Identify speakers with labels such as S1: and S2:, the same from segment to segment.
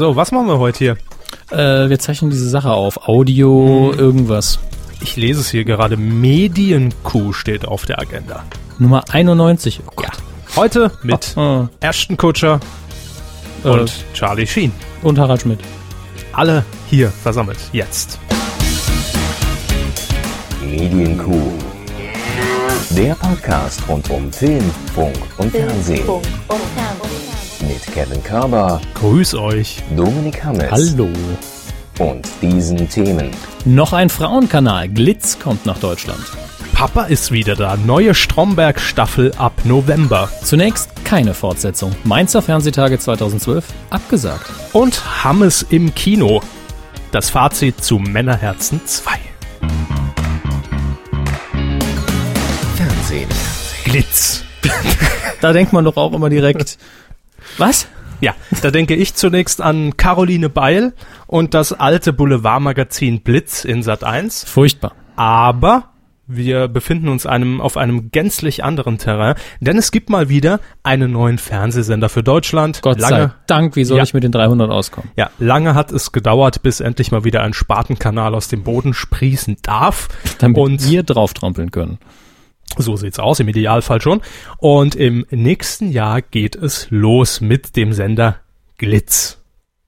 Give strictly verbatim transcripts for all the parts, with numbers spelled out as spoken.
S1: So, was machen wir heute hier?
S2: Äh, wir zeichnen diese Sache auf. Audio, hm. irgendwas.
S1: Ich lese es hier gerade. Medienkuh steht auf der Agenda.
S2: Nummer einundneunzig. Oh Gott. Ja.
S1: Heute mit oh, oh. Ashton Kutcher äh, und Charlie Sheen.
S2: Und Harald Schmidt.
S1: Alle hier versammelt. Jetzt.
S3: Medienkuh. Der Podcast rund um Film, Funk und Fernsehen. Mit Kevin Körber.
S1: Grüß euch.
S3: Dominik Hammes.
S2: Hallo.
S3: Und diesen Themen.
S2: Noch ein Frauenkanal. Glitz kommt nach Deutschland.
S1: Papa ist wieder da. Neue Stromberg-Staffel ab November.
S2: Zunächst keine Fortsetzung. Mainzer Fernsehtage zweitausendzwölf abgesagt.
S1: Und Hammes im Kino. Das Fazit zu Männerherzen zwei.
S3: Fernsehen.
S1: Glitz.
S2: Da denkt man doch auch immer direkt... Was?
S1: Ja, da denke ich zunächst an Caroline Beil und das alte Boulevardmagazin Blitz in Sat eins.
S2: Furchtbar.
S1: Aber wir befinden uns einem, auf einem gänzlich anderen Terrain, denn es gibt mal wieder einen neuen Fernsehsender für Deutschland.
S2: Gott
S1: lange,
S2: sei Dank, wie soll
S1: ja,
S2: ich mit den dreihundert auskommen?
S1: Ja, lange hat es gedauert, bis endlich mal wieder ein Spartenkanal aus dem Boden sprießen darf.
S2: Damit
S1: und
S2: wir drauf trampeln können.
S1: So sieht's aus, im Idealfall schon. Und im nächsten Jahr geht es los mit dem Sender Glitz.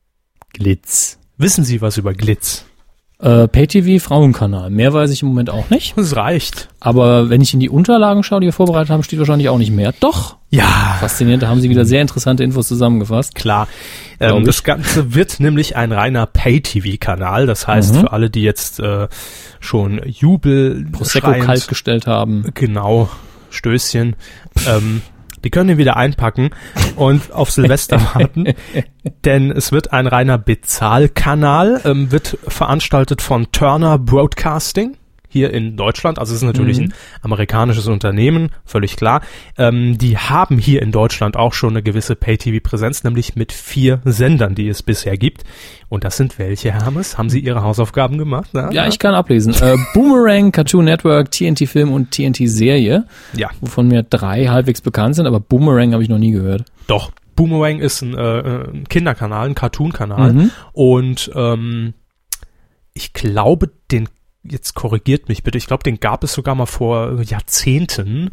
S2: Glitz.
S1: Wissen Sie was über Glitz?
S2: Äh, Pay-T V, Frauenkanal. Mehr weiß ich im Moment auch nicht.
S1: Das reicht.
S2: Aber wenn ich in die Unterlagen schaue, die wir vorbereitet haben, steht wahrscheinlich auch nicht mehr. Doch.
S1: Ja.
S2: Faszinierend, da haben Sie wieder sehr interessante Infos zusammengefasst.
S1: Klar. Ähm, das Ganze wird nämlich ein reiner Pay-T V-Kanal. Das heißt, mhm. für alle, die jetzt äh, schon Jubel
S2: Prosecco kalt gestellt haben.
S1: Genau. Stößchen. ähm, die können den wieder einpacken und auf Silvester warten, denn es wird ein reiner Bezahlkanal, ähm, wird veranstaltet von Turner Broadcasting hier in Deutschland. Also es ist natürlich mhm. ein amerikanisches Unternehmen, völlig klar. Ähm, die haben hier in Deutschland auch schon eine gewisse Pay-T V-Präsenz, nämlich mit vier Sendern, die es bisher gibt. Und das sind welche, Hermes? Haben Sie Ihre Hausaufgaben gemacht? Na,
S2: ja, ich kann ablesen. äh, Boomerang, Cartoon Network, T N T Film und T N T Serie.
S1: Ja.
S2: Wovon mir drei halbwegs bekannt sind, aber Boomerang habe ich noch nie gehört.
S1: Doch, Boomerang ist ein, äh, ein Kinderkanal, ein Cartoon-Kanal. Mhm. Und ähm, ich glaube, den Jetzt korrigiert mich bitte. Ich glaube, den gab es sogar mal vor Jahrzehnten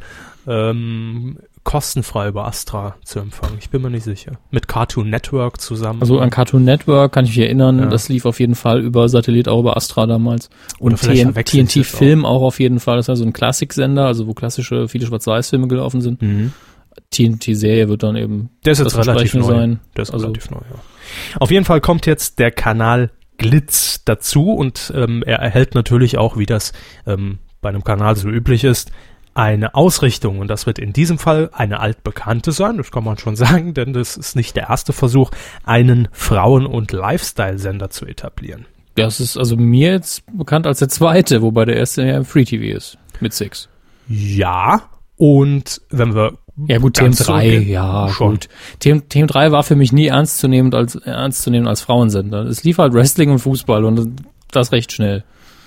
S1: ähm, kostenfrei über Astra zu empfangen. Ich bin mir nicht sicher. Mit Cartoon Network zusammen.
S2: Also an Cartoon Network kann ich mich erinnern. Ja. Das lief auf jeden Fall über Satellit, auch über Astra damals. Und T N T Film auch. auch auf jeden Fall. Das ist also ein Klassiksender, also wo klassische, viele Schwarz-Weiß-Filme gelaufen sind. Mhm. T N T-Serie wird dann eben
S1: Der ist jetzt relativ neu.
S2: sein.
S1: Der ist
S2: also
S1: relativ neu, ja. Auf jeden Fall kommt jetzt der Kanal Glitz dazu und ähm, er erhält natürlich auch, wie das ähm, bei einem Kanal so üblich ist, eine Ausrichtung. Und das wird in diesem Fall eine altbekannte sein, das kann man schon sagen, denn das ist nicht der erste Versuch, einen Frauen- und Lifestyle-Sender zu etablieren.
S2: Das ist also mir jetzt bekannt als der zweite, wobei der erste ja im Free-T V ist, mit Six.
S1: Ja, und wenn wir
S2: Ja gut, T M drei, ja
S1: schon.
S2: gut. T M drei war für mich nie ernst zu nehmen als ernst zu nehmen als Frauensender. Es lief halt Wrestling und Fußball und das recht schnell.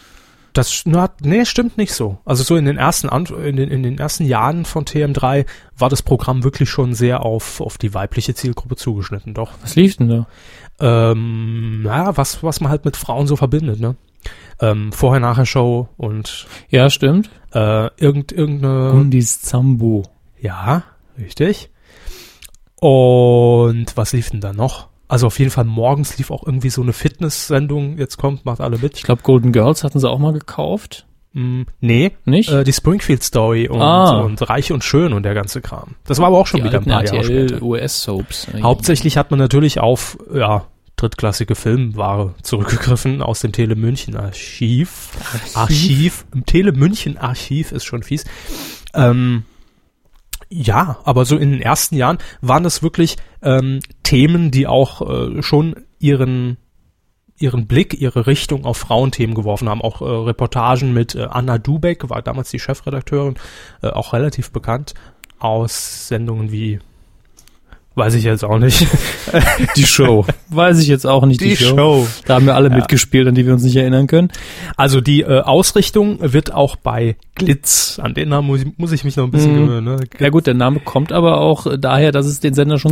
S1: Das na, nee, stimmt nicht so. Also so in den ersten in den, in den ersten Jahren von T M drei war das Programm wirklich schon sehr auf auf die weibliche Zielgruppe zugeschnitten, doch.
S2: Was lief denn da?
S1: Ähm, naja, was was man halt mit Frauen so verbindet, ne? Ähm, Vorher-Nachher-Show und
S2: ja, stimmt.
S1: Äh, irgend irgendeine
S2: Gundis Zambo.
S1: Ja, richtig. Und was lief denn da noch? Also auf jeden Fall morgens lief auch irgendwie so eine Fitness-Sendung. Jetzt kommt, macht alle mit.
S2: Ich glaube, Golden Girls hatten sie auch mal gekauft.
S1: Mm, nee.
S2: Nicht?
S1: Äh, die Springfield Story und,
S2: ah.
S1: und Reich und Schön und der ganze Kram. Das war aber auch schon
S2: die
S1: wieder ein paar Jahre später.
S2: U S-Soaps.
S1: Hauptsächlich hat man natürlich auf, ja, drittklassige Filmware zurückgegriffen aus dem Tele München Archiv. Archiv. Archiv. Im Tele München Archiv ist schon fies. Ähm, Ja, aber so in den ersten Jahren waren das wirklich ähm, Themen, die auch äh, schon ihren ihren Blick, ihre Richtung auf Frauenthemen geworfen haben. Auch äh, Reportagen mit äh, Anna Dubeck, war damals die Chefredakteurin, äh, auch relativ bekannt, aus Sendungen wie, weiß ich jetzt auch nicht.
S2: Die Show. Weiß ich jetzt auch nicht, die, die Show. Show. Da haben wir alle ja. mitgespielt, an die wir uns nicht erinnern können.
S1: Also die äh, Ausrichtung wird auch bei Glitz, an den Namen muss ich, muss ich mich noch ein bisschen
S2: mhm.
S1: gewöhnen. Ne?
S2: Ja gut, der Name kommt aber auch daher, dass es den Sender schon gibt.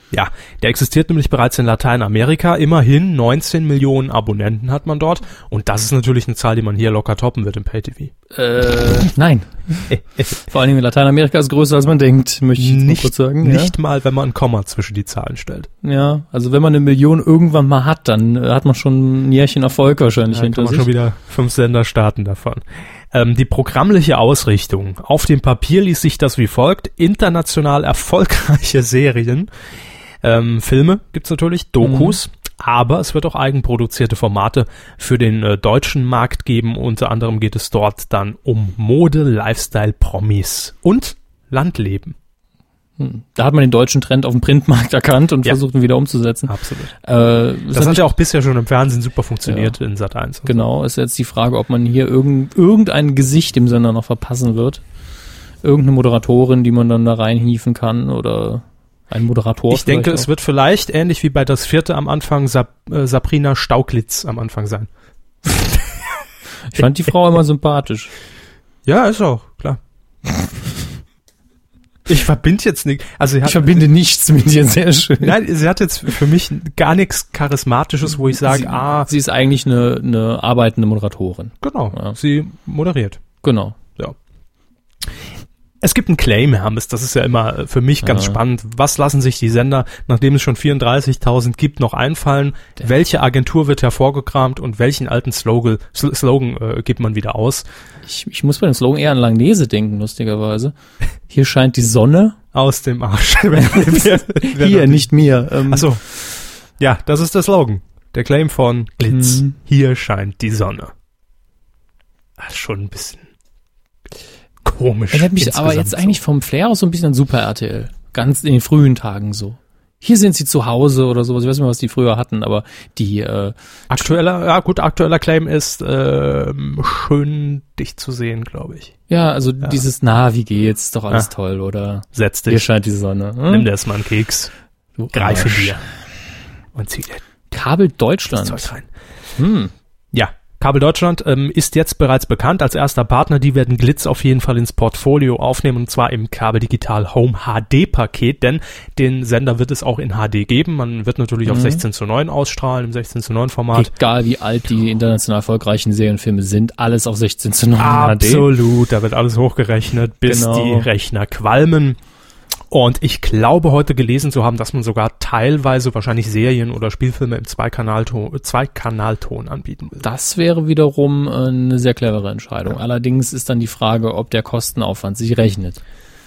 S1: Ja, der existiert nämlich bereits in Lateinamerika. Immerhin neunzehn Millionen Abonnenten hat man dort. Und das ist natürlich eine Zahl, die man hier locker toppen wird im Pay-T V.
S2: Äh, nein. Vor allen Dingen Lateinamerika ist größer, als man denkt, möchte ich jetzt
S1: nicht,
S2: mal kurz sagen.
S1: Nicht
S2: ja.
S1: mal, wenn man ein Komma zwischen die Zahlen stellt.
S2: Ja, also wenn man eine Million irgendwann mal hat, dann äh, hat man schon ein Jährchen Erfolg wahrscheinlich
S1: ja,
S2: hinter
S1: kann man
S2: sich.
S1: schon wieder fünf Sender starten davon. Ähm, die programmliche Ausrichtung. Auf dem Papier liest sich das wie folgt. International erfolgreiche Serien. Ähm, Filme gibt's natürlich, Dokus, mhm. aber es wird auch eigenproduzierte Formate für den äh, deutschen Markt geben. Unter anderem geht es dort dann um Mode, Lifestyle, Promis und Landleben.
S2: Hm. Da hat man den deutschen Trend auf dem Printmarkt erkannt und ja. versucht ihn wieder umzusetzen.
S1: Absolut.
S2: Äh,
S1: das, das hat ja auch bisher schon im Fernsehen super funktioniert ja. in Sat eins.
S2: Genau, so. Ist jetzt die Frage, ob man hier irgend, irgendein Gesicht im Sender noch verpassen wird. Irgendeine Moderatorin, die man dann da reinhieven kann oder... Ein Moderator.
S1: Ich denke,
S2: auch.
S1: Es wird vielleicht ähnlich wie bei das vierte am Anfang Sab- äh, Sabrina Stauklitz am Anfang sein.
S2: Ich fand die Frau immer sympathisch.
S1: Ja, ist auch, klar. Ich verbinde jetzt nicht, also sie hat,
S2: ich verbinde nichts mit ihr, sehr schön.
S1: Nein, sie hat jetzt für mich gar nichts Charismatisches, wo ich sage, ah.
S2: Sie ist eigentlich eine, eine arbeitende Moderatorin.
S1: Genau, ja. Sie moderiert.
S2: Genau.
S1: Ja. Es gibt einen Claim, Hermes, das ist ja immer für mich ganz ja. spannend. Was lassen sich die Sender, nachdem es schon vierunddreißigtausend gibt, noch einfallen? Der Welche Agentur wird hervorgekramt und welchen alten Slogan, Slogan äh, gibt man wieder aus?
S2: Ich, ich muss bei dem Slogan eher an Langnese denken, lustigerweise. Hier scheint die Sonne.
S1: Aus dem Arsch.
S2: Hier, nicht mir. Ähm,
S1: Ach so. Ja, das ist der Slogan. Der Claim von Glitz.
S2: Mhm.
S1: Hier scheint die Sonne. Ach, schon ein bisschen komisch.
S2: Erinnert mich aber jetzt so. Eigentlich vom Flair aus so ein bisschen an Super R T L. Ganz in den frühen Tagen so. Hier sind sie zu Hause oder sowas. Ich weiß nicht mehr, was die früher hatten, aber die äh,
S1: aktueller, ja gut, aktueller Claim ist äh, schön dich zu sehen, glaube ich.
S2: Ja, also
S1: ja.
S2: dieses Na, wie geht's? Ist doch alles
S1: ja.
S2: toll, oder?
S1: Setz dich.
S2: Hier scheint die Sonne. Hm?
S1: Nimm dir erstmal einen Keks.
S2: Du
S1: Greife
S2: Arsch.
S1: dir. Und zieh dir
S2: Kabel Deutschland.
S1: das Zeug rein.
S2: Hm.
S1: Ja. Kabel Deutschland ähm, ist jetzt bereits bekannt als erster Partner. Die werden Glitz auf jeden Fall ins Portfolio aufnehmen, und zwar im Kabel Digital Home H D Paket, denn den Sender wird es auch in H D geben. Man wird natürlich mhm. auf sechzehn zu neun ausstrahlen, im sechzehn zu neun Format.
S2: Egal wie alt die international erfolgreichen Serienfilme sind, alles auf sechzehn zu neun H D.
S1: Absolut, da wird alles hochgerechnet, bis
S2: genau.
S1: die Rechner qualmen. Und ich glaube, heute gelesen zu haben, dass man sogar teilweise wahrscheinlich Serien oder Spielfilme im Zweikanalton, Zweikanalton anbieten will.
S2: Das wäre wiederum eine sehr clevere Entscheidung. Ja. Allerdings ist dann die Frage, ob der Kostenaufwand sich rechnet.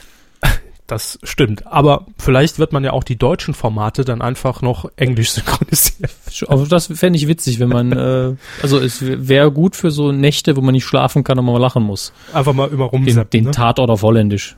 S1: Das stimmt. Aber vielleicht wird man ja auch die deutschen Formate dann einfach noch englisch synchronisieren.
S2: Aber das fände ich witzig, wenn man, äh, also es wäre gut für so Nächte, wo man nicht schlafen kann und man mal lachen muss.
S1: Einfach mal immer
S2: Den,
S1: rumzappen,
S2: den
S1: ne?
S2: Tatort auf Holländisch.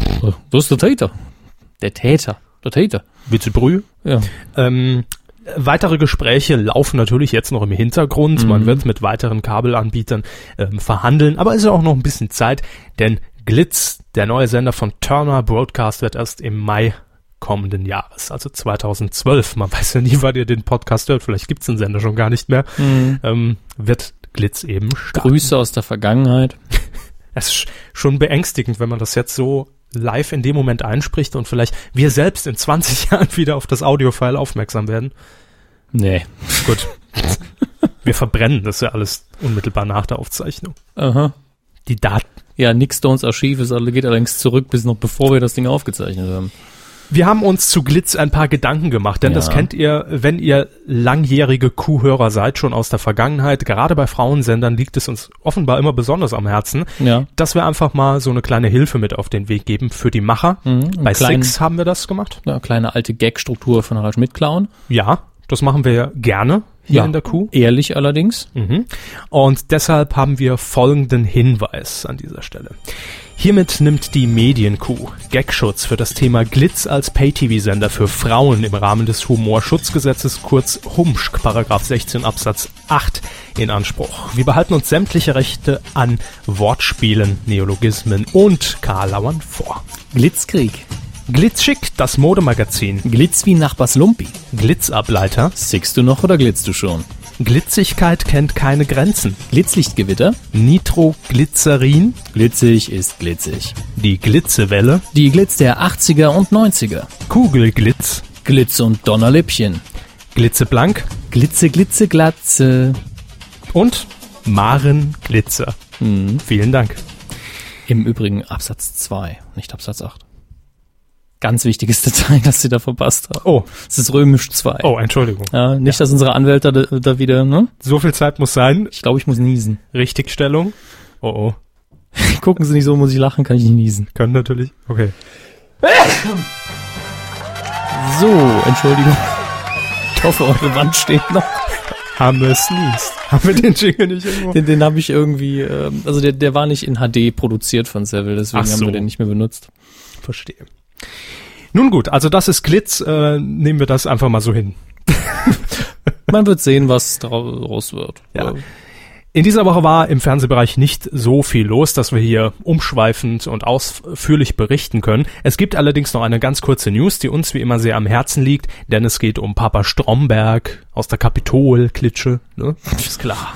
S2: Wo ist der Täter? Der Täter. Der Täter.
S1: Willst du Brühe?
S2: Ja.
S1: Ähm, weitere Gespräche laufen natürlich jetzt noch im Hintergrund. Mhm. Man wird mit weiteren Kabelanbietern ähm, verhandeln. Aber es ist ja auch noch ein bisschen Zeit, denn Glitz, der neue Sender von Turner Broadcast, wird erst im Mai kommenden Jahres, also zweitausendzwölf, man weiß ja nie, wann ihr den Podcast hört, vielleicht gibt's den Sender schon gar nicht mehr, mhm. ähm, wird Glitz eben starten.
S2: Grüße aus der Vergangenheit.
S1: Es ist schon beängstigend, wenn man das jetzt so live in dem Moment einspricht und vielleicht wir selbst in zwanzig Jahren wieder auf das Audiofile aufmerksam werden.
S2: Nee.
S1: Gut. Wir verbrennen das ja alles unmittelbar nach der Aufzeichnung.
S2: Aha.
S1: Die Daten.
S2: Ja, Nick Stones Archiv ist, geht allerdings zurück, bis noch bevor wir das Ding aufgezeichnet haben.
S1: Wir haben uns zu Glitz ein paar Gedanken gemacht, denn ja. das kennt ihr, wenn ihr langjährige Kuhhörer seid, schon aus der Vergangenheit. Gerade bei Frauensendern liegt es uns offenbar immer besonders am Herzen,
S2: ja.
S1: dass wir einfach mal so eine kleine Hilfe mit auf den Weg geben für die Macher.
S2: Mhm,
S1: bei
S2: klein,
S1: Six haben wir das gemacht.
S2: Ja, kleine alte Gag-Struktur von Harald Schmidt klauen.
S1: Ja, das machen wir ja gerne hier
S2: ja,
S1: in der Kuh.
S2: Ehrlich allerdings.
S1: Mhm. Und deshalb haben wir folgenden Hinweis an dieser Stelle. Hiermit nimmt die Medienkuh Gagschutz für das Thema Glitz als Pay-T V-Sender für Frauen im Rahmen des Humorschutzgesetzes, kurz Humschk, Paragraph sechzehn Absatz acht, in Anspruch. Wir behalten uns sämtliche Rechte an Wortspielen, Neologismen und Karlauern vor.
S2: Glitzkrieg.
S1: Glitzschick, das Modemagazin.
S2: Glitz wie Nachbars Lumpi.
S1: Glitzableiter.
S2: Sickst du noch oder glitzt du schon?
S1: Glitzigkeit kennt keine Grenzen.
S2: Blitzlichtgewitter.
S1: Nitroglycerin.
S2: Glitzig ist glitzig.
S1: Die Glitzewelle.
S2: Die Glitz der achtziger und neunziger.
S1: Kugelglitz.
S2: Glitze und Donnerlippchen.
S1: Glitzeblank.
S2: Glitze, Glitze, Glatze.
S1: Und Maren Glitzer.
S2: Mhm.
S1: Vielen Dank.
S2: Im Übrigen Absatz zwei, nicht Absatz acht. Ganz wichtiges Detail, das Sie da verpasst haben.
S1: Oh.
S2: Es ist römisch zwei.
S1: Oh, Entschuldigung.
S2: Ja, nicht, ja. dass unsere Anwälte da, da wieder, ne?
S1: So viel Zeit muss sein.
S2: Ich glaube, ich muss niesen.
S1: Richtigstellung. Oh, oh.
S2: Gucken Sie nicht so, muss ich lachen, kann ich nicht niesen.
S1: Können natürlich. Okay.
S2: So, Entschuldigung. Ich hoffe, eure Wand steht noch.
S1: Haben wir es nicht. Haben wir den Jingle nicht irgendwo?
S2: Den, den habe ich irgendwie, ähm, also der, der war nicht in H D produziert von Seville, deswegen
S1: Ach so.
S2: haben wir den nicht mehr benutzt.
S1: Verstehe. Nun gut, also das ist Glitz, äh, nehmen wir das einfach mal so hin.
S2: Man wird sehen, was daraus wird.
S1: Ja. In dieser Woche war im Fernsehbereich nicht so viel los, dass wir hier umschweifend und ausführlich berichten können. Es gibt allerdings noch eine ganz kurze News, die uns wie immer sehr am Herzen liegt, denn es geht um Papa Stromberg aus der Kapitol-Klitsche, ne? Ist klar.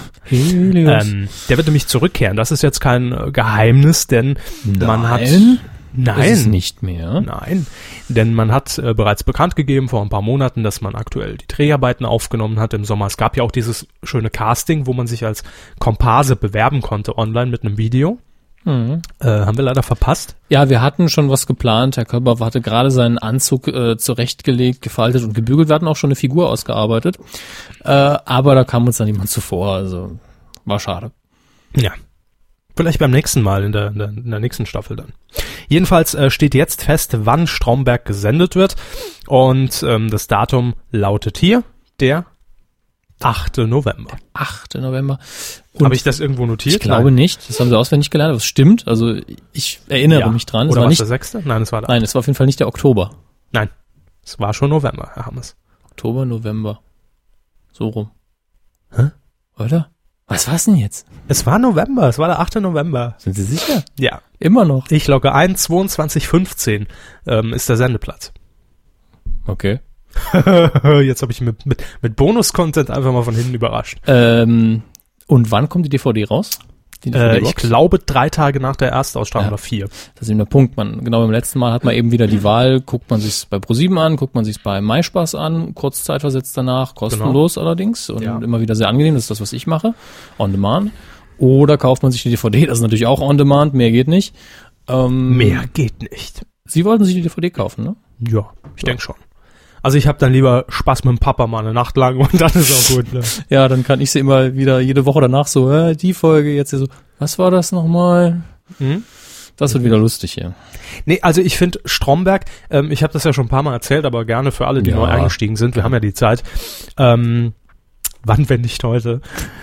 S1: Ähm, der wird nämlich zurückkehren. Das ist jetzt kein Geheimnis, denn
S2: Nein.
S1: man hat... Nein.
S2: Ist es nicht mehr?
S1: Nein, denn man hat äh, bereits bekannt gegeben vor ein paar Monaten, dass man aktuell die Dreharbeiten aufgenommen hat im Sommer. Es gab ja auch dieses schöne Casting, wo man sich als Komparse bewerben konnte online mit einem Video.
S2: Mhm.
S1: Äh, haben wir leider verpasst.
S2: Ja, wir hatten schon was geplant. Herr Körber hatte gerade seinen Anzug äh, zurechtgelegt, gefaltet und gebügelt. Wir hatten auch schon eine Figur ausgearbeitet. Äh, aber da kam uns dann jemand zuvor, also war schade.
S1: Ja. Vielleicht beim nächsten Mal, in der, in der, in der nächsten Staffel dann. Jedenfalls äh, steht jetzt fest, wann Stromberg gesendet wird. Und ähm, das Datum lautet hier, der achte November.
S2: achte November.
S1: Habe ich das irgendwo notiert?
S2: Ich glaube Nein. nicht. Das haben sie auswendig gelernt, aber es stimmt. Also ich erinnere
S1: ja.
S2: mich dran. Es
S1: Oder
S2: war
S1: war
S2: nicht
S1: der sechste? Nein, es war der
S2: Nein, es war auf jeden Fall nicht der Oktober.
S1: Nein, es war schon November, Herr Hammes.
S2: Oktober, November. So rum.
S1: Hä?
S2: Oder? Was war's denn jetzt?
S1: Es war November, es war der achte November.
S2: Sind Sie sicher?
S1: Ja.
S2: Immer noch?
S1: Ich logge ein, zweiundzwanzig fünfzehn ähm, ist der Sendeplatz.
S2: Okay.
S1: Jetzt habe ich mit, mit, mit Bonus-Content einfach mal von hinten überrascht.
S2: Ähm, und wann kommt die D V D raus? Die D V D
S1: äh, ich glaube drei Tage nach der Erstausstrahlung
S2: ja.
S1: oder vier.
S2: Das ist eben der Punkt. Man, genau beim letzten Mal hat man eben wieder die Wahl, guckt man sich's bei ProSieben an, guckt man sich's bei MySpaß an, kurz zeitversetzt danach, kostenlos genau. allerdings und ja. immer wieder sehr angenehm. Das ist das, was ich mache. On Demand. Oder kauft man sich die D V D, das ist natürlich auch On Demand, mehr geht nicht. Ähm,
S1: mehr geht nicht.
S2: Sie wollten sich die D V D kaufen, ne?
S1: Ja, ich so. denke schon. Also ich habe dann lieber Spaß mit dem Papa mal eine Nacht lang und dann ist auch gut. Ne?
S2: Ja, dann kann ich sie immer wieder jede Woche danach so, äh, die Folge jetzt hier so, was war das nochmal? Mhm. Das wird wieder lustig hier.
S1: Nee, also ich finde Stromberg, ähm, ich habe das ja schon ein paar Mal erzählt, aber gerne für alle, die ja. neu eingestiegen sind, wir haben ja die Zeit. Ähm, wann, wenn nicht heute?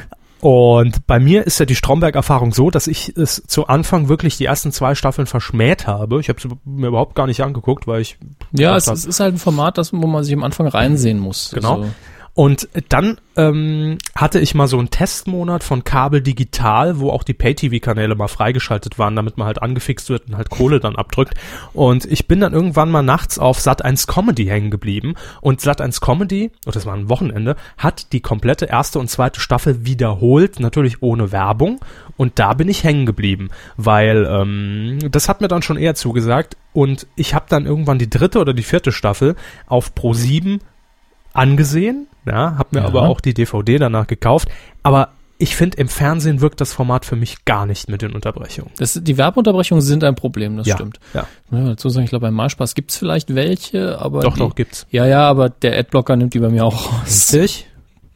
S1: Und bei mir ist ja die Stromberg-Erfahrung so, dass ich es zu Anfang wirklich die ersten zwei Staffeln verschmäht habe. Ich habe es mir überhaupt gar nicht angeguckt, weil ich...
S2: Ja, es, es ist halt ein Format, das, wo man sich am Anfang reinsehen muss.
S1: Genau.
S2: Also.
S1: Und dann ähm, hatte ich mal so einen Testmonat von Kabel Digital, wo auch die Pay-T V-Kanäle mal freigeschaltet waren, damit man halt angefixt wird und halt Kohle dann abdrückt. Und ich bin dann irgendwann mal nachts auf Sat eins Comedy hängen geblieben. Und Sat eins Comedy, oh, das war ein Wochenende, hat die komplette erste und zweite Staffel wiederholt, natürlich ohne Werbung. Und da bin ich hängen geblieben, weil ähm, das hat mir dann schon eher zugesagt. Und ich habe dann irgendwann die dritte oder die vierte Staffel auf ProSieben angesehen, ja, hab mir ja. aber auch die D V D danach gekauft, aber ich finde, im Fernsehen wirkt das Format für mich gar nicht mit den Unterbrechungen.
S2: Das, die Werbeunterbrechungen sind ein Problem, das
S1: ja.
S2: stimmt.
S1: Ja.
S2: Ja, dazu sagen, ich glaube, beim MySpaß gibt's vielleicht welche, aber
S1: Doch,
S2: die,
S1: doch, gibt's.
S2: Ja, ja, aber der Adblocker nimmt die bei mir auch raus.
S1: Richtig?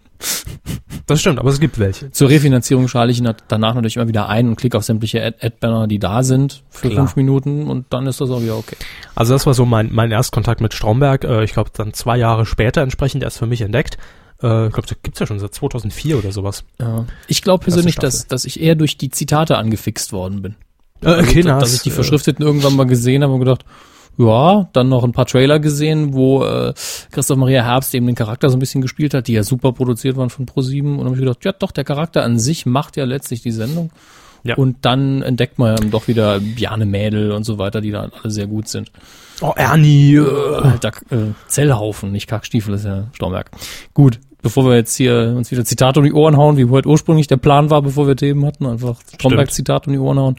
S1: Das stimmt, aber es gibt welche.
S2: Zur Refinanzierung schalte ich danach natürlich immer wieder ein und klicke auf sämtliche Ad-Banner, die da sind, für Klar. fünf Minuten und dann ist das auch wieder okay.
S1: Also das war so mein, mein Erstkontakt mit Stromberg. Ich glaube, dann zwei Jahre später entsprechend erst für mich entdeckt. Ich glaube, das gibt's ja schon seit zweitausendvier oder sowas.
S2: Ja. Ich glaube persönlich, dass, dass ich eher durch die Zitate angefixt worden bin.
S1: Äh, okay,
S2: also, dass ich die Verschrifteten äh, irgendwann mal gesehen habe und gedacht, ja, dann noch ein paar Trailer gesehen, wo äh, Christoph Maria Herbst eben den Charakter so ein bisschen gespielt hat, die ja super produziert waren von ProSieben. Und dann habe ich gedacht, ja doch, der Charakter an sich macht ja letztlich die Sendung. Ja. Und dann entdeckt man ja doch wieder Bjarne Mädel und so weiter, die da alle sehr gut sind.
S1: Oh, Ernie. Äh.
S2: Alter, äh, Zellhaufen, nicht Kackstiefel, ist ja Stromberg. Gut, bevor wir jetzt hier uns wieder Zitate um die Ohren hauen, wie heute ursprünglich der Plan war, bevor wir Themen hatten, einfach Stromberg-Zitat um die Ohren hauen,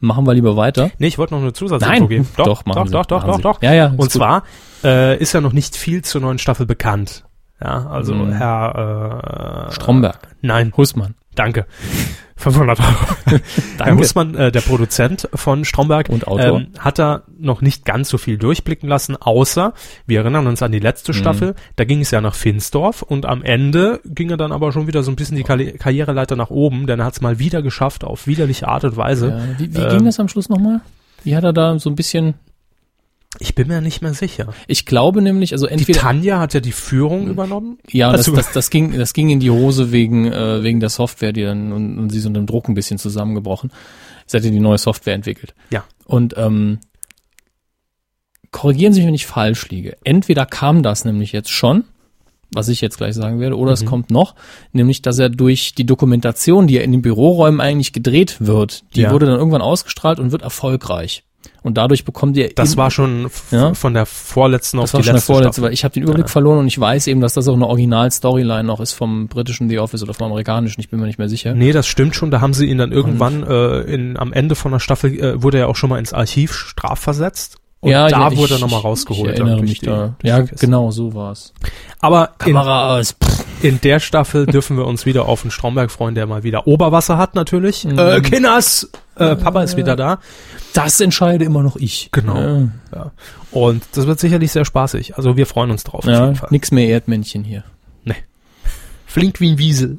S2: machen wir lieber weiter.
S1: Nee, ich wollte noch eine Zusatzinfo geben.
S2: Doch, doch, machen
S1: doch, doch, doch, doch, doch.
S2: Ja, ja.
S1: Und zwar äh, ist ja noch nicht viel zur neuen Staffel bekannt. Ja, also mhm. Herr äh,
S2: Stromberg.
S1: Nein.
S2: Hussmann.
S1: Danke. fünfhundert Euro. Herr Hussmann, äh, der Produzent von Stromberg,
S2: und Autor,
S1: ähm, hat da noch nicht ganz so viel durchblicken lassen, außer, wir erinnern uns an die letzte mhm. Staffel, da ging es ja nach Finsdorf und am Ende ging er dann aber schon wieder so ein bisschen die Karri- Karriereleiter nach oben, denn er hat es mal wieder geschafft, auf widerliche Art und Weise.
S2: Ja, wie wie
S1: ähm,
S2: ging das am Schluss nochmal? Wie hat er da so ein bisschen...
S1: Ich bin mir nicht mehr sicher.
S2: Ich glaube nämlich, also entweder...
S1: Die Tanja hat ja die Führung übernommen.
S2: Ja, das, das, das, ging, das ging in die Hose wegen, äh, wegen der Software, die dann, und, und sie ist unter dem Druck ein bisschen zusammengebrochen. Sie hat ja die neue Software entwickelt.
S1: Ja.
S2: Und, ähm, korrigieren Sie mich, wenn ich falsch liege. Entweder kam das nämlich jetzt schon, was ich jetzt gleich sagen werde, oder mhm. es kommt noch, nämlich, dass er durch die Dokumentation, die er in den Büroräumen eigentlich gedreht wird, die ja. wurde dann irgendwann ausgestrahlt und wird erfolgreich. Und dadurch bekommt ihr...
S1: Das war schon f- ja? von der vorletzten auf
S2: das
S1: die
S2: war
S1: letzte
S2: schon der vorletzte,
S1: Staffel.
S2: Weil ich habe den Überblick ja. verloren und ich weiß eben, dass das auch eine Original-Storyline noch ist vom britischen The Office oder vom amerikanischen, ich bin mir nicht mehr sicher.
S1: Nee, das stimmt schon, da haben sie ihn dann irgendwann äh, in, am Ende von der Staffel, äh, wurde er auch schon mal ins Archiv strafversetzt. Und
S2: ja,
S1: da
S2: ja,
S1: wurde
S2: ich,
S1: er nochmal rausgeholt.
S2: Ich erinnere mich die, da. Ja, genau, so war's.
S1: Aber
S2: Kamera aus.
S1: In, in der Staffel dürfen wir uns wieder auf den Stromberg freuen, der mal wieder Oberwasser hat natürlich. Mhm. Äh, Kinders! Äh, Papa ist wieder da.
S2: Das entscheide immer noch ich.
S1: Genau. Ja. Ja. Und das wird sicherlich sehr spaßig. Also wir freuen uns drauf.
S2: Ja,
S1: auf jeden Fall.
S2: Nix mehr Erdmännchen hier.
S1: Nee. Flink wie ein Wiesel.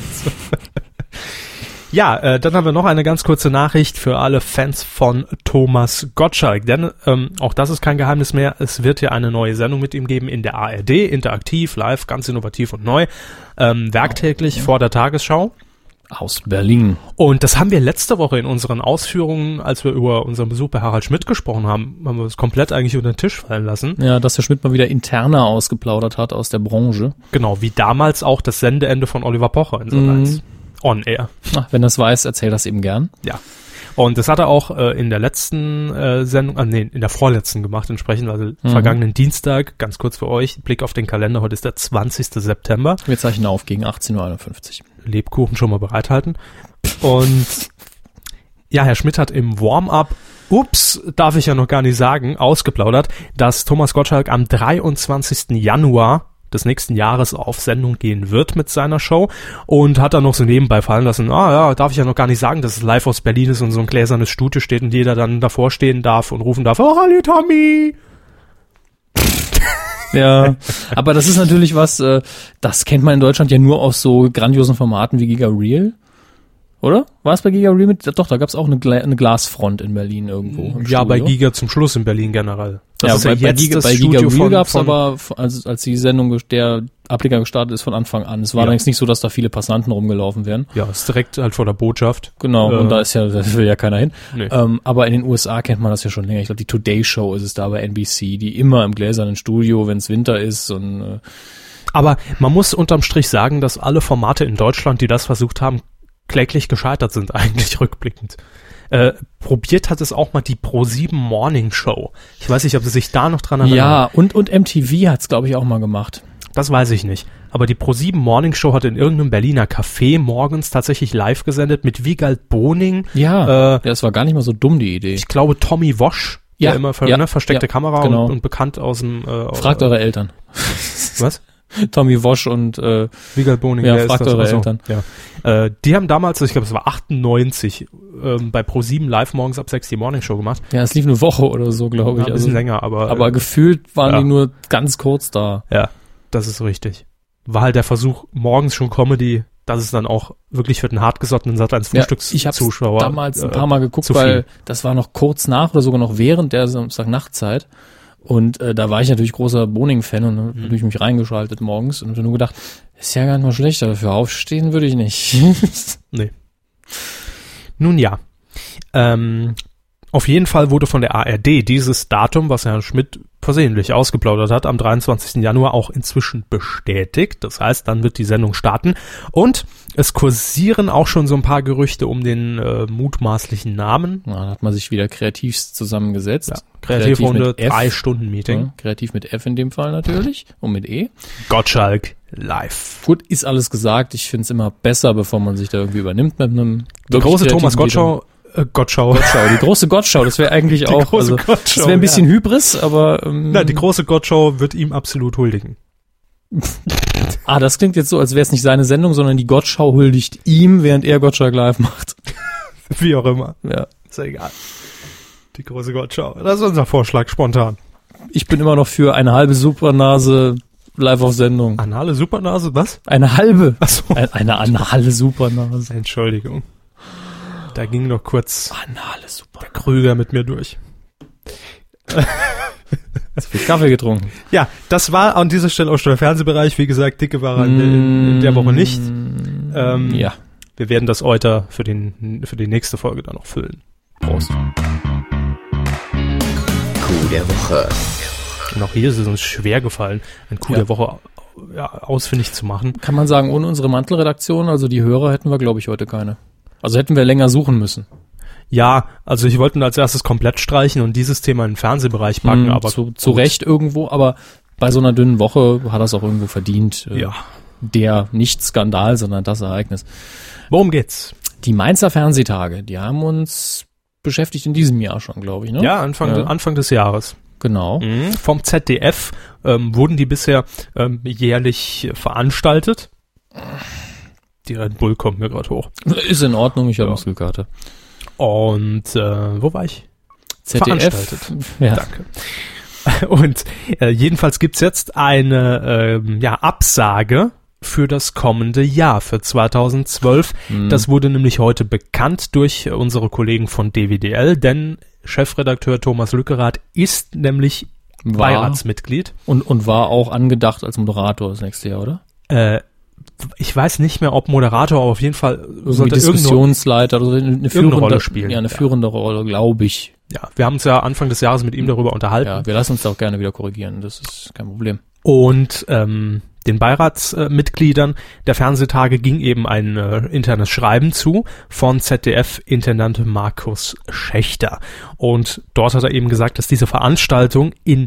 S1: Ja, äh, dann haben wir noch eine ganz kurze Nachricht für alle Fans von Thomas Gottschalk, denn ähm, auch das ist kein Geheimnis mehr, es wird ja eine neue Sendung mit ihm geben in der A R D, interaktiv, live, ganz innovativ und neu, ähm, werktäglich oh, vor der Tagesschau.
S2: Aus Berlin.
S1: Und das haben wir letzte Woche in unseren Ausführungen, als wir über unseren Besuch bei Harald Schmidt gesprochen haben, haben wir es komplett eigentlich unter den Tisch fallen lassen.
S2: Ja, dass der Schmidt mal wieder interner ausgeplaudert hat aus der Branche.
S1: Genau, wie damals auch das Sendeende von Oliver Pocher in Sat eins. On Air.
S2: Ach, wenn das weiß, erzähl das eben gern.
S1: Ja. Und das hat er auch äh, in der letzten äh, Sendung, äh, nee, in der vorletzten gemacht entsprechend, also mhm. vergangenen Dienstag, ganz kurz für euch, Blick auf den Kalender, heute ist der zwanzigsten September.
S2: Wir zeichnen auf gegen achtzehn Uhr einundfünfzig.
S1: Lebkuchen schon mal bereithalten. Und ja, Herr Schmidt hat im Warm-up, ups, darf ich ja noch gar nicht sagen, ausgeplaudert, dass Thomas Gottschalk am dreiundzwanzigsten Januar des nächsten Jahres auf Sendung gehen wird mit seiner Show und hat dann noch so nebenbei fallen lassen, ah ja, darf ich ja noch gar nicht sagen, dass es live aus Berlin ist und so ein gläsernes Studio steht und jeder dann davor stehen darf und rufen darf, oh, hallo Tommy!
S2: Ja, aber das ist natürlich was, äh, das kennt man in Deutschland ja nur aus so grandiosen Formaten wie Giga Real. Oder? War es bei Giga Real mit? Doch, da gab es auch eine, Gla- eine Glasfront in Berlin irgendwo. Im
S1: ja,
S2: Studio.
S1: Bei Giga zum Schluss in Berlin generell. Das
S2: ja,
S1: ist
S2: bei,
S1: ja
S2: bei
S1: jetzt
S2: Giga,
S1: das
S2: bei Giga
S1: Studio
S2: Real
S1: von,
S2: gab es
S1: von
S2: aber, als, als die Sendung, der Ableger gestartet ist, von Anfang an. Es war
S1: ja.
S2: allerdings nicht so, dass da viele Passanten rumgelaufen wären.
S1: Ja, ist direkt halt vor der Botschaft.
S2: Genau,
S1: äh,
S2: und da ist ja, da will ja keiner hin.
S1: Nee.
S2: Ähm, aber in den U S A kennt man das ja schon länger. Ich glaube, die Today Show ist es da bei N B C, die immer im gläsernen Studio, wenn es Winter ist und äh,
S1: aber man muss unterm Strich sagen, dass alle Formate in Deutschland, die das versucht haben, kläglich gescheitert sind, eigentlich rückblickend. Äh, probiert hat es auch mal die Pro sieben Morning Show. Ich weiß nicht, ob Sie sich da noch dran erinnern.
S2: Ja, und, und M T V hat's, glaube ich, auch mal gemacht.
S1: Das weiß ich nicht. Aber die Pro sieben Morning Show hat in irgendeinem Berliner Café morgens tatsächlich live gesendet mit Wiegald Boning.
S2: Ja, äh, das war gar nicht mal so dumm, die Idee.
S1: Ich glaube, Tommy Wosch,
S2: ja,
S1: der immer ver-
S2: ja,
S1: ne, versteckte
S2: ja,
S1: Kamera
S2: genau.
S1: und, und bekannt aus dem... Äh,
S2: Fragt äh, eure Eltern.
S1: Was?
S2: Tommy Wosch und äh,
S1: Wiegald Boning,
S2: ja,
S1: wer
S2: fragt
S1: ist das?
S2: eure
S1: Achso,
S2: Eltern.
S1: Ja. Äh, die haben damals, ich glaube, es war achtundneunzig, ähm, bei Pro sieben live morgens ab sechs die Morning Show gemacht.
S2: Ja, es lief eine Woche oder so, glaube ich.
S1: Ja, ein bisschen
S2: also,
S1: länger, aber...
S2: Aber
S1: äh,
S2: gefühlt waren
S1: ja.
S2: die nur ganz kurz da.
S1: Ja, das ist richtig. War halt der Versuch, morgens schon Comedy, dass es dann auch wirklich für den hartgesottenen Sat eins Frühstückszuschauer...
S2: Ja, ich habe damals ein
S1: äh,
S2: paar Mal geguckt, weil das war noch kurz nach oder sogar noch während der Samstag-Nachtzeit. Und äh, da war ich natürlich großer Boning-Fan und habe natürlich mich reingeschaltet morgens und habe nur gedacht, ist ja gar nicht mal schlecht, aber dafür aufstehen würde ich nicht.
S1: Nee. Nun ja. Ähm, auf jeden Fall wurde von der A R D dieses Datum, was Herr Schmidt versehentlich ausgeplaudert hat, am dreiundzwanzigsten Januar auch inzwischen bestätigt. Das heißt, dann wird die Sendung starten. Und es kursieren auch schon so ein paar Gerüchte um den äh, mutmaßlichen Namen.
S2: Ja, dann hat man sich wieder kreativst zusammengesetzt. Ja,
S1: Kreativrunde, drei Stunden Meeting.
S2: Ja, kreativ mit F in dem Fall natürlich und mit E.
S1: Gottschalk live.
S2: Gut, ist alles gesagt. Ich finde es immer besser, bevor man sich da irgendwie übernimmt mit einem...
S1: Die große Thomas Gottschalk Äh, Gottschau.
S2: Gottschau. Die große Gottschau, das wäre eigentlich
S1: die
S2: auch,
S1: große
S2: also,
S1: Gottschau,
S2: das wäre ein bisschen ja. Hybris, aber... Ähm,
S1: Na, die große Gottschau wird ihm absolut huldigen.
S2: Ah, das klingt jetzt so, als wäre es nicht seine Sendung, sondern die Gottschau huldigt ihm, während er Gottschalk live macht.
S1: Wie auch immer.
S2: Ja.
S1: Ist ja egal. Die große Gottschau. Das ist unser Vorschlag, spontan.
S2: Ich bin immer noch für eine halbe Supernase live auf Sendung.
S1: Anale Supernase, was?
S2: Eine halbe.
S1: Ach so.
S2: Eine, eine anale Supernase.
S1: Entschuldigung. Da ging noch kurz
S2: anale Supernase.
S1: Der Krüger mit mir durch.
S2: Zu viel Kaffee getrunken.
S1: Ja, das war an dieser Stelle auch schon der Fernsehbereich. Wie gesagt, dicke war er in, in der Woche nicht. Ähm,
S2: ja.
S1: Wir werden das Euter für, den, für die nächste Folge dann noch füllen. Prost.
S3: Coup der Woche.
S1: Und auch hier ist es uns schwer gefallen, ein Coup
S2: ja.
S1: der Woche ja, ausfindig zu machen.
S2: Kann man sagen, ohne unsere Mantelredaktion, also die Hörer, hätten wir, glaube ich, heute keine. Also hätten wir länger suchen müssen.
S1: Ja, also ich wollte als erstes komplett streichen und dieses Thema in den Fernsehbereich packen,
S2: hm,
S1: aber
S2: zu, zu Recht irgendwo, aber bei so einer dünnen Woche hat das auch irgendwo verdient. Äh,
S1: ja.
S2: Der nicht Skandal, sondern das Ereignis.
S1: Worum geht's?
S2: Die Mainzer Fernsehtage, die haben uns beschäftigt in diesem Jahr schon, glaube ich, ne?
S1: Ja, Anfang,
S2: ja.
S1: Anfang des Jahres.
S2: Genau.
S1: Mhm. Vom Z D F ähm, wurden die bisher ähm, jährlich veranstaltet. Die Red Bull kommt mir gerade hoch.
S2: Ist in Ordnung, ich habe
S1: ja.
S2: Muskelkater.
S1: Und äh, wo war ich?
S2: Z D F.
S1: Veranstaltet.
S2: Ja.
S1: Danke. Und äh, jedenfalls gibt's jetzt eine äh, ja, Absage für das kommende Jahr, für zweitausendzwölf. Mhm. Das wurde nämlich heute bekannt durch unsere Kollegen von D W D L, denn Chefredakteur Thomas Lückerath ist nämlich war, Beiratsmitglied.
S2: Und, und war auch angedacht als Moderator das nächste Jahr, oder?
S1: Äh, ich weiß nicht mehr, ob Moderator, aber auf jeden Fall
S2: sollte Diskussionsleiter oder eine führende
S1: Rolle spielen.
S2: Ja, eine führende ja. Rolle, glaube ich.
S1: Ja, wir haben uns ja Anfang des Jahres mit ihm darüber unterhalten.
S2: Ja, wir lassen uns da auch gerne wieder korrigieren, das ist kein Problem.
S1: Und ähm, den Beiratsmitgliedern äh, der Fernsehtage ging eben ein äh, internes Schreiben zu von Z D F-Intendant Markus Schächter. Und dort hat er eben gesagt, dass diese Veranstaltung in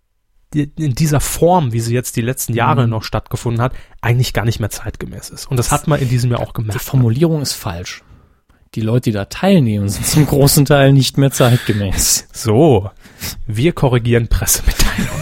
S1: in dieser Form, wie sie jetzt die letzten Jahre mhm. noch stattgefunden hat, eigentlich gar nicht mehr zeitgemäß ist. Und das hat man in diesem Jahr auch gemerkt.
S2: Die Formulierung ist falsch. Die Leute, die da teilnehmen, sind zum großen Teil nicht mehr zeitgemäß.
S1: So, wir korrigieren Pressemitteilungen.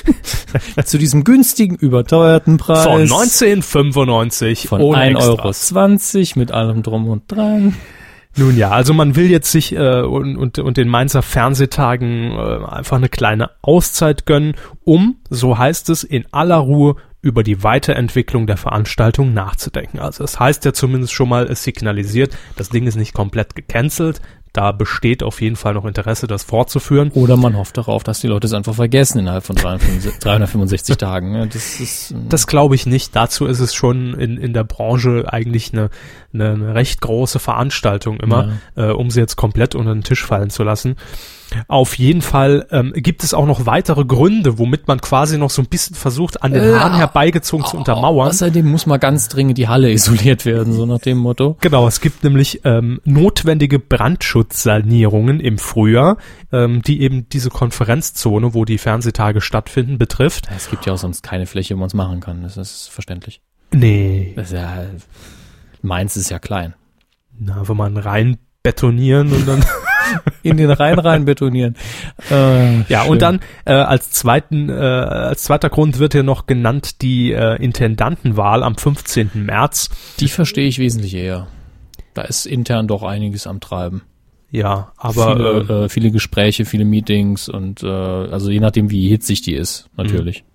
S2: Zu diesem günstigen, überteuerten Preis.
S1: Von neunzehnhundertfünfundneunzig.
S2: Von ein Euro zwanzig mit allem drum und dran.
S1: Nun ja, also man will jetzt sich äh, und, und, und den Mainzer Fernsehtagen äh, einfach eine kleine Auszeit gönnen, um, so heißt es, in aller Ruhe über die Weiterentwicklung der Veranstaltung nachzudenken. Also es heißt ja zumindest schon mal, es signalisiert, das Ding ist nicht komplett gecancelt. Da besteht auf jeden Fall noch Interesse, das fortzuführen.
S2: Oder man hofft darauf, dass die Leute es einfach vergessen innerhalb von dreihundertfünfundsechzig Tagen. Das ist, ähm
S1: das glaube ich nicht. Dazu ist es schon in, in der Branche eigentlich eine, eine, eine recht große Veranstaltung immer, ja. äh, um sie jetzt komplett unter den Tisch fallen zu lassen. Auf jeden Fall ähm, gibt es auch noch weitere Gründe, womit man quasi noch so ein bisschen versucht, an den Haaren herbeigezogen oh, zu untermauern.
S2: Außerdem muss mal ganz dringend die Halle isoliert werden, so nach dem Motto.
S1: Genau, es gibt nämlich ähm, notwendige Brandschutzsanierungen im Frühjahr, ähm, die eben diese Konferenzzone, wo die Fernsehtage stattfinden, betrifft.
S2: Es gibt ja auch sonst keine Fläche, wo man es machen kann, das ist verständlich.
S1: Nee.
S2: Das ist ja, Mainz ist ja klein.
S1: Na, wenn man rein betonieren und dann...
S2: in den Rhein rein betonieren. Äh,
S1: ja, schön. Und dann äh, als zweiten äh, als zweiter Grund wird hier noch genannt die äh, Intendantenwahl am fünfzehnten März.
S2: Die verstehe ich wesentlich eher. Da ist intern doch einiges am Treiben.
S1: Ja, aber
S2: viele, äh, äh, viele Gespräche, viele Meetings und äh, also je nachdem, wie hitzig die ist, natürlich.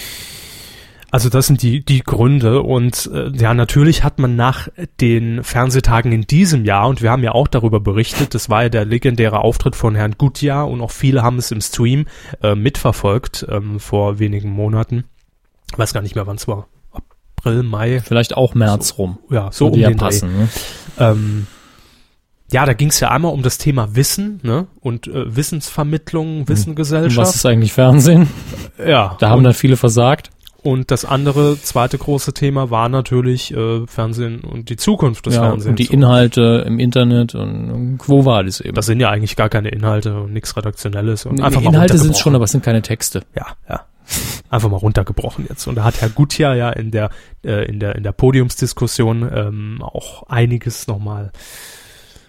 S1: Also das sind die die Gründe und äh, ja, natürlich hat man nach den Fernsehtagen in diesem Jahr, und wir haben ja auch darüber berichtet, das war ja der legendäre Auftritt von Herrn Gutjahr und auch viele haben es im Stream äh, mitverfolgt ähm, vor wenigen Monaten. Ich weiß gar nicht mehr, wann es war. April, Mai.
S2: Vielleicht auch März
S1: so,
S2: rum.
S1: Ja, so
S2: um
S1: den
S2: passen. Ne?
S1: Ähm, ja, da ging es ja einmal um das Thema Wissen, ne, und äh, Wissensvermittlung, Wissengesellschaft.
S2: Was ist eigentlich Fernsehen?
S1: Ja.
S2: Da haben dann viele versagt.
S1: Und das andere, zweite große Thema war natürlich äh, Fernsehen und die Zukunft des
S2: ja,
S1: Fernsehens.
S2: Und die Inhalte im Internet und, und Quo Vadis eben.
S1: Das sind ja eigentlich gar keine Inhalte und nichts Redaktionelles. Und
S2: nee,
S1: einfach mal
S2: Inhalte sind schon, aber es sind keine Texte.
S1: Ja, ja. Einfach mal runtergebrochen jetzt. Und da hat Herr Gutjahr ja in der äh, in der in der Podiumsdiskussion ähm, auch einiges nochmal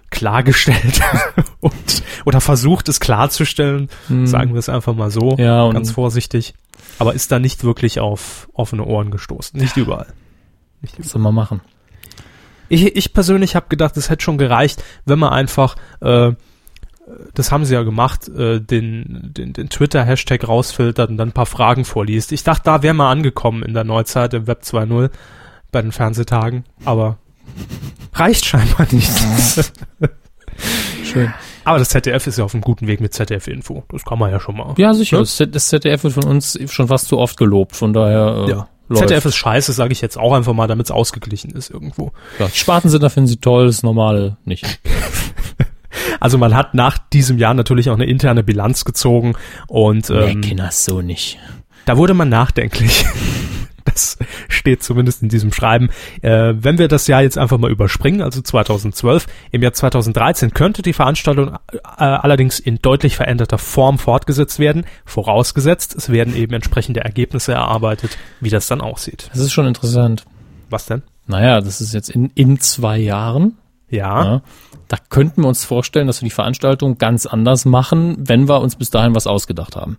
S1: klargestellt und, oder versucht es klarzustellen, hm. sagen wir es einfach mal so,
S2: ja,
S1: ganz vorsichtig, aber ist da nicht wirklich auf offene Ohren gestoßen, nicht überall.
S2: Nicht überall. Was soll man machen?
S1: Ich, ich persönlich habe gedacht, es hätte schon gereicht, wenn man einfach, äh, das haben sie ja gemacht, äh, den, den, den Twitter-Hashtag rausfiltert und dann ein paar Fragen vorliest. Ich dachte, da wäre man angekommen in der Neuzeit, im Web zwei Punkt null, bei den Fernsehtagen, aber reicht scheinbar nicht.
S2: Schön.
S1: Aber das Z D F ist ja auf einem guten Weg mit Z D F-Info. Das kann man ja schon mal.
S2: Ja, sicher. Ne? Das Z D F wird von uns schon fast zu oft gelobt, von daher äh,
S1: ja. Z D F ist scheiße, sage ich jetzt auch einfach mal, damit es ausgeglichen ist irgendwo.
S2: Ja, die Spartensender finden sie toll, das Normale nicht.
S1: Also man hat nach diesem Jahr natürlich auch eine interne Bilanz gezogen und ähm,
S2: nee, das so nicht.
S1: Da wurde man nachdenklich. Das steht zumindest in diesem Schreiben. Äh, wenn wir das Jahr jetzt einfach mal überspringen, also zweitausendzwölf, im Jahr zweitausenddreizehn könnte die Veranstaltung äh, allerdings in deutlich veränderter Form fortgesetzt werden, vorausgesetzt, es werden eben entsprechende Ergebnisse erarbeitet, wie das dann aussieht.
S2: Das ist schon interessant.
S1: Was denn?
S2: Naja, das ist jetzt in, in zwei Jahren.
S1: Ja.
S2: ja. Da könnten wir uns vorstellen, dass wir die Veranstaltung ganz anders machen, wenn wir uns bis dahin was ausgedacht haben.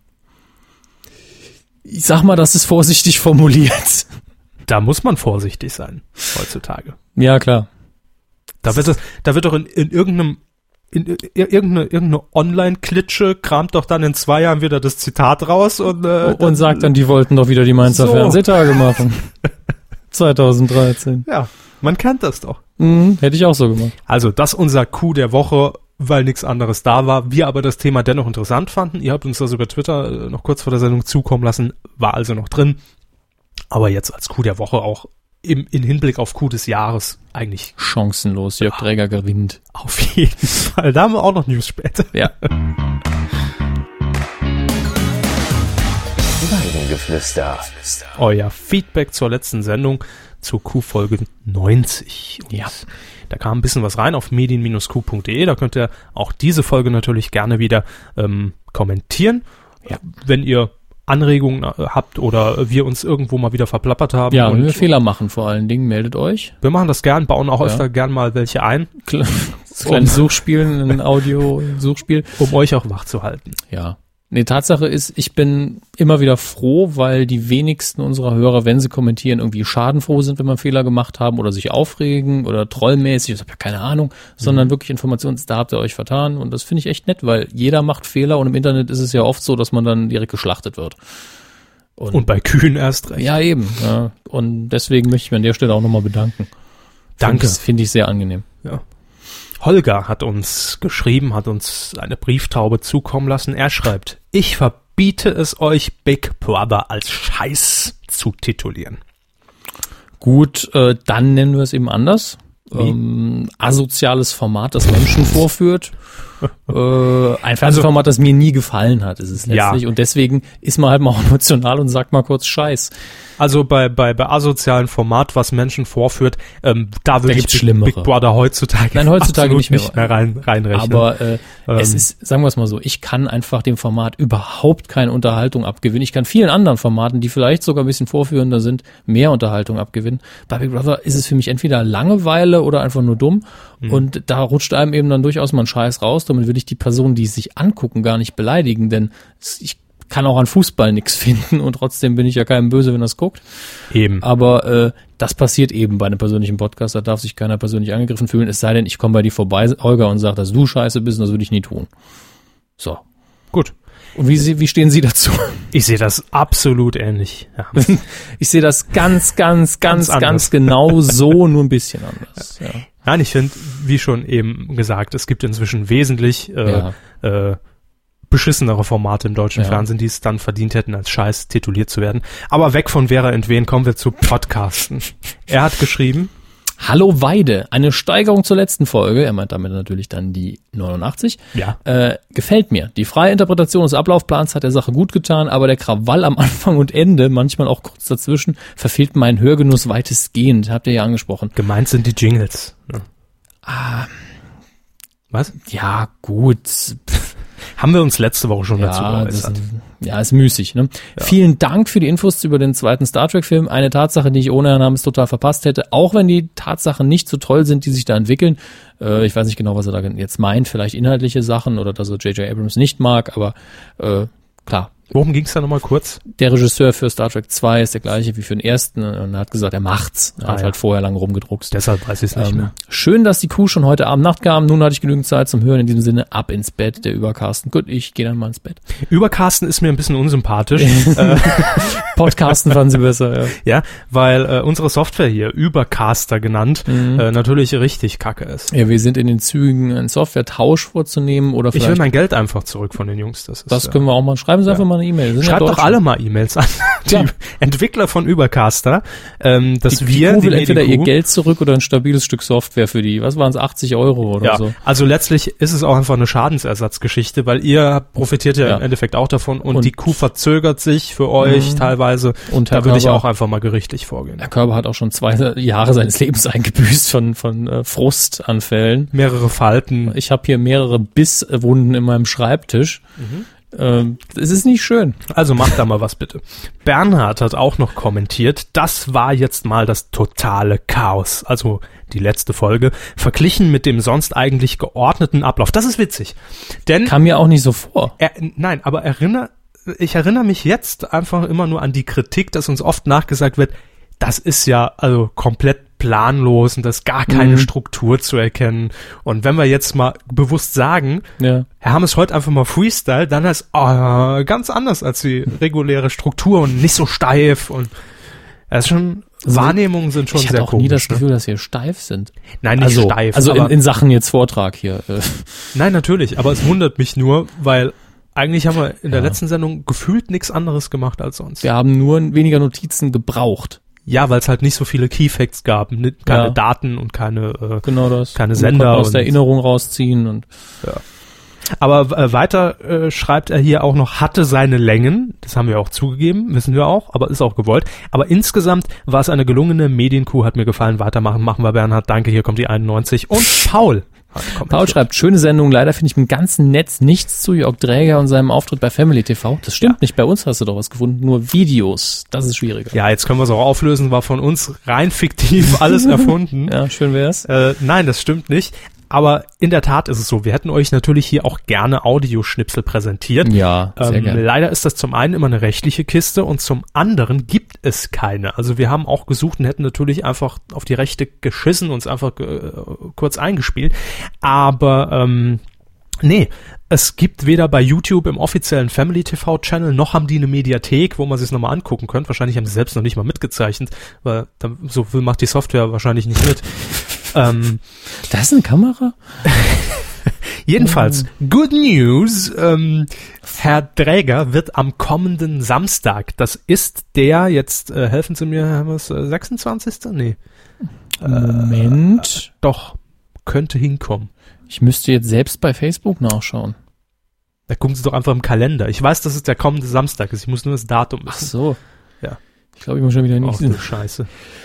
S2: Ich sag mal, das ist vorsichtig formuliert.
S1: Da muss man vorsichtig sein, heutzutage.
S2: Ja, klar.
S1: Da wird, das, da wird doch in, in irgendeinem, in, in irgendeine, irgendeine Online-Klitsche kramt doch dann in zwei Jahren wieder das Zitat raus und, äh,
S2: und sagt dann, die wollten doch wieder die Mainzer so. Fernsehtage machen. zweitausenddreizehn.
S1: Ja, man kennt das doch.
S2: Mhm, hätte ich auch so gemacht.
S1: Also, das ist unser Coup der Woche, weil nichts anderes da war. Wir aber das Thema dennoch interessant fanden. Ihr habt uns das über Twitter äh, noch kurz vor der Sendung zukommen lassen, war also noch drin. Aber jetzt als Coup der Woche auch im in Hinblick auf Coup des Jahres eigentlich
S2: chancenlos. Jörg Dräger gewinnt.
S1: Auf jeden Fall. Da haben wir auch noch News später.
S2: Ja.
S3: Weidengeflüster.
S1: Euer Feedback zur letzten Sendung, zur Q-Folge neunzig. Und
S2: ja.
S1: Da kam ein bisschen was rein auf medien Bindestrich q punkt de. Da könnt ihr auch diese Folge natürlich gerne wieder ähm, kommentieren.
S2: Ja.
S1: Wenn ihr Anregungen habt oder wir uns irgendwo mal wieder verplappert haben.
S2: Ja, und wenn wir Fehler machen vor allen Dingen, meldet euch.
S1: Wir machen das gern, bauen auch
S2: ja.
S1: öfter gern mal welche ein.
S2: Kle- Kleines um, Suchspiel, ein Audio-Suchspiel.
S1: Um euch auch wach zu halten.
S2: Ja. Nee, Tatsache ist, ich bin immer wieder froh, weil die wenigsten unserer Hörer, wenn sie kommentieren, irgendwie schadenfroh sind, wenn wir Fehler gemacht haben oder sich aufregen oder trollmäßig, ich habe ja keine Ahnung, sondern mhm. wirklich Informationen, da habt ihr euch vertan und das finde ich echt nett, weil jeder macht Fehler und im Internet ist es ja oft so, dass man dann direkt geschlachtet wird.
S1: Und, und bei Kühen erst recht.
S2: Ja, eben. Ja. Und deswegen möchte ich mich an der Stelle auch nochmal bedanken.
S1: Danke.
S2: Das finde ich sehr angenehm.
S1: Ja. Holger hat uns geschrieben, hat uns eine Brieftaube zukommen lassen. Er schreibt, ich verbiete es euch, Big Brother als Scheiß zu titulieren.
S2: Gut, äh, dann nennen wir es eben anders. Ähm, asoziales Format, das Menschen vorführt. äh, ein Fernsehformat, das mir nie gefallen hat, ist es letztlich.
S1: Ja.
S2: Und deswegen ist man halt mal auch emotional und sagt mal kurz Scheiß.
S1: Also bei bei bei asozialen Format, was Menschen vorführt, ähm, da würde
S2: da
S1: ich
S2: Big, Big
S1: Brother heutzutage,
S2: Nein, heutzutage nicht mehr,
S1: nicht mehr rein, reinrechnen.
S2: Aber äh, ähm. es ist, sagen wir es mal so, ich kann einfach dem Format überhaupt keine Unterhaltung abgewinnen. Ich kann vielen anderen Formaten, die vielleicht sogar ein bisschen vorführender sind, mehr Unterhaltung abgewinnen. Bei Big Brother ist es für mich entweder Langeweile oder einfach nur dumm. Mhm. Und da rutscht einem eben dann durchaus mal ein Scheiß raus. Damit will ich die Personen, die es sich angucken, gar nicht beleidigen, denn ich kann auch an Fußball nichts finden und trotzdem bin ich ja keinem böse, wenn das guckt.
S1: Eben.
S2: Aber äh, das passiert eben bei einem persönlichen Podcast, da darf sich keiner persönlich angegriffen fühlen, es sei denn, ich komme bei dir vorbei, Holger, und sage, dass du scheiße bist und das würde ich nie tun. So.
S1: Gut.
S2: Und wie, wie stehen Sie dazu?
S1: Ich sehe das absolut ähnlich. Ja.
S2: Ich sehe das ganz, ganz, ganz, ganz, ganz genau so, nur ein bisschen anders. Ja.
S1: Nein, ich finde, wie schon eben gesagt, es gibt inzwischen wesentlich äh, ja. äh, beschissenere Formate im deutschen ja. Fernsehen, die es dann verdient hätten, als Scheiß tituliert zu werden. Aber weg von Vera Entwen, kommen wir zu Podcasten. Er hat geschrieben:
S2: Hallo Weide, eine Steigerung zur letzten Folge, er meint damit natürlich dann die neunundachtzig,
S1: ja.
S2: äh, gefällt mir. Die freie Interpretation des Ablaufplans hat der Sache gut getan, aber der Krawall am Anfang und Ende, manchmal auch kurz dazwischen, verfehlt meinen Hörgenuss weitestgehend, habt ihr ja angesprochen.
S1: Gemeint sind die Jingles. Ja.
S2: Ah,
S1: Was?
S2: Ja, gut.
S1: Haben wir uns letzte Woche schon
S2: ja,
S1: dazu geäußert.
S2: Ist, ja, ist müßig. Ne? Ja. Vielen Dank für die Infos über den zweiten Star Trek-Film. Eine Tatsache, die ich ohne Herrn Hammes total verpasst hätte, auch wenn die Tatsachen nicht so toll sind, die sich da entwickeln. Äh, ich weiß nicht genau, was er da jetzt meint, vielleicht inhaltliche Sachen oder dass er J J Abrams nicht mag, aber äh, klar.
S1: Worum ging es da nochmal kurz?
S2: Der Regisseur für Star Trek zwei ist der gleiche wie für den ersten und er hat gesagt, er macht's. Er
S1: ah,
S2: hat
S1: ja.
S2: halt vorher lang rumgedruckst.
S1: Deshalb weiß ich es nicht
S2: ähm,
S1: mehr.
S2: Schön, dass die Kuh schon heute Abend Nacht kam. Nun hatte ich genügend Zeit zum Hören. In diesem Sinne, ab ins Bett, der Übercasten. Gut, ich gehe dann mal ins Bett.
S1: Übercasten ist mir ein bisschen unsympathisch.
S2: Podcasten fanden sie besser, ja.
S1: Ja, weil äh, unsere Software hier, Übercaster genannt, mhm. äh, natürlich richtig kacke ist.
S2: Ja, wir sind in den Zügen, einen Software-Tausch vorzunehmen oder vielleicht...
S1: Ich will mein Geld einfach zurück von den Jungs. Das, ist,
S2: das können wir auch mal. Schreiben Sie ja. einfach mal eine E-Mail.
S1: Schreibt doch alle mal E-Mails an. Die ja. Entwickler von Übercaster, ähm, dass
S2: die,
S1: wir...
S2: Die Kuh will entweder ihr Geld zurück oder ein stabiles Stück Software für die, was waren es, achtzig Euro oder
S1: ja,
S2: so.
S1: Also letztlich ist es auch einfach eine Schadensersatzgeschichte, weil ihr profitiert ja, ja. im Endeffekt auch davon und, und die Kuh verzögert sich für euch mh. teilweise. Und da würde ich auch einfach mal gerichtlich vorgehen.
S2: Herr Körber hat auch schon zwei Jahre seines Lebens eingebüßt von, von äh, Frustanfällen.
S1: Mehrere Falten.
S2: Ich habe hier mehrere Bisswunden in meinem Schreibtisch. Mhm. Ähm, es ist nicht schön.
S1: Also macht da mal was bitte. Bernhard hat auch noch kommentiert, das war jetzt mal das totale Chaos. Also die letzte Folge, verglichen mit dem sonst eigentlich geordneten Ablauf. Das ist witzig. Denn
S2: kam mir auch nicht so vor.
S1: Er, nein, aber erinnere, ich erinnere mich jetzt einfach immer nur an die Kritik, dass uns oft nachgesagt wird, das ist ja also komplett planlos und da ist gar keine mhm. Struktur zu erkennen. Und wenn wir jetzt mal bewusst sagen, ja. Herr Hammes heute einfach mal Freestyle, dann ist oh, ganz anders als die reguläre Struktur und nicht so steif und das ist schon, also, Wahrnehmungen sind schon sehr komisch. Ich hatte auch nie
S2: das Gefühl, ne? dass wir steif sind.
S1: Nein, nicht
S2: also,
S1: steif.
S2: Also in, in Sachen jetzt Vortrag hier.
S1: Nein, natürlich, aber es wundert mich nur, weil eigentlich haben wir in der ja. letzten Sendung gefühlt nichts anderes gemacht als sonst.
S2: Wir haben nur weniger Notizen gebraucht.
S1: Ja, weil es halt nicht so viele Keyfacts gab, nicht, keine ja. Daten und keine äh,
S2: genau das.
S1: keine Sender
S2: aus der Erinnerung rausziehen und
S1: ja. Aber äh, weiter äh, schreibt er hier auch noch, hatte seine Längen, das haben wir auch zugegeben, wissen wir auch, aber ist auch gewollt. Aber insgesamt war es eine gelungene Medienkuh, hat mir gefallen, weitermachen, machen wir Bernhard, danke, hier kommt die einundneunzig und Paul.
S2: Paul schreibt, schöne Sendung, leider finde ich im ganzen Netz nichts zu Jörg Dräger und seinem Auftritt bei Family T V. Das stimmt ja. nicht, bei uns hast du doch was gefunden, nur Videos, das ist schwieriger.
S1: Ja, jetzt können wir es auch auflösen, war von uns rein fiktiv alles erfunden.
S2: Ja, schön wär's.
S1: Äh, nein, das stimmt nicht. Aber in der Tat ist es so, wir hätten euch natürlich hier auch gerne Audioschnipsel präsentiert.
S2: Ja, sehr
S1: ähm,
S2: gerne.
S1: Leider ist das zum einen immer eine rechtliche Kiste und zum anderen gibt es keine. Also wir haben auch gesucht und hätten natürlich einfach auf die Rechte geschissen, uns einfach äh, kurz eingespielt. Aber ähm, nee, es gibt weder bei YouTube im offiziellen Family T V Channel, noch haben die eine Mediathek, wo man sich es nochmal angucken könnte. Wahrscheinlich haben sie selbst noch nicht mal mitgezeichnet, weil dann, so viel macht die Software wahrscheinlich nicht mit. Ähm,
S2: das ist eine Kamera?
S1: Jedenfalls, good news, ähm, Herr Dräger wird am kommenden Samstag, das ist der, jetzt äh, helfen Sie mir, haben wir es, äh, sechsundzwanzigsten Nee.
S2: Moment.
S1: Äh, doch, könnte hinkommen.
S2: Ich müsste jetzt selbst bei Facebook nachschauen.
S1: Da gucken Sie doch einfach im Kalender. Ich weiß, dass es der kommende Samstag ist, ich muss nur das Datum wissen.
S2: Ach so.
S1: Ja.
S2: Ich glaube, ich muss schon wieder nicht.
S1: Ach du Scheiße.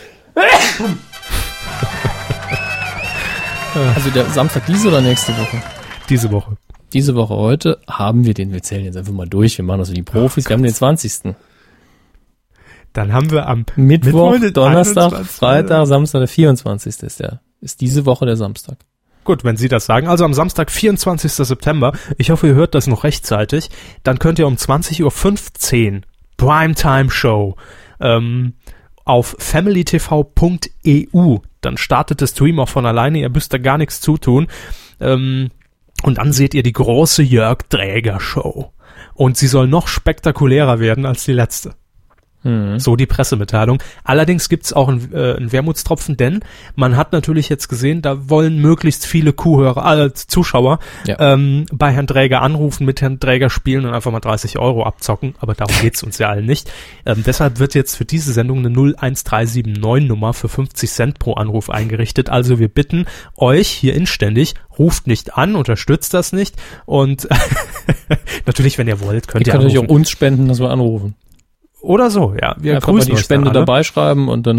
S2: Also der Samstag diese oder nächste Woche?
S1: Diese Woche.
S2: Diese Woche heute haben wir den, wir zählen jetzt einfach mal durch, wir machen das wie die Profis, oh, wir haben den zwanzigsten
S1: Dann haben wir am
S2: Mittwoch, Mittwoch Donnerstag, Freitag, Samstag, der vierundzwanzigste ist der, ist diese Woche der Samstag.
S1: Gut, wenn Sie das sagen. Also am Samstag, vierundzwanzigsten September, ich hoffe, ihr hört das noch rechtzeitig, dann könnt ihr um zwanzig Uhr fünfzehn Primetime Show ähm, auf family t v punkt e u. Dann startet der Stream auch von alleine, ihr müsst da gar nichts zutun. Ähm, und dann seht ihr die große Jörg Dräger Show. Und sie soll noch spektakulärer werden als die letzte. Mhm. So die Pressemitteilung. Allerdings gibt's auch einen, äh, einen Wermutstropfen, denn man hat natürlich jetzt gesehen, da wollen möglichst viele Kuhhörer, äh, Zuschauer ja. ähm, bei Herrn Dräger anrufen, mit Herrn Dräger spielen und einfach mal dreißig Euro abzocken. Aber darum geht's uns ja allen nicht. Ähm, deshalb wird jetzt für diese Sendung eine null eins drei sieben neun Nummer für fünfzig Cent pro Anruf eingerichtet. Also wir bitten euch hier inständig, ruft nicht an, unterstützt das nicht und natürlich, wenn ihr wollt, könnt ihr,
S2: ihr könnt natürlich auch uns spenden, dass wir anrufen.
S1: Oder so, ja. Wir
S2: einfach grüßen mal die Spende dabei schreiben und dann ist gut.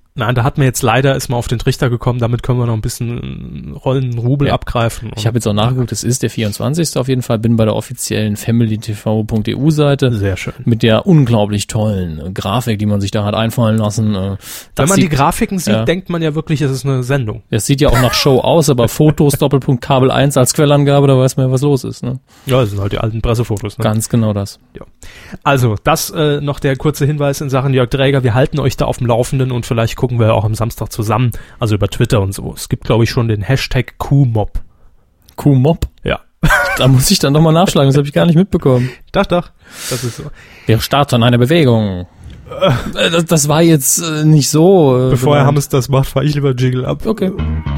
S1: Nein, da hat mir jetzt leider, ist mal auf den Trichter gekommen, damit können wir noch ein bisschen Rollen, Rubel ja. abgreifen.
S2: Ich habe jetzt auch nachgeguckt, es ist der vierundzwanzigste auf jeden Fall, bin bei der offiziellen family t v punkt e u Seite.
S1: Sehr schön.
S2: Mit der unglaublich tollen Grafik, die man sich da hat einfallen lassen.
S1: Wenn man sieht, die Grafiken sieht, ja. denkt man ja wirklich, es ist eine Sendung.
S2: Es sieht ja auch nach Show aus, aber Fotos, Doppelpunkt, Kabel eins als Quellangabe, da weiß man ja, was los ist. Ne?
S1: Ja, das sind halt die alten Pressefotos. Ne?
S2: Ganz genau das.
S1: Ja. Also, das äh, noch der kurze Hinweis in Sachen Jörg Dräger. Wir halten euch da auf dem Laufenden und vielleicht gucken wir auch am Samstag zusammen, also über Twitter und so. Es gibt, glaube ich, schon den Hashtag Q-Mob.
S2: Q-Mob?
S1: Ja.
S2: Da muss ich dann nochmal nachschlagen, das habe ich gar nicht mitbekommen.
S1: Doch, doch, das ist so.
S2: Wir starten eine Bewegung. Äh, das, das war jetzt äh, nicht so.
S1: Äh, Bevor er Hammes das macht, fahre ich lieber Jingle ab.
S2: Okay.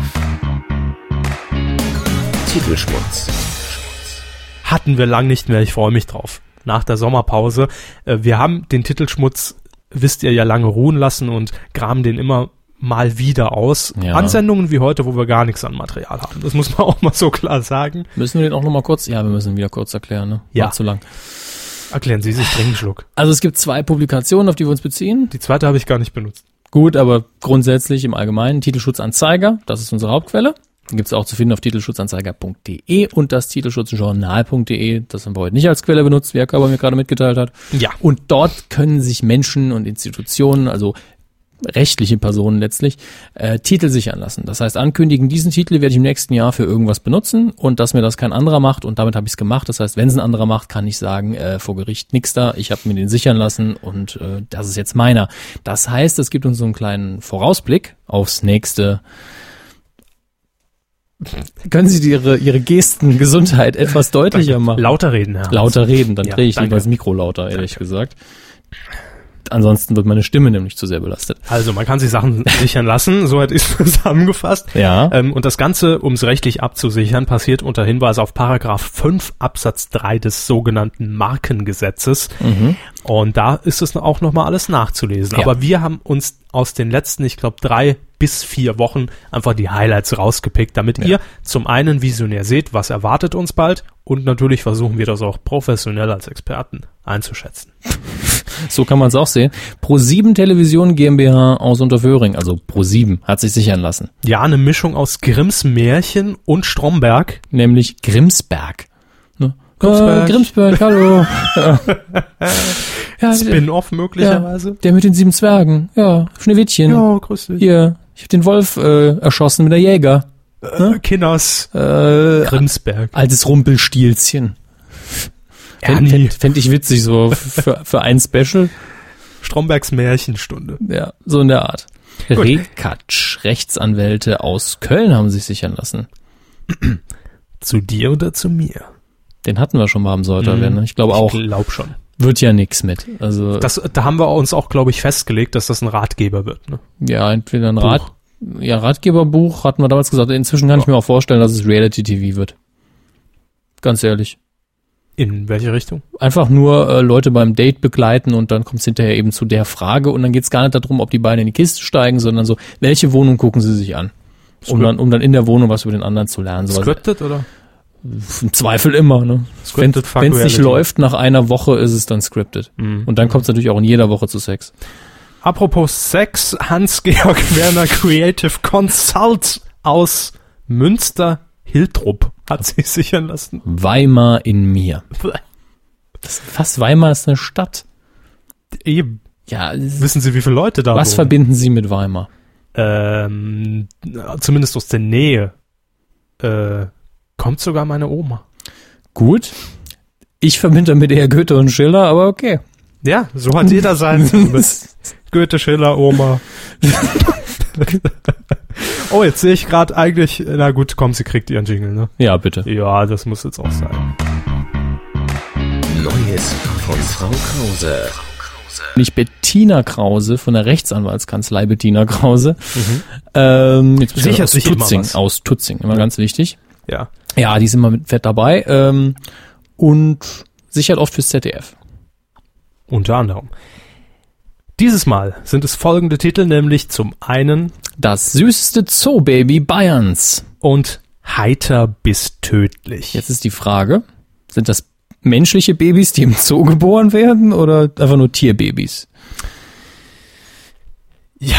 S3: Titelschmutz.
S1: Hatten wir lang nicht mehr, ich freue mich drauf. Nach der Sommerpause. Äh, wir haben den Titelschmutz, wisst ihr, ja lange ruhen lassen und graben den immer mal wieder aus.
S2: Ja.
S1: Ansendungen wie heute, wo wir gar nichts an Material haben. Das muss man auch mal so klar sagen.
S2: Müssen wir den auch nochmal kurz? Ja, wir müssen ihn wieder kurz erklären, ne?
S1: Ja.
S2: War zu lang.
S1: Erklären Sie sich, trinken einen Schluck.
S2: Also es gibt zwei Publikationen, auf die wir uns beziehen.
S1: Die zweite habe ich gar nicht benutzt.
S2: Gut, aber grundsätzlich im Allgemeinen Titelschutzanzeiger, das ist unsere Hauptquelle. Gibt es auch zu finden auf titelschutzanzeiger punkt de und das titelschutzjournal punkt de. Das haben wir heute nicht als Quelle benutzt, wie Herr Körber mir gerade mitgeteilt hat.
S1: Ja.
S2: Und dort können sich Menschen und Institutionen, also rechtliche Personen letztlich, äh, Titel sichern lassen. Das heißt, ankündigen, diesen Titel werde ich im nächsten Jahr für irgendwas benutzen und dass mir das kein anderer macht und damit habe ich es gemacht. Das heißt, wenn es ein anderer macht, kann ich sagen, äh, vor Gericht nix da, ich habe mir den sichern lassen und äh, das ist jetzt meiner. Das heißt, es gibt uns so einen kleinen Vorausblick aufs nächste. Können Sie Ihre, Ihre Gesten, Gesundheit etwas deutlicher
S1: danke.
S2: machen?
S1: Lauter reden, Herr.
S2: Lauter reden, dann
S1: ja,
S2: drehe ich
S1: danke.
S2: lieber das Mikro lauter, ehrlich
S1: Danke.
S2: gesagt. Ansonsten wird meine Stimme nämlich zu sehr belastet.
S1: Also man kann sich Sachen sichern lassen, soweit ist zusammengefasst.
S2: Ja.
S1: Ähm, und das Ganze, um es rechtlich abzusichern, passiert unter Hinweis auf Paragraph fünf Absatz drei des sogenannten Markengesetzes.
S2: Mhm.
S1: Und da ist es auch nochmal alles nachzulesen.
S2: Ja.
S1: Aber wir haben uns aus den letzten, ich glaube, drei bis vier Wochen einfach die Highlights rausgepickt, damit
S2: Ja.
S1: ihr zum einen visionär seht, was erwartet uns bald und natürlich versuchen wir das auch professionell als Experten einzuschätzen.
S2: So kann man es auch sehen. ProSieben Television GmbH aus Unterföhring, also ProSieben, hat sich sichern lassen.
S1: Ja, eine Mischung aus Grimms Märchen und Stromberg.
S2: Nämlich Grimmsberg. Ne?
S1: Grimmsberg.
S2: Äh, Grimmsberg, hallo. ja. Ja,
S1: Spin-off möglicherweise.
S2: Ja, der mit den sieben Zwergen. Ja, Schneewittchen.
S1: Ja, grüß dich.
S2: Hier, ich habe den Wolf äh, erschossen mit der Jäger.
S1: Äh, Kinners.
S2: Äh,
S1: Grimmsberg.
S2: Altes Rumpelstilzchen. Fände fänd, fänd ich witzig, so für, für ein Special.
S1: Strombergs Märchenstunde.
S2: Ja, so in der Art. Rekatsch, Rechtsanwälte aus Köln haben sich sichern lassen.
S1: Zu dir oder zu mir?
S2: Den hatten wir schon mal am Solterwerden, ne? Ich glaube auch.
S1: Ich glaube schon.
S2: Wird ja nix mit. Also
S1: Das, da haben wir uns auch, glaube ich, festgelegt, dass das ein Ratgeber wird. Ne?
S2: ja, entweder ein Rat, ja, Ratgeberbuch, hatten wir damals gesagt. Inzwischen kann ich mir auch vorstellen, dass es Reality-T V wird. Ganz ehrlich.
S1: In welche Richtung?
S2: Einfach nur äh, Leute beim Date begleiten und dann kommt es hinterher eben zu der Frage und dann geht es gar nicht darum, ob die beiden in die Kiste steigen, sondern so, welche Wohnung gucken sie sich an? Um dann, um dann in der Wohnung was über den anderen zu lernen. Sowas.
S1: Scripted oder?
S2: Im Zweifel immer, ne? Wenn
S1: Scripted fuck
S2: es nicht
S1: reality.
S2: läuft, nach einer Woche ist es dann scripted.
S1: Mhm.
S2: Und dann kommt es natürlich auch in jeder Woche zu Sex.
S1: Apropos Sex, Hans-Georg Werner Creative Consult aus Münster-Hiltrup hat sich sichern lassen.
S2: Weimar in mir. Das, was, Weimar ist eine Stadt?
S1: Eben.
S2: Ja, es-
S1: Wissen Sie, wie viele Leute da
S2: was
S1: wohnen?
S2: verbinden Sie mit Weimar?
S1: Ähm, zumindest aus der Nähe. Äh, kommt sogar meine Oma.
S2: Gut. Ich verbinde damit eher Goethe und Schiller, aber okay.
S1: Ja, so hat jeder sein. Goethe, Schiller, Oma. Oh, jetzt sehe ich gerade eigentlich, na gut, komm, sie kriegt ihren Jingle, ne?
S2: Ja, bitte.
S1: Ja, das muss jetzt auch sein.
S3: Neues von Frau Krause.
S2: Nicht Bettina Krause von der Rechtsanwaltskanzlei Bettina Krause. Ähm, jetzt
S1: Sichert
S2: aus
S1: sich immer
S2: Tutzing,
S1: was.
S2: aus Tutzing, immer ganz wichtig.
S1: Ja.
S2: Ja, die sind immer mit fett dabei ähm, und sichert oft fürs Z D F.
S1: Unter anderem. Dieses Mal sind es folgende Titel, nämlich zum einen
S2: Das süßeste Zoobaby Bayerns.
S1: und Heiter bis tödlich.
S2: Jetzt ist die Frage, sind das menschliche Babys, die im Zoo geboren werden oder einfach nur Tierbabys?
S1: Ja.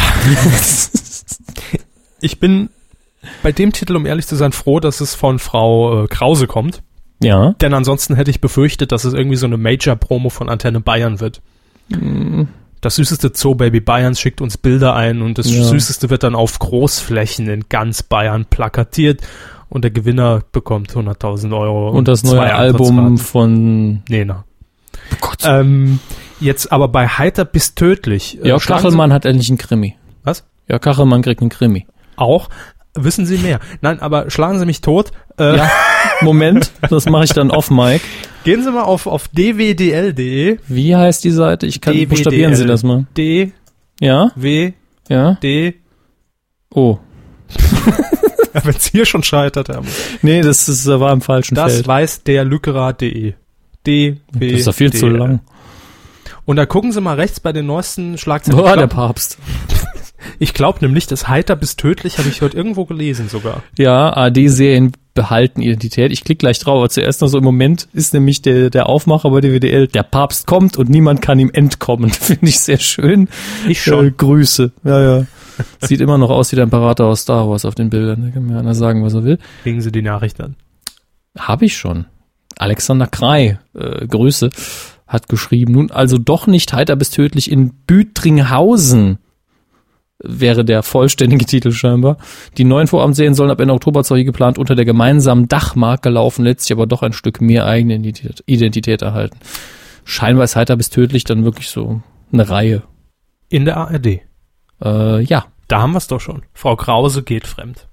S1: Ich bin bei dem Titel, um ehrlich zu sein, froh, dass es von Frau äh, Krause kommt.
S2: Ja.
S1: Denn ansonsten hätte ich befürchtet, dass es irgendwie so eine Major-Promo von Antenne Bayern wird.
S2: Mhm.
S1: Das süßeste Zoo-Baby Bayerns schickt uns Bilder ein und das ja. Süßeste wird dann auf Großflächen in ganz Bayern plakatiert und der Gewinner bekommt hunderttausend Euro.
S2: Und, und das neue Album von
S1: Nena. Oh Gott. Ähm, jetzt aber bei Heiter bis tödlich.
S2: Ja, äh, Kachelmann hat endlich einen Krimi.
S1: Was?
S2: Ja, Kachelmann kriegt einen Krimi.
S1: Auch? Wissen Sie mehr? Nein, aber schlagen Sie mich tot. Äh,
S2: ja, Moment, das mache ich dann off-Mic.
S1: Gehen Sie mal auf, auf d w d l punkt d e.
S2: Wie heißt die Seite? Ich kann, buchstabieren Sie das mal.
S1: D.
S2: Ja.
S1: W.
S2: Ja.
S1: D.
S2: O.
S1: Ja, wenn es hier schon scheitert. Ja.
S2: Nee, das, ist, das war im falschen
S1: das
S2: Feld.
S1: Das weiß der Lückerer punkt d e. D. W.
S2: Das ist doch viel zu lang.
S1: Und da gucken Sie mal rechts bei den neuesten Schlagzeilen.
S2: Boah, der Papst.
S1: Ich glaube nämlich, das Heiter bis tödlich habe ich heute irgendwo gelesen sogar.
S2: Ja, A R D-Serien behalten Identität. Ich klicke gleich drauf, aber zuerst noch so im Moment ist nämlich der, der Aufmacher bei D W D L, der Papst kommt und niemand kann ihm entkommen. Finde ich sehr schön.
S1: Ich schon.
S2: Äh, Grüße. Ja, ja. Sieht immer noch aus wie der Imperator aus Star Wars auf den Bildern. Da kann mir einer sagen, was er will.
S1: Kriegen Sie die Nachricht an?
S2: Habe ich schon. Alexander Krei, äh, Grüße, hat geschrieben, nun also doch nicht Heiter bis tödlich in Büdringhausen. Wäre der vollständige Titel scheinbar. Die neuen Vorabendserien sollen ab Ende Oktober zwar wie geplant unter der gemeinsamen Dachmarke laufen, letztlich aber doch ein Stück mehr eigene Identität, Identität erhalten. Scheinbar ist Heiter bis tödlich dann wirklich so eine Reihe.
S1: In der A R D?
S2: Äh, ja.
S1: Da haben wir es doch schon. Frau Krause geht fremd.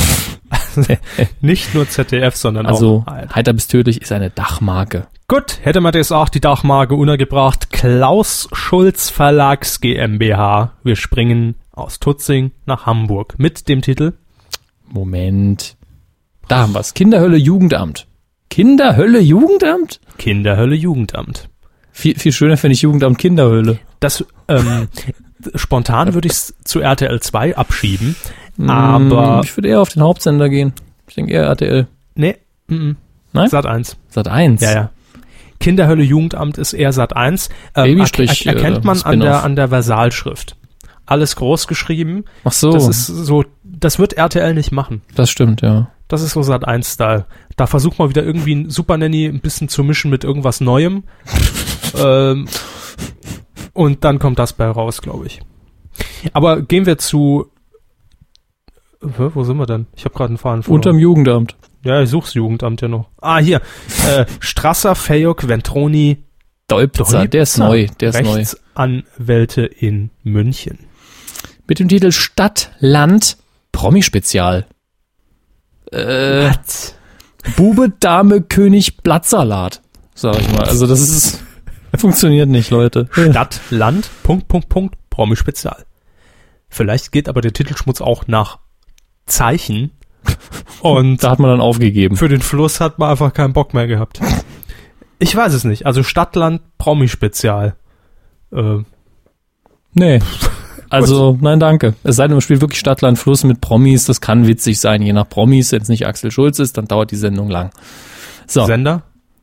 S1: Nicht nur Z D F, sondern
S2: also,
S1: auch A R D.
S2: Heiter bis tödlich ist eine Dachmarke.
S1: Gut, hätte man das auch die Dachmarke untergebracht. Klaus Schulz Verlags GmbH. Wir springen aus Tutzing nach Hamburg mit dem Titel.
S2: Moment. Da haben wir's. Kinderhölle Jugendamt. Kinderhölle Jugendamt?
S1: Kinderhölle Jugendamt.
S2: Viel, viel schöner finde ich Jugendamt Kinderhölle.
S1: Das, ähm, spontan würde ich es zu R T L zwei abschieben, aber...
S2: Ich würde eher auf den Hauptsender gehen. Ich denke eher R T L.
S1: Nee, m-m.
S2: Nein?
S1: Sat eins.
S2: Sat eins?
S1: Ja, ja. Kinderhölle Jugendamt ist eher Sat eins. Ähm,
S2: Babystrich,
S1: er, erkennt man
S2: äh,
S1: an der, an der Versalschrift. Alles groß geschrieben.
S2: Ach so.
S1: Das ist so, das wird R T L nicht machen.
S2: Das stimmt, ja.
S1: Das ist so Sat eins Style. Da versucht man wieder irgendwie ein Super Nanny ein bisschen zu mischen mit irgendwas Neuem. ähm, und dann kommt das bei raus, glaube ich. Aber gehen wir zu, wo sind wir denn? Ich habe gerade einen Faden verloren.
S2: Unterm Jugendamt.
S1: Ja, ich such's Jugendamt ja noch. Ah, hier. Äh, Strasser, Fayok, Ventroni,
S2: Dolpzer, der ist neu, der ist neu.
S1: Rechtsanwälte in München.
S2: Mit dem Titel Stadt, Land, Promi-Spezial. Äh,
S1: What?
S2: Bube, Dame, König, Blattsalat, sag ich mal. Also das ist, funktioniert nicht, Leute.
S1: Stadt, Land, Punkt, Punkt, Punkt, Promi-Spezial. Vielleicht geht aber der Titelschmutz auch nach Zeichen. Und
S2: da hat man dann aufgegeben.
S1: Für den Fluss hat man einfach keinen Bock mehr gehabt. Ich weiß es nicht. Also Stadtland, Promi-Spezial. Äh.
S2: Nee. Also, nein, danke. Es sei denn, man spielt wirklich Stadtland, Fluss mit Promis. Das kann witzig sein. Je nach Promis, wenn es nicht Axel Schulz ist, dann dauert die Sendung lang. So.
S1: Sender?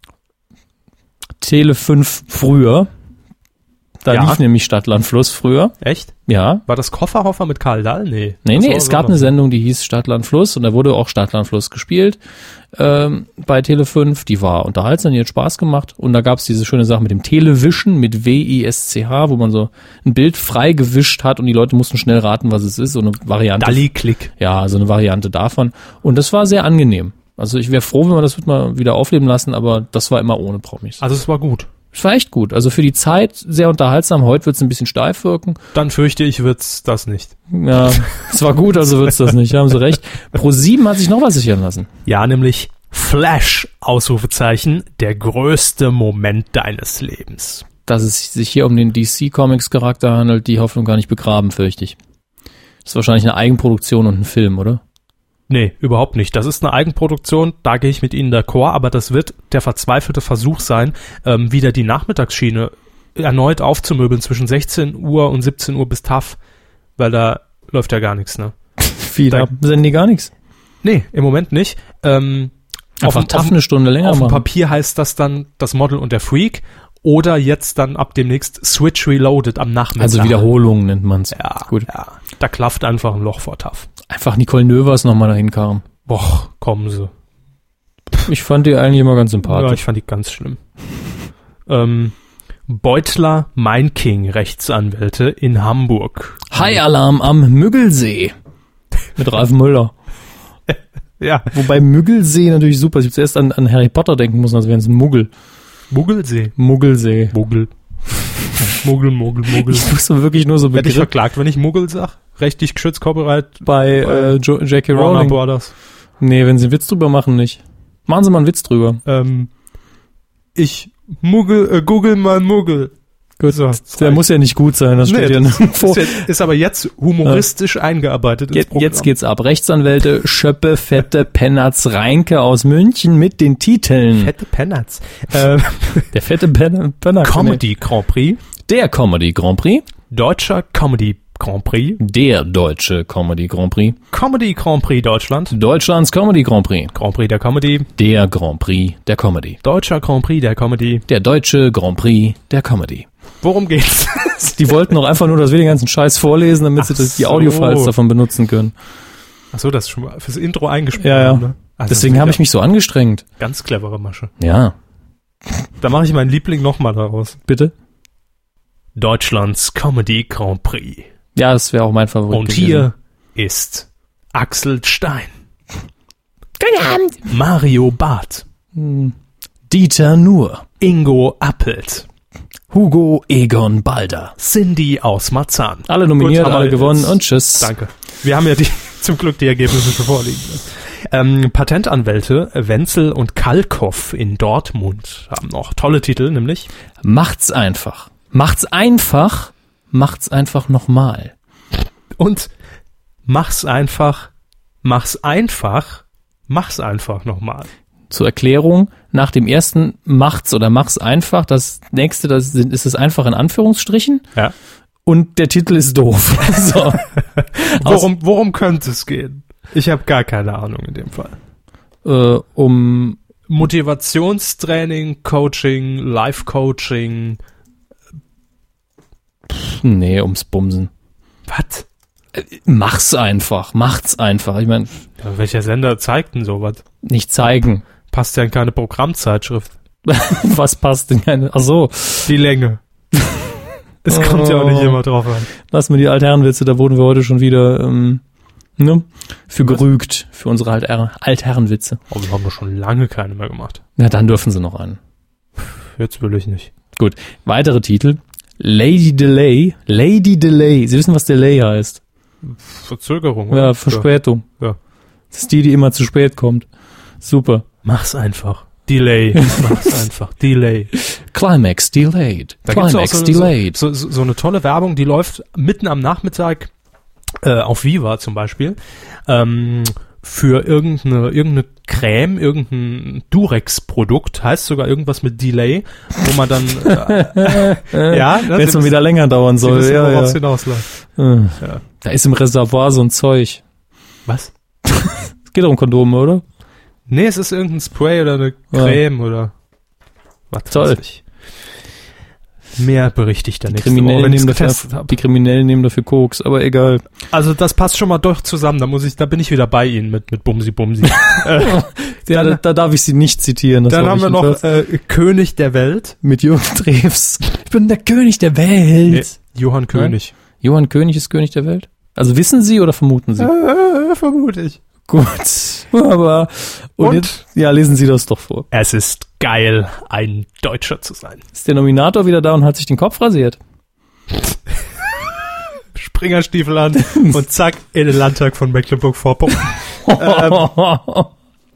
S2: Tele fünf früher. Da ja. lief nämlich Stadtland Fluss früher.
S1: Echt?
S2: Ja.
S1: War das Kofferhofer mit Karl Dahl? Nee.
S2: Nee, nee, es gab eine Sendung, die hieß Stadtland Fluss und da wurde auch Stadtland Fluss gespielt ähm, bei Tele fünf. Die war unterhaltsam, die hat Spaß gemacht und da gab es diese schöne Sache mit dem Television mit W I S C H, wo man so ein Bild frei gewischt hat und die Leute mussten schnell raten, was es ist. So eine Variante.
S1: Dalli-Klick.
S2: Ja, so eine Variante davon. Und das war sehr angenehm. Also ich wäre froh, wenn wir das mal wieder aufleben lassen, aber das war immer ohne Promis.
S1: Also es war gut.
S2: Es war echt gut. Also für die Zeit sehr unterhaltsam. Heute wird es ein bisschen steif wirken.
S1: Dann fürchte ich, wird's das nicht.
S2: Ja, es war gut, also wird's das nicht. Haben Sie recht. ProSieben hat sich noch was sichern lassen.
S1: Ja, nämlich Flash, Ausrufezeichen, der größte Moment deines Lebens.
S2: Dass es sich hier um den D C-Comics-Charakter handelt, die Hoffnung gar nicht begraben, fürchte ich. Das ist wahrscheinlich eine Eigenproduktion und ein Film, oder?
S1: Nee, überhaupt nicht. Das ist eine Eigenproduktion, da gehe ich mit Ihnen d'accord, aber das wird der verzweifelte Versuch sein, ähm, wieder die Nachmittagsschiene erneut aufzumöbeln zwischen sechzehn Uhr und siebzehn Uhr bis T A F, weil da läuft ja gar nichts, ne?
S2: Wie, da senden die gar nichts?
S1: Nee, im Moment nicht. Ähm,
S2: Einfach
S1: auf,
S2: T A F eine Stunde länger
S1: auf
S2: machen.
S1: Auf dem Papier heißt das dann das Model und der Freak Oder jetzt dann ab demnächst Switch Reloaded am Nachmittag.
S2: Also Wiederholung nennt man's.
S1: Ja, gut. Ja. Da klafft einfach ein Loch vor T A F.
S2: Einfach Nicole Növers nochmal dahin kam.
S1: Boah, kommen sie.
S2: Ich fand die eigentlich immer ganz sympathisch.
S1: Ja, ich fand die ganz schlimm. ähm, Beutler Mein King Rechtsanwälte in Hamburg.
S2: High-Alarm am Müggelsee. Mit Ralf Müller.
S1: Ja.
S2: Wobei Müggelsee natürlich super ist. Ich habe zuerst an, an Harry Potter denken müssen, als wären es ein Muggel.
S1: Muggelsee.
S2: Muggelsee.
S1: Muggel. Muggel, Muggel, Muggel.
S2: Ich wusste wirklich nur so
S1: Werde ich verklagt, wenn ich Muggel sag? Rechtlich geschützt, Copyright
S2: bei, bei äh, jo- J K Rowling.
S1: Brothers.
S2: Nee, wenn sie einen Witz drüber machen, nicht. Machen Sie mal einen Witz drüber.
S1: Ähm, ich Muggel, äh, Google mal Muggel.
S2: Gut, so, der muss ja nicht gut sein, das steht nee, ja
S1: das ist, ist, ist aber jetzt humoristisch ja. eingearbeitet ins
S2: Programm. Jetzt geht's ab. Rechtsanwälte Schöppe, Fette, Pennertz, Reinke aus München mit den Titeln.
S1: Fette Pennertz. Äh,
S2: der fette Pen- Pennertz.
S1: Comedy Grand Prix.
S2: Der Comedy Grand Prix.
S1: Deutscher Comedy Grand Prix.
S2: Der Deutsche Comedy Grand Prix.
S1: Comedy Grand Prix Deutschland.
S2: Deutschlands Comedy Grand Prix.
S1: Grand Prix der Comedy.
S2: Der Grand Prix der Comedy.
S1: Deutscher Grand Prix der Comedy.
S2: Der Deutsche Grand Prix der Comedy.
S1: Worum geht's?
S2: Die wollten doch einfach nur, dass wir den ganzen Scheiß vorlesen, damit Ach sie das, die so. Audiofiles davon benutzen können.
S1: Ach so, das ist schon mal fürs Intro eingesprochen.
S2: Ja, ja.
S1: Ne? Also
S2: deswegen habe ich mich so angestrengt.
S1: Ganz clevere Masche.
S2: Ja.
S1: Da mache ich meinen Liebling nochmal daraus.
S2: Bitte?
S1: Deutschlands Comedy Grand Prix.
S2: Ja, das wäre auch mein Favorit
S1: Und
S2: gewesen.
S1: hier ist Axel Stein.
S2: Guten Abend.
S1: Mario Barth.
S2: Hm. Dieter Nuhr.
S1: Ingo Appelt.
S2: Hugo Egon Balder.
S1: Cindy aus Marzahn.
S2: Alle nominiert, Gut, alle gewonnen und tschüss.
S1: Danke. Wir haben ja die, zum Glück die Ergebnisse schon vorliegen. Ähm, Patentanwälte Wenzel und Kalkoff in Dortmund haben noch tolle Titel, nämlich
S2: Macht's einfach. Macht's einfach. Macht's einfach nochmal.
S1: Und mach's einfach. Mach's einfach. Mach's einfach nochmal.
S2: Zur Erklärung, nach dem ersten macht's oder mach's einfach, das nächste, das sind, ist es einfach in Anführungsstrichen.
S1: Ja.
S2: Und der Titel ist doof. So.
S1: worum, worum könnte es gehen? Ich habe gar keine Ahnung in dem Fall.
S2: Äh, um
S1: Motivationstraining, Coaching, Life-Coaching.
S2: Nee, ums Bumsen.
S1: Was?
S2: Mach's einfach, macht's einfach. Ich meine,
S1: ja, welcher Sender zeigt denn sowas?
S2: Nicht zeigen.
S1: Passt ja in keine Programmzeitschrift.
S2: Was passt in keine? Ach so.
S1: Die Länge. Es oh. kommt ja auch nicht immer drauf an.
S2: Lass mir die Altherrenwitze, da wurden wir heute schon wieder ähm, ne, für Was? gerügt, für unsere Altherren, Altherrenwitze.
S1: Aber wir haben doch schon lange keine mehr gemacht.
S2: Na, dann dürfen sie noch einen.
S1: Jetzt will ich nicht.
S2: Gut, weitere Titel. Lady Delay. Lady Delay. Sie wissen, was Delay heißt.
S1: Verzögerung. Oder?
S2: Ja, Verspätung.
S1: Ja.
S2: Das ist die, die immer zu spät kommt. Super.
S1: Mach's einfach. Delay. Mach's einfach. Delay.
S2: Climax delayed.
S1: Da
S2: Climax
S1: so,
S2: delayed.
S1: So, so, so eine tolle Werbung, die läuft mitten am Nachmittag äh, auf Viva zum Beispiel. Ähm, für irgendeine, irgendeine Creme, irgendein Durex-Produkt, heißt sogar irgendwas mit Delay, wo man dann äh, ja,
S2: wenn es mal wieder länger dauern soll.
S1: Sie wissen,
S2: ja,
S1: worauf
S2: ja.
S1: hinausläuft.
S2: Hm. Ja. Da ist im Reservoir so ein Zeug.
S1: Was?
S2: Es geht um Kondome, oder?
S1: Nee, es ist irgendein Spray oder eine Creme ja. oder was
S2: Toll.
S1: weiß ich. Mehr berichte ich da nicht.
S2: Die Kriminellen, nehmen dafür, die Kriminellen nehmen dafür Koks, aber egal.
S1: Also das passt schon mal doch zusammen, da muss ich, da bin ich wieder bei Ihnen mit, mit Bumsi Bumsi. äh,
S2: ja, dann, da, da darf ich Sie nicht zitieren. Das
S1: dann haben wir noch äh, König der Welt.
S2: Mit Jürgen Drews. Ich bin der König der Welt.
S1: Nee, Johann König.
S2: Ja? Johann König ist König der Welt? Also wissen Sie oder vermuten Sie?
S1: Äh, vermute ich.
S2: Gut, aber und, und jetzt, ja, lesen Sie das doch vor.
S1: Es ist geil, ein Deutscher zu sein.
S2: Ist der Nominator wieder da und hat sich den Kopf rasiert?
S1: Springerstiefel an und zack, in den Landtag von Mecklenburg-Vorpommern. ähm, ja,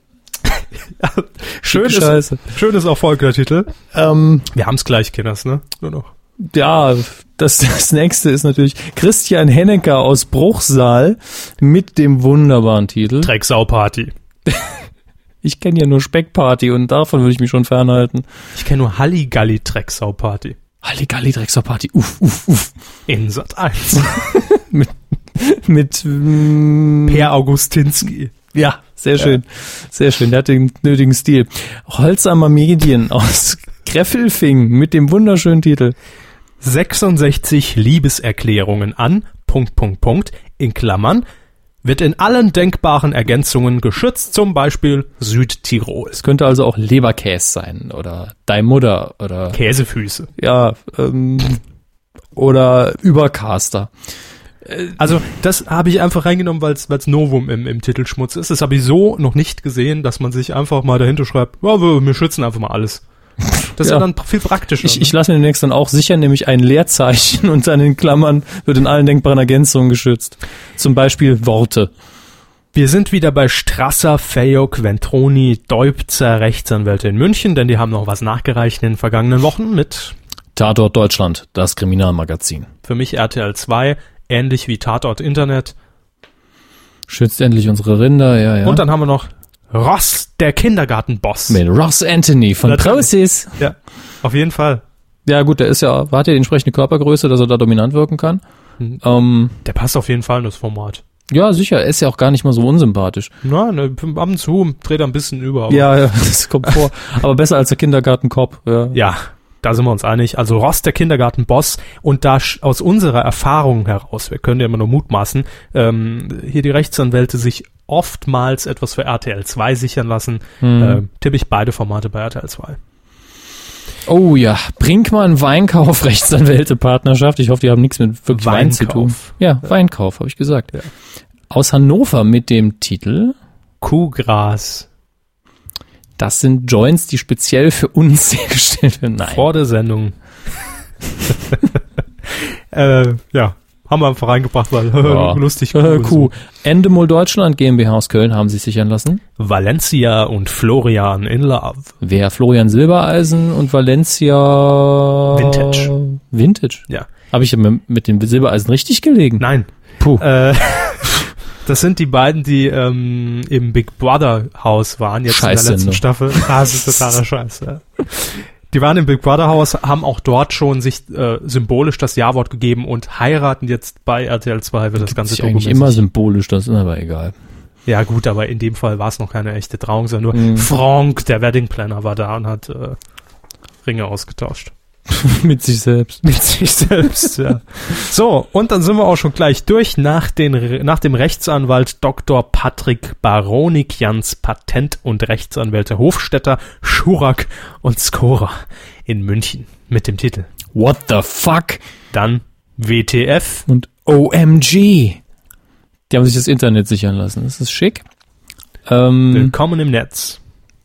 S1: schön, ist, schön ist auch Folgentitel.
S2: Ähm,
S1: Wir haben's gleich, Kinders, ne? Nur noch.
S2: Ja, das, das nächste ist natürlich Christian Hennecker aus Bruchsal mit dem wunderbaren Titel
S1: Drecksau-Party.
S2: Ich kenne ja nur Speckparty und davon würde ich mich schon fernhalten.
S1: Ich kenne nur Halligalli-Drecksau-Party.
S2: Halligalli-Drecksau-Party, uff, uff, uff.
S1: In Sat eins.
S2: mit mit mm,
S1: Per Augustinski.
S2: Ja, sehr schön, ja. Sehr schön. Der hat den nötigen Stil. Holzamer Medien aus Greffelfing mit dem wunderschönen Titel
S1: sechsundsechzig Liebeserklärungen an, Punkt, Punkt, Punkt, in Klammern, wird in allen denkbaren Ergänzungen geschützt, zum Beispiel Südtirol.
S2: Es könnte also auch Leberkäse sein oder Dein Mutter oder
S1: Käsefüße.
S2: Ja, ähm, oder Übercaster.
S1: Also das habe ich einfach reingenommen, weil es Novum im, im Titelschmutz ist. Das habe ich so noch nicht gesehen, dass man sich einfach mal dahinter schreibt, ja, wir, wir schützen einfach mal alles. Das ist ja dann viel praktischer.
S2: Ich, ne? ich lasse mir demnächst dann auch sicher, nämlich ein Leerzeichen und dann in Klammern wird in allen denkbaren Ergänzungen geschützt. Zum Beispiel Worte.
S1: Wir sind wieder bei Strasser, Fayok, Ventroni, Deubzer, Rechtsanwälte in München, denn die haben noch was nachgereicht in den vergangenen Wochen mit
S2: Tatort Deutschland, das Kriminalmagazin.
S1: Für mich R T L zwei, ähnlich wie Tatort Internet.
S2: Schützt endlich unsere Rinder, ja, ja.
S1: Und dann haben wir noch Ross, der Kindergartenboss.
S2: Mit Ross Anthony von Prosis.
S1: Ja, auf jeden Fall.
S2: Ja gut, der ist ja, hat ja die entsprechende Körpergröße, dass er da dominant wirken kann.
S1: Mhm. Ähm, der passt auf jeden Fall in das Format.
S2: Ja, sicher, er ist ja auch gar nicht mal so unsympathisch.
S1: Nein, ne, ab und zu dreht er ein bisschen über.
S2: Aber ja, ja, das kommt vor. Aber besser als der Kindergartenkopf. Ja.
S1: ja, da sind wir uns einig. Also Ross, der Kindergartenboss. Und da aus unserer Erfahrung heraus, wir können ja immer nur mutmaßen, ähm, hier die Rechtsanwälte sich oftmals etwas für R T L zwei sichern lassen, hm. äh, tippe ich beide Formate bei R T L zwei.
S2: Oh ja, Brinkmann Weinkauf, Rechtsanwälte, Partnerschaft. Ich hoffe, die haben nichts mit wirklich Weinkauf. Wein zu tun. Ja, ja. Weinkauf, habe ich gesagt. Ja. Aus Hannover mit dem Titel
S1: Kuhgras.
S2: Das sind Joints, die speziell für uns hergestellt werden. Nein.
S1: Vor der Sendung. äh, ja. Haben wir einfach reingebracht, weil ja. lustig.
S2: Äh, Kuh. Endemol Deutschland GmbH aus Köln haben sich sichern lassen.
S1: Valencia und Florian in Love.
S2: Wer? Florian Silbereisen und Valencia
S1: Vintage.
S2: Vintage?
S1: Ja.
S2: Habe ich mit, mit dem Silbereisen richtig gelegen?
S1: Nein.
S2: Puh.
S1: Äh, das sind die beiden, die ähm, im Big Brother Haus waren, jetzt Scheiße, in der letzten ne? Staffel. Ah, das ist totaler Scheiß, ja. Die waren im Big Brother Haus, haben auch dort schon sich äh, symbolisch das Ja-Wort gegeben und heiraten jetzt bei R T L zwei wird das Ganze
S2: dokumentiert. Eigentlich immer symbolisch, das ist aber egal.
S1: Ja gut, aber in dem Fall war es noch keine echte Trauung, sondern nur mm. Frank, der Wedding Planner, war da und hat äh, Ringe ausgetauscht.
S2: Mit sich selbst.
S1: Mit sich selbst, ja. So, und dann sind wir auch schon gleich durch nach, den, nach dem Rechtsanwalt Doktor Patrick Baronikians, Patent- und Rechtsanwälte Hofstetter, Schurak und Skora in München mit dem Titel
S2: What the fuck?
S1: Dann W T F
S2: und O M G. Die haben sich das Internet sichern lassen. Das ist schick.
S1: Ähm, Willkommen im Netz.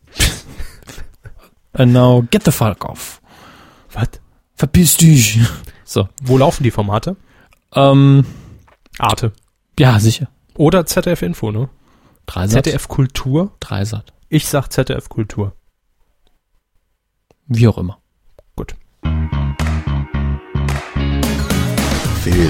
S2: And now get the fuck off.
S1: Was?
S2: Verpiss dich. So.
S1: Wo laufen die Formate?
S2: Ähm,
S1: Arte.
S2: Ja, sicher.
S1: Oder Z D F Info, ne?
S2: Dreisat.
S1: Z D F Kultur.
S2: Dreisat.
S1: Ich sag Z D F Kultur.
S2: Wie auch immer.
S1: Gut.
S3: Film.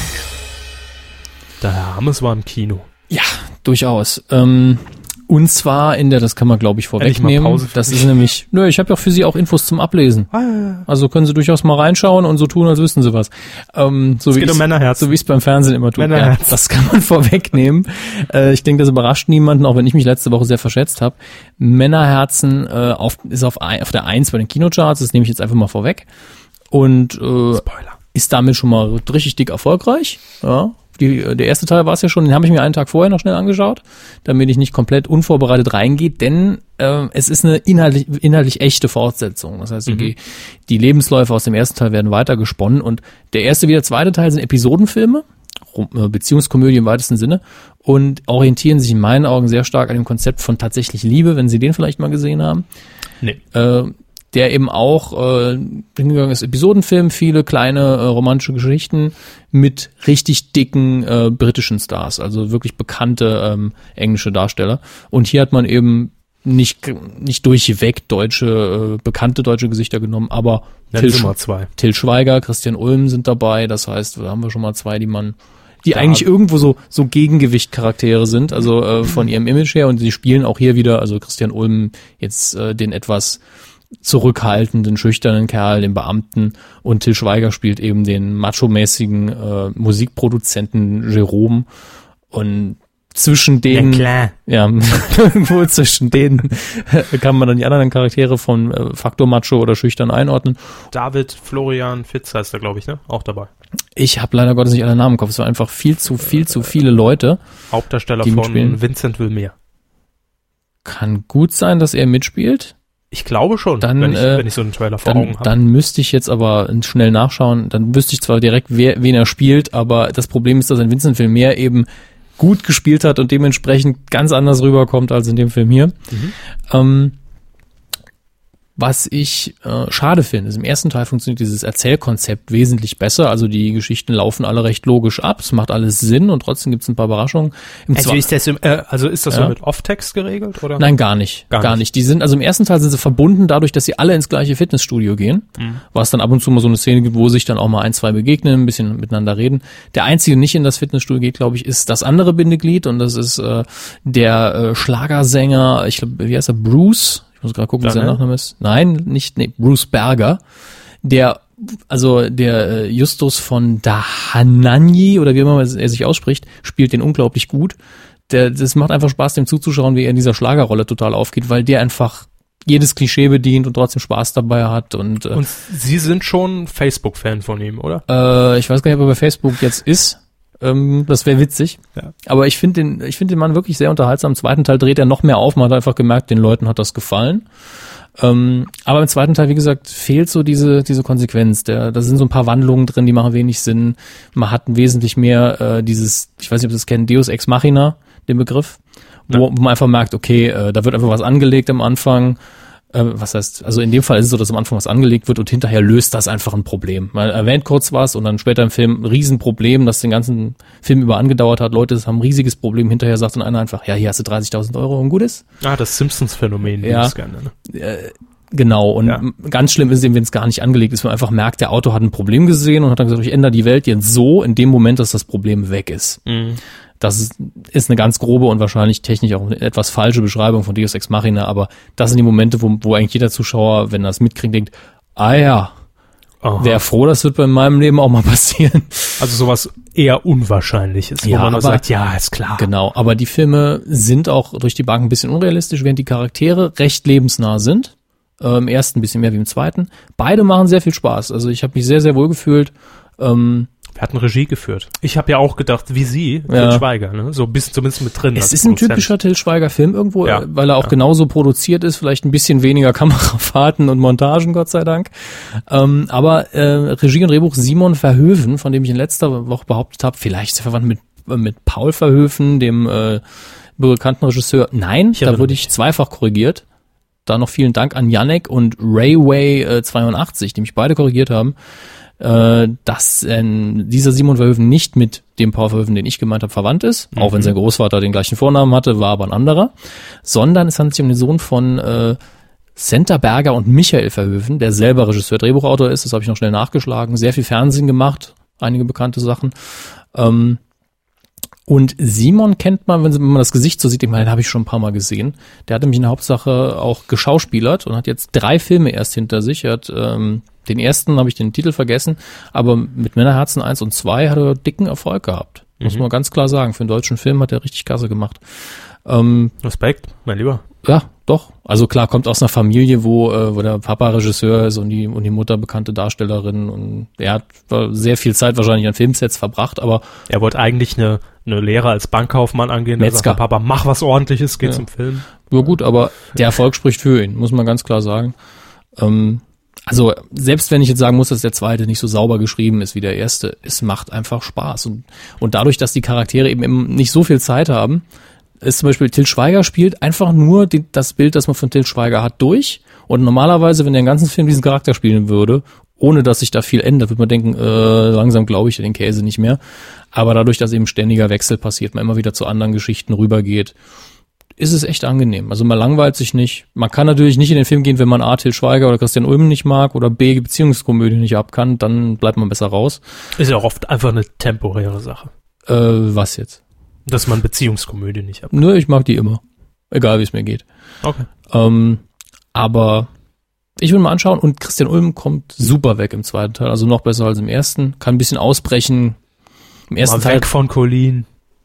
S1: Der Herr Hammes war im Kino.
S2: Ja, durchaus. Ähm, Und zwar in der, das kann man glaube ich vorwegnehmen, das ist nämlich, nö, ich habe ja für Sie auch Infos zum Ablesen. Ah, ja, ja. Also können Sie durchaus mal reinschauen und so tun, als wüssten Sie was. Ähm, so
S1: es geht um Männerherz.
S2: So wie ich es beim Fernsehen immer tue.
S1: Männerherz.
S2: Ja, das kann man vorwegnehmen. Äh, ich denke, das überrascht niemanden, auch wenn ich mich letzte Woche sehr verschätzt habe. Männerherzen äh, auf, ist auf, auf der eins bei den Kinocharts, das nehme ich jetzt einfach mal vorweg. Und äh,
S1: Spoiler.
S2: Ist damit schon mal richtig dick erfolgreich. Ja. Die, der erste Teil war es ja schon, den habe ich mir einen Tag vorher noch schnell angeschaut, damit ich nicht komplett unvorbereitet reingehe, denn äh, es ist eine inhaltlich, inhaltlich echte Fortsetzung. Das heißt, mhm. die, die Lebensläufe aus dem ersten Teil werden weiter gesponnen und der erste wie der zweite Teil sind Episodenfilme, Beziehungskomödie im weitesten Sinne und orientieren sich in meinen Augen sehr stark an dem Konzept von tatsächlich Liebe, wenn Sie den vielleicht mal gesehen haben.
S1: Nee.
S2: Äh, der eben auch äh, hingegangen ist, Episodenfilm, viele kleine äh, romantische Geschichten mit richtig dicken äh, britischen Stars, also wirklich bekannte ähm, englische Darsteller. Und hier hat man eben nicht nicht durchweg deutsche, äh, bekannte deutsche Gesichter genommen, aber Till, Sch- Till Schweiger, Christian Ulm sind dabei, das heißt, da haben wir schon mal zwei, die man die da eigentlich irgendwo so so Gegengewicht-Charaktere sind, also äh, von ihrem Image her und sie spielen auch hier wieder, also Christian Ulm jetzt äh, den etwas zurückhaltenden, schüchternen Kerl, den Beamten und Till Schweiger spielt eben den macho-mäßigen äh, Musikproduzenten Jerome und zwischen denen,
S1: ja, klar.
S2: ja, irgendwo zwischen denen kann man dann die anderen Charaktere von äh, Faktor Macho oder Schüchtern einordnen.
S1: David Florian Fitz heißt er, glaube ich, ne? Auch dabei.
S2: Ich habe leider Gottes nicht alle Namen im Kopf. Es waren einfach viel zu, viel zu viele Leute.
S1: Hauptdarsteller
S2: von
S1: mitspielen. Vincent Wilmer.
S2: Kann gut sein, dass er mitspielt.
S1: Ich glaube schon,
S2: dann,
S1: wenn, ich,
S2: äh,
S1: wenn ich so einen Trailer vor
S2: dann,
S1: Augen habe.
S2: Dann müsste ich jetzt aber schnell nachschauen. Dann wüsste ich zwar direkt, wer, wen er spielt, aber das Problem ist, dass ein Vincent Wilmer eben gut gespielt hat und dementsprechend ganz anders rüberkommt als in dem Film hier. Mhm. Ähm, was ich äh, schade finde, ist, im ersten Teil funktioniert dieses Erzählkonzept wesentlich besser. Also die Geschichten laufen alle recht logisch ab, es macht alles Sinn und trotzdem gibt es ein paar Überraschungen. Im
S1: also, ist das, äh, also ist das
S2: ja.
S1: so mit Off-Text geregelt? Oder?
S2: Nein, gar nicht. Gar, gar nicht. nicht. Die sind, also im ersten Teil sind sie verbunden dadurch, dass sie alle ins gleiche Fitnessstudio gehen, mhm. was dann ab und zu mal so eine Szene gibt, wo sich dann auch mal ein, zwei begegnen, ein bisschen miteinander reden. Der einzige, der nicht in das Fitnessstudio geht, glaube ich, ist das andere Bindeglied und das ist äh, der äh, Schlagersänger, ich glaube, wie heißt er, Bruce? Ich muss gerade gucken, was sein Nachname ist. Nein, nicht, nee, Bruce Berger. Der, also der äh, Justus von Dahananyi, oder wie immer er sich ausspricht, spielt den unglaublich gut. Der, das macht einfach Spaß, dem zuzuschauen, wie er in dieser Schlagerrolle total aufgeht, weil der einfach jedes Klischee bedient und trotzdem Spaß dabei hat. Und, äh,
S1: und Sie sind schon Facebook-Fan von ihm, oder?
S2: Äh, ich weiß gar nicht, ob er bei Facebook jetzt ist. Ähm, das wäre witzig. Ja. Aber ich finde den, ich finde den Mann wirklich sehr unterhaltsam. Im zweiten Teil dreht er noch mehr auf. Man hat einfach gemerkt, den Leuten hat das gefallen. Ähm, aber im zweiten Teil, wie gesagt, fehlt so diese, diese Konsequenz. Der, da sind so ein paar Wandlungen drin, die machen wenig Sinn. Man hat wesentlich mehr, äh, dieses, ich weiß nicht, ob Sie das kennen, Deus Ex Machina, den Begriff, wo, wo man einfach merkt, okay, äh, da wird einfach was angelegt am Anfang. Was heißt, also in dem Fall ist es so, dass am Anfang was angelegt wird und hinterher löst das einfach ein Problem. Man erwähnt kurz was und dann später im Film ein Riesenproblem, das den ganzen Film über angedauert hat. Leute, das haben ein riesiges Problem. Hinterher sagt dann einer einfach, ja, hier hast du dreißigtausend Euro und gut ist.
S1: Ah, das Simpsons-Phänomen.
S2: Ja, gerne, ne? äh, genau. Und ja. Ganz schlimm ist eben, wenn es gar nicht angelegt ist, wenn man einfach merkt, der Autor hat ein Problem gesehen und hat dann gesagt, ich ändere die Welt jetzt so in dem Moment, dass das Problem weg ist. Mhm. Das ist, ist eine ganz grobe und wahrscheinlich technisch auch eine etwas falsche Beschreibung von Deus Ex Machina, aber das sind die Momente, wo, wo eigentlich jeder Zuschauer, wenn er das mitkriegt, denkt, ah ja, wäre froh, das wird bei meinem Leben auch mal passieren.
S1: Also sowas eher Unwahrscheinliches, wo
S2: ja,
S1: man
S2: aber,
S1: sagt, ja, ist klar.
S2: Genau, aber die Filme sind auch durch die Bank ein bisschen unrealistisch, während die Charaktere recht lebensnah sind. Äh, Im ersten ein bisschen mehr wie im zweiten. Beide machen sehr viel Spaß. Also ich habe mich sehr, sehr wohl gefühlt. Ähm,
S1: Wir hatten Regie geführt. Ich habe ja auch gedacht, wie Sie,
S2: ja.
S1: Til Schweiger, ne? So ein bisschen zumindest mit drin.
S2: Es ist ein
S1: Produzent.
S2: typischer Til Schweiger-Film irgendwo,
S1: ja.
S2: weil er auch
S1: ja.
S2: genauso produziert ist, vielleicht ein bisschen weniger Kamerafahrten und Montagen, Gott sei Dank. Ähm, aber äh, Regie und Drehbuch Simon Verhoeven, von dem ich in letzter Woche behauptet habe, vielleicht ist er verwandt mit, äh, mit Paul Verhoeven, dem äh, bekannten Regisseur. Nein, ich da wurde ich zweifach korrigiert. Da noch vielen Dank an Yannick und Rayway äh, zweiundachtzig, die mich beide korrigiert haben. Dass äh, dieser Simon Verhoeven nicht mit dem Paul Verhoeven, den ich gemeint habe, verwandt ist, mhm. auch wenn sein Großvater den gleichen Vornamen hatte, war aber ein anderer, sondern es handelt sich um den Sohn von äh, Senta Berger und Michael Verhoeven, der selber Regisseur, Drehbuchautor ist, das habe ich noch schnell nachgeschlagen, sehr viel Fernsehen gemacht, einige bekannte Sachen. Ähm, und Simon kennt man, wenn man das Gesicht so sieht, ich meine, den habe ich schon ein paar Mal gesehen. Der hat nämlich in der Hauptsache auch geschauspielert und hat jetzt drei Filme erst hinter sich. Er hat ähm, den ersten, habe ich den Titel vergessen, aber mit Männerherzen eins und zwei hat er dicken Erfolg gehabt. Mhm. Muss man ganz klar sagen. Für einen deutschen Film hat er richtig Kasse gemacht. Ähm,
S1: Respekt, mein Lieber.
S2: Ja, doch. Also klar, kommt aus einer Familie, wo äh, wo der Papa Regisseur ist und die und die Mutter bekannte Darstellerin und er hat sehr viel Zeit wahrscheinlich an Filmsets verbracht, aber
S1: er wollte eigentlich eine eine Lehre als Bankkaufmann angehen.
S2: Metzger.
S1: Sagt, Papa, mach was Ordentliches, geh
S2: ja.
S1: zum Film.
S2: Ja gut, aber der Erfolg spricht für ihn, muss man ganz klar sagen. Ähm, also selbst wenn ich jetzt sagen muss, dass der zweite nicht so sauber geschrieben ist wie der erste, es macht einfach Spaß und und dadurch, dass die Charaktere eben nicht so viel Zeit haben, ist zum Beispiel Til Schweiger spielt einfach nur die, das Bild, das man von Til Schweiger hat, durch. Und normalerweise, wenn der den ganzen Film diesen Charakter spielen würde, ohne dass sich da viel ändert, würde man denken, äh, langsam glaube ich den Käse nicht mehr. Aber dadurch, dass eben ständiger Wechsel passiert, man immer wieder zu anderen Geschichten rübergeht, ist es echt angenehm. Also man langweilt sich nicht. Man kann natürlich nicht in den Film gehen, wenn man A. Til Schweiger oder Christian Ulm nicht mag oder B. Beziehungskomödie nicht ab kann, dann bleibt man besser raus.
S1: Ist ja auch oft einfach eine temporäre Sache.
S2: Äh, was jetzt?
S1: Dass man Beziehungskomödie nicht hat.
S2: Nö, ich mag die immer. Egal, wie es mir geht.
S1: Okay.
S2: Ähm, aber ich will mal anschauen und Christian Ulm kommt super weg im zweiten Teil, also noch besser als im ersten. Kann ein bisschen ausbrechen. Im ersten
S1: mal
S2: Teil
S1: weg von Colin.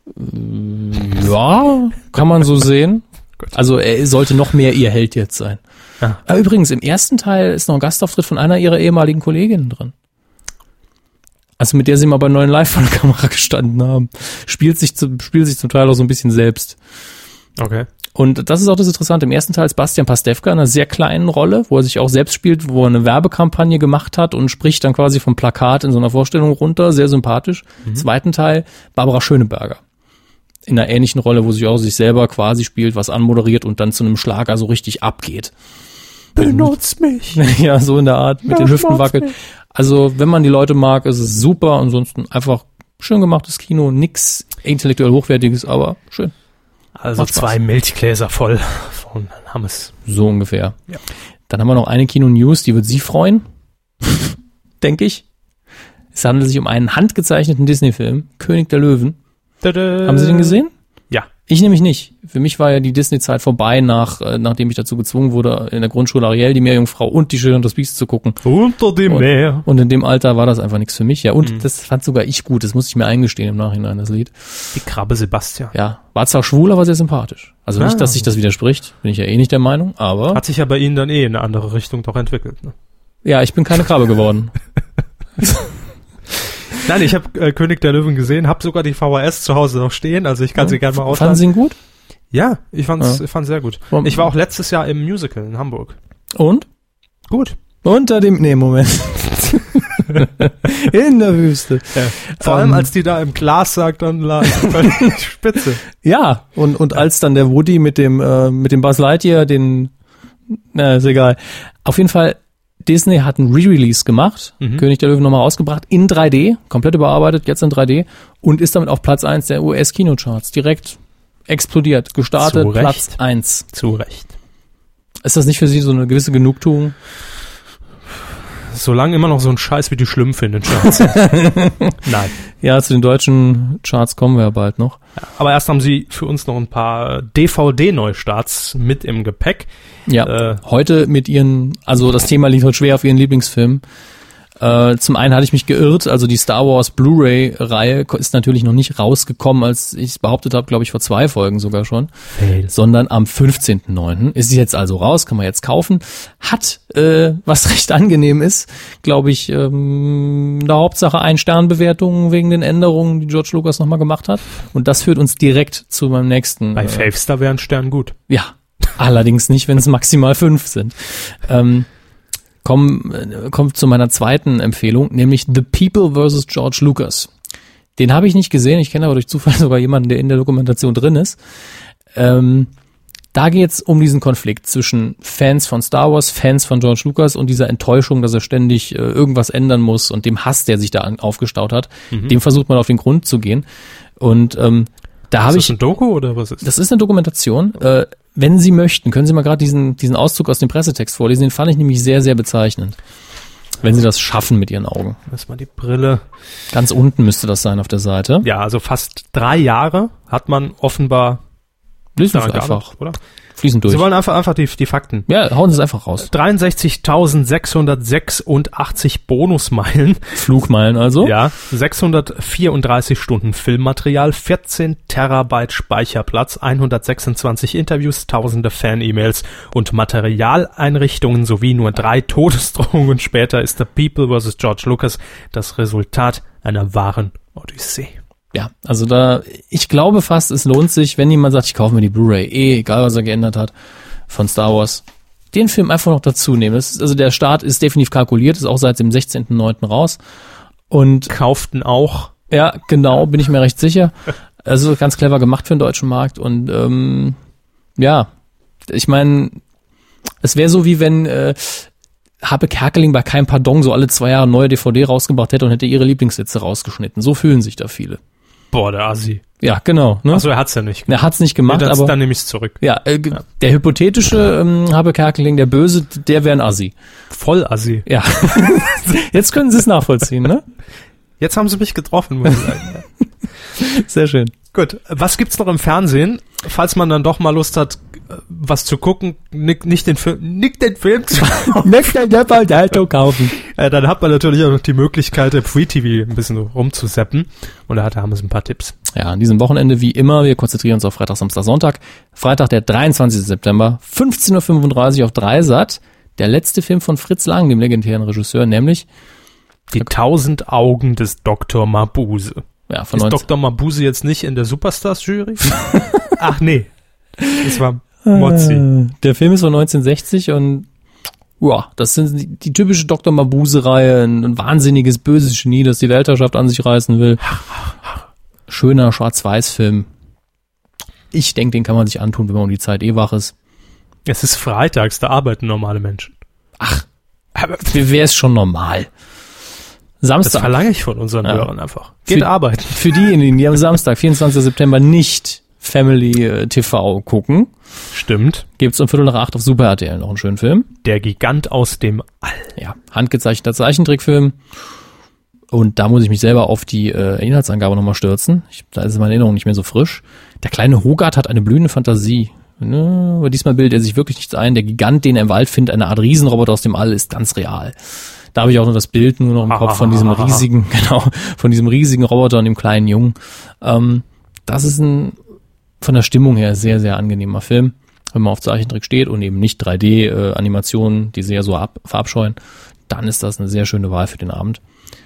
S2: Ja, kann man so sehen. Also er sollte noch mehr ihr Held jetzt sein.
S1: Ja.
S2: Aber übrigens, im ersten Teil ist noch ein Gastauftritt von einer ihrer ehemaligen Kolleginnen drin. Also mit der sie mal bei neuen Live vor der Kamera gestanden haben. Spielt sich, zu, spielt sich zum Teil auch so ein bisschen selbst.
S1: Okay.
S2: Und das ist auch das Interessante. Im ersten Teil ist Bastian Pastewka in einer sehr kleinen Rolle, wo er sich auch selbst spielt, wo er eine Werbekampagne gemacht hat und spricht dann quasi vom Plakat in so einer Vorstellung runter. Sehr sympathisch. Mhm. Im zweiten Teil Barbara Schöneberger. In einer ähnlichen Rolle, wo sie auch sich selber quasi spielt, was anmoderiert und dann zu einem Schlager so richtig abgeht.
S1: Benutzt mich.
S2: Ja, so in der Art, mit den Hüften wackelt. Mich. Also, wenn man die Leute mag, ist es super. Ansonsten einfach schön gemachtes Kino, nix intellektuell Hochwertiges, aber schön.
S1: Also zwei Milchgläser voll von Hammes.
S2: So ungefähr. Ja. Dann haben wir noch eine Kino-News, die wird Sie freuen, denke ich. Es handelt sich um einen handgezeichneten Disney-Film, König der Löwen. Tada. Haben Sie den gesehen?
S1: Ja.
S2: Ich nämlich nicht. Für mich war ja die Disney-Zeit vorbei, nach, äh, nachdem ich dazu gezwungen wurde, in der Grundschule Ariel, die Meerjungfrau und die Schöne und das Biest zu gucken.
S1: Unter dem
S2: und,
S1: Meer.
S2: Und in dem Alter war das einfach nichts für mich. Ja, und mhm. das fand sogar ich gut. Das muss ich mir eingestehen im Nachhinein, das Lied.
S1: Die Krabbe Sebastian.
S2: Ja. War zwar schwul, aber sehr sympathisch. Also ah. nicht, dass sich das widerspricht. Bin ich ja eh nicht der Meinung, aber.
S1: Hat sich ja bei Ihnen dann eh in eine andere Richtung doch entwickelt, ne?
S2: Ja, ich bin keine Krabbe geworden.
S1: Nein, ich habe äh, König der Löwen gesehen, habe sogar die V H S zu Hause noch stehen, also ich kann ja, sie gerne mal ausleihen.
S2: Fanden Sie ihn gut?
S1: Ja, ich fand's, ja. ich fand's sehr gut. Ich war auch letztes Jahr im Musical in Hamburg.
S2: Und?
S1: Gut.
S2: Unter dem, nee, Moment. In der Wüste.
S1: Ja. Vor um, allem, als die da im Glas sagt, dann lag die Spitze.
S2: Ja, und, und als dann der Woody mit dem, äh, mit dem Buzz Lightyear den, na, ist egal. Auf jeden Fall, Disney hat einen Re-Release gemacht, mhm. König der Löwen nochmal rausgebracht, in drei D, komplett überarbeitet, jetzt in drei D und ist damit auf Platz eins der U S-Kinocharts, direkt explodiert, gestartet,
S1: Zu
S2: Platz eins.
S1: Zu Recht.
S2: Ist das nicht für Sie so eine gewisse Genugtuung?
S1: Solange immer noch so ein Scheiß wie die Schlümpfe in den Charts sind. Nein.
S2: Ja, zu den deutschen Charts kommen wir ja bald noch.
S1: Ja, aber erst haben Sie für uns noch ein paar D V D-Neustarts mit im Gepäck.
S2: Ja, äh, heute mit Ihren, also das Thema liegt heute schwer auf Ihren Lieblingsfilm. Äh, zum einen hatte ich mich geirrt, also die Star Wars Blu-ray-Reihe ist natürlich noch nicht rausgekommen, als ich es behauptet habe, glaube ich vor zwei Folgen sogar schon,
S1: Fail.
S2: sondern am fünfzehnten neunten ist sie jetzt also raus, kann man jetzt kaufen, hat, äh, was recht angenehm ist, glaube ich, ähm, in der Hauptsache ein Sternbewertung wegen den Änderungen, die George Lucas nochmal gemacht hat und das führt uns direkt zu meinem nächsten.
S1: Bei
S2: äh,
S1: Favestar wäre ein Stern gut.
S2: Ja, allerdings nicht, wenn es maximal fünf sind. Ähm, Komm, kommt zu meiner zweiten Empfehlung, nämlich The People versus. George Lucas. Den habe ich nicht gesehen, ich kenne aber durch Zufall sogar jemanden, der in der Dokumentation drin ist. Ähm, da geht es um diesen Konflikt zwischen Fans von Star Wars, Fans von George Lucas und dieser Enttäuschung, dass er ständig äh, irgendwas ändern muss und dem Hass, der sich da an, aufgestaut hat, mhm. dem versucht man auf den Grund zu gehen. Und ähm, da habe ich...
S1: Ist das ein Doku oder was ist das?
S2: Das ist eine Dokumentation. Äh, Wenn Sie möchten, können Sie mal gerade diesen diesen Auszug aus dem Pressetext vorlesen. Den fand ich nämlich sehr, sehr bezeichnend. Wenn Sie das schaffen mit Ihren Augen.
S1: Lass mal die Brille.
S2: Ganz unten müsste das sein auf der Seite.
S1: Ja, also fast drei Jahre hat man offenbar...
S2: Lesen Sie einfach. Oder? Fließend durch.
S1: Sie wollen einfach einfach die die Fakten.
S2: Ja, hauen Sie es einfach raus.
S1: dreiundsechzigtausendsechshundertsechsundachtzig Bonusmeilen.
S2: Flugmeilen also.
S1: Ja, sechshundertvierunddreißig Stunden Filmmaterial, vierzehn Terabyte Speicherplatz, hundertsechsundzwanzig Interviews, tausende Fan-E-Mails und Materialeinrichtungen sowie nur drei Todesdrohungen später ist The People versus. George Lucas das Resultat einer wahren Odyssee.
S2: Ja, also da, ich glaube fast, es lohnt sich, wenn jemand sagt, ich kaufe mir die Blu-ray, eh, egal was er geändert hat, von Star Wars, den Film einfach noch dazu nehmen. Das ist, also der Start ist definitiv kalkuliert, ist auch seit dem sechzehnten neunten raus. Und
S1: kauften auch.
S2: Ja, genau, bin ich mir recht sicher. Also ganz clever gemacht für den deutschen Markt und ähm, ja, ich meine, es wäre so wie wenn äh, Habe Kerkeling bei Kein Pardon so alle zwei Jahre neue D V D rausgebracht hätte und hätte ihre Lieblingssätze rausgeschnitten. So fühlen sich da viele.
S1: Boah, der Assi.
S2: Ja, genau. Ne?
S1: Achso, er hat's ja nicht
S2: gemacht. Er hat's nicht gemacht,
S1: nee, das,
S2: aber...
S1: Dann nehme ich's zurück.
S2: Ja, äh, ja, der hypothetische ähm, Habe Kerkeling, der Böse, der wäre ein Assi.
S1: Voll Assi.
S2: Ja. Jetzt können Sie es nachvollziehen, ne?
S1: Jetzt haben Sie mich getroffen, muss ich sagen.
S2: Sehr schön.
S1: Gut, was gibt's noch im Fernsehen? Falls man dann doch mal Lust hat, was zu gucken, nicht, nicht den Film, nicht den Film zu
S2: nicht den Deppert kaufen.
S1: Äh, dann hat man natürlich auch noch die Möglichkeit, im Free T V ein bisschen rumzuseppen. Und da hat Hermes ein paar Tipps.
S2: Ja, an diesem Wochenende wie immer, wir konzentrieren uns auf Freitag, Samstag, Sonntag. Freitag, der dreiundzwanzigsten September, fünfzehn Uhr fünfunddreißig auf Dreisat. Der letzte Film von Fritz Lang, dem legendären Regisseur, nämlich
S1: Die tausend Augen des Doktor Mabuse.
S2: Ja, von
S1: Ist
S2: neunzehn
S1: Doktor Mabuse jetzt nicht in der Superstars-Jury? Ach nee, das war Mozzi.
S2: Der Film ist von neunzehnhundertsechzig und ja, das sind die, die typische Doktor Mabuse-Reihe, ein, ein wahnsinniges, böses Genie, das die Weltherrschaft an sich reißen will. Schöner Schwarz-Weiß-Film. Ich denke, den kann man sich antun, wenn man um die Zeit eh wach ist.
S1: Es ist freitags, da arbeiten normale Menschen.
S2: Ach, aber wäre es schon normal. Samstag.
S1: Das verlange ich von unseren
S2: ja.
S1: Hörern einfach. Geht
S2: für,
S1: arbeiten.
S2: Für diejenigen, die am Samstag, vierundzwanzigsten September, nicht Family äh, T V gucken.
S1: Stimmt.
S2: Gibt's um Viertel nach acht auf Super R T L noch einen schönen Film.
S1: Der Gigant aus dem All.
S2: Ja, handgezeichneter Zeichentrickfilm. Und da muss ich mich selber auf die äh, Inhaltsangabe nochmal stürzen. Ich, da ist meine Erinnerung nicht mehr so frisch. Der kleine Hogarth hat eine blühende Fantasie. Ne, aber diesmal bildet er sich wirklich nichts ein. Der Gigant, den er im Wald findet, eine Art Riesenroboter aus dem All, ist ganz real. Da habe ich auch nur das Bild nur noch im Kopf von diesem riesigen, genau, von diesem riesigen Roboter und dem kleinen Jungen. Ähm, das ist ein von der Stimmung her sehr, sehr angenehmer Film, wenn man auf Zeichentrick steht und eben nicht drei D-Animationen, äh, die sehr so ab, verabscheuen. Dann ist das eine sehr schöne Wahl für den Abend.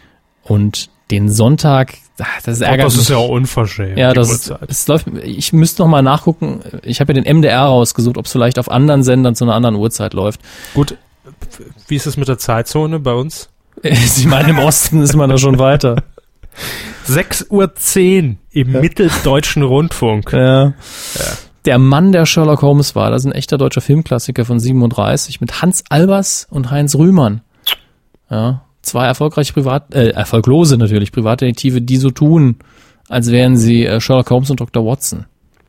S2: Und den Sonntag, das ist ärgerlich.
S1: Das ist ja auch unverschämt.
S2: Ja, das, das läuft. Ich müsste noch mal nachgucken. Ich habe ja den M D R rausgesucht, ob es vielleicht auf anderen Sendern zu einer anderen Uhrzeit läuft.
S1: Gut. Wie ist es mit der Zeitzone bei uns?
S2: Ich meine, im Osten ist man da schon weiter.
S1: sechs Uhr zehn im ja. Mitteldeutschen Rundfunk.
S2: Ja. ja. Der Mann, der Sherlock Holmes war, das ist ein echter deutscher Filmklassiker von siebenunddreißig mit Hans Albers und Heinz Rühmann. Ja, zwei erfolgreiche Privat, äh, erfolglose natürlich Privatdetektive, die so tun, als wären sie äh, Sherlock Holmes und Doktor Watson.